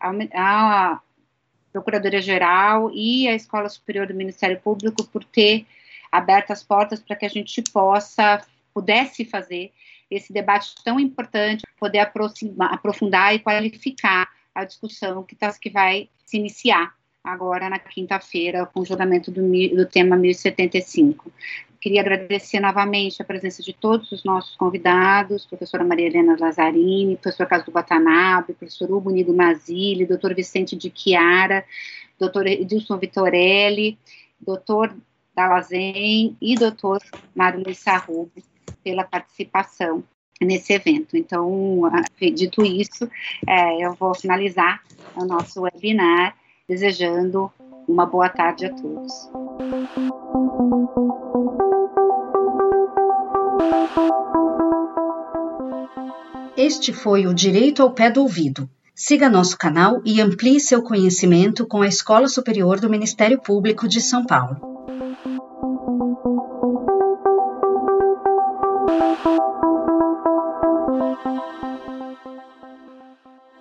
à Procuradoria-Geral e à Escola Superior do Ministério Público por ter aberto as portas para que a gente pudesse fazer esse debate tão importante, poder aprofundar e qualificar a discussão que vai se iniciar agora na quinta-feira com o julgamento do tema 1075. Queria agradecer novamente a presença de todos os nossos convidados, professora Maria Helena Lazzarini, professor Cadu Watanabe, professor Hugo Nido Mazzilli, doutor Vicente de Chiara, doutor Edilson Vitorelli, doutor Dalazen e doutor Mário Luiz Sarrubi pela participação nesse evento. Então, dito isso, eu vou finalizar o nosso webinar desejando uma boa tarde a todos. Este foi o Direito ao Pé do Ouvido. Siga nosso canal e amplie seu conhecimento com a Escola Superior do Ministério Público de São Paulo.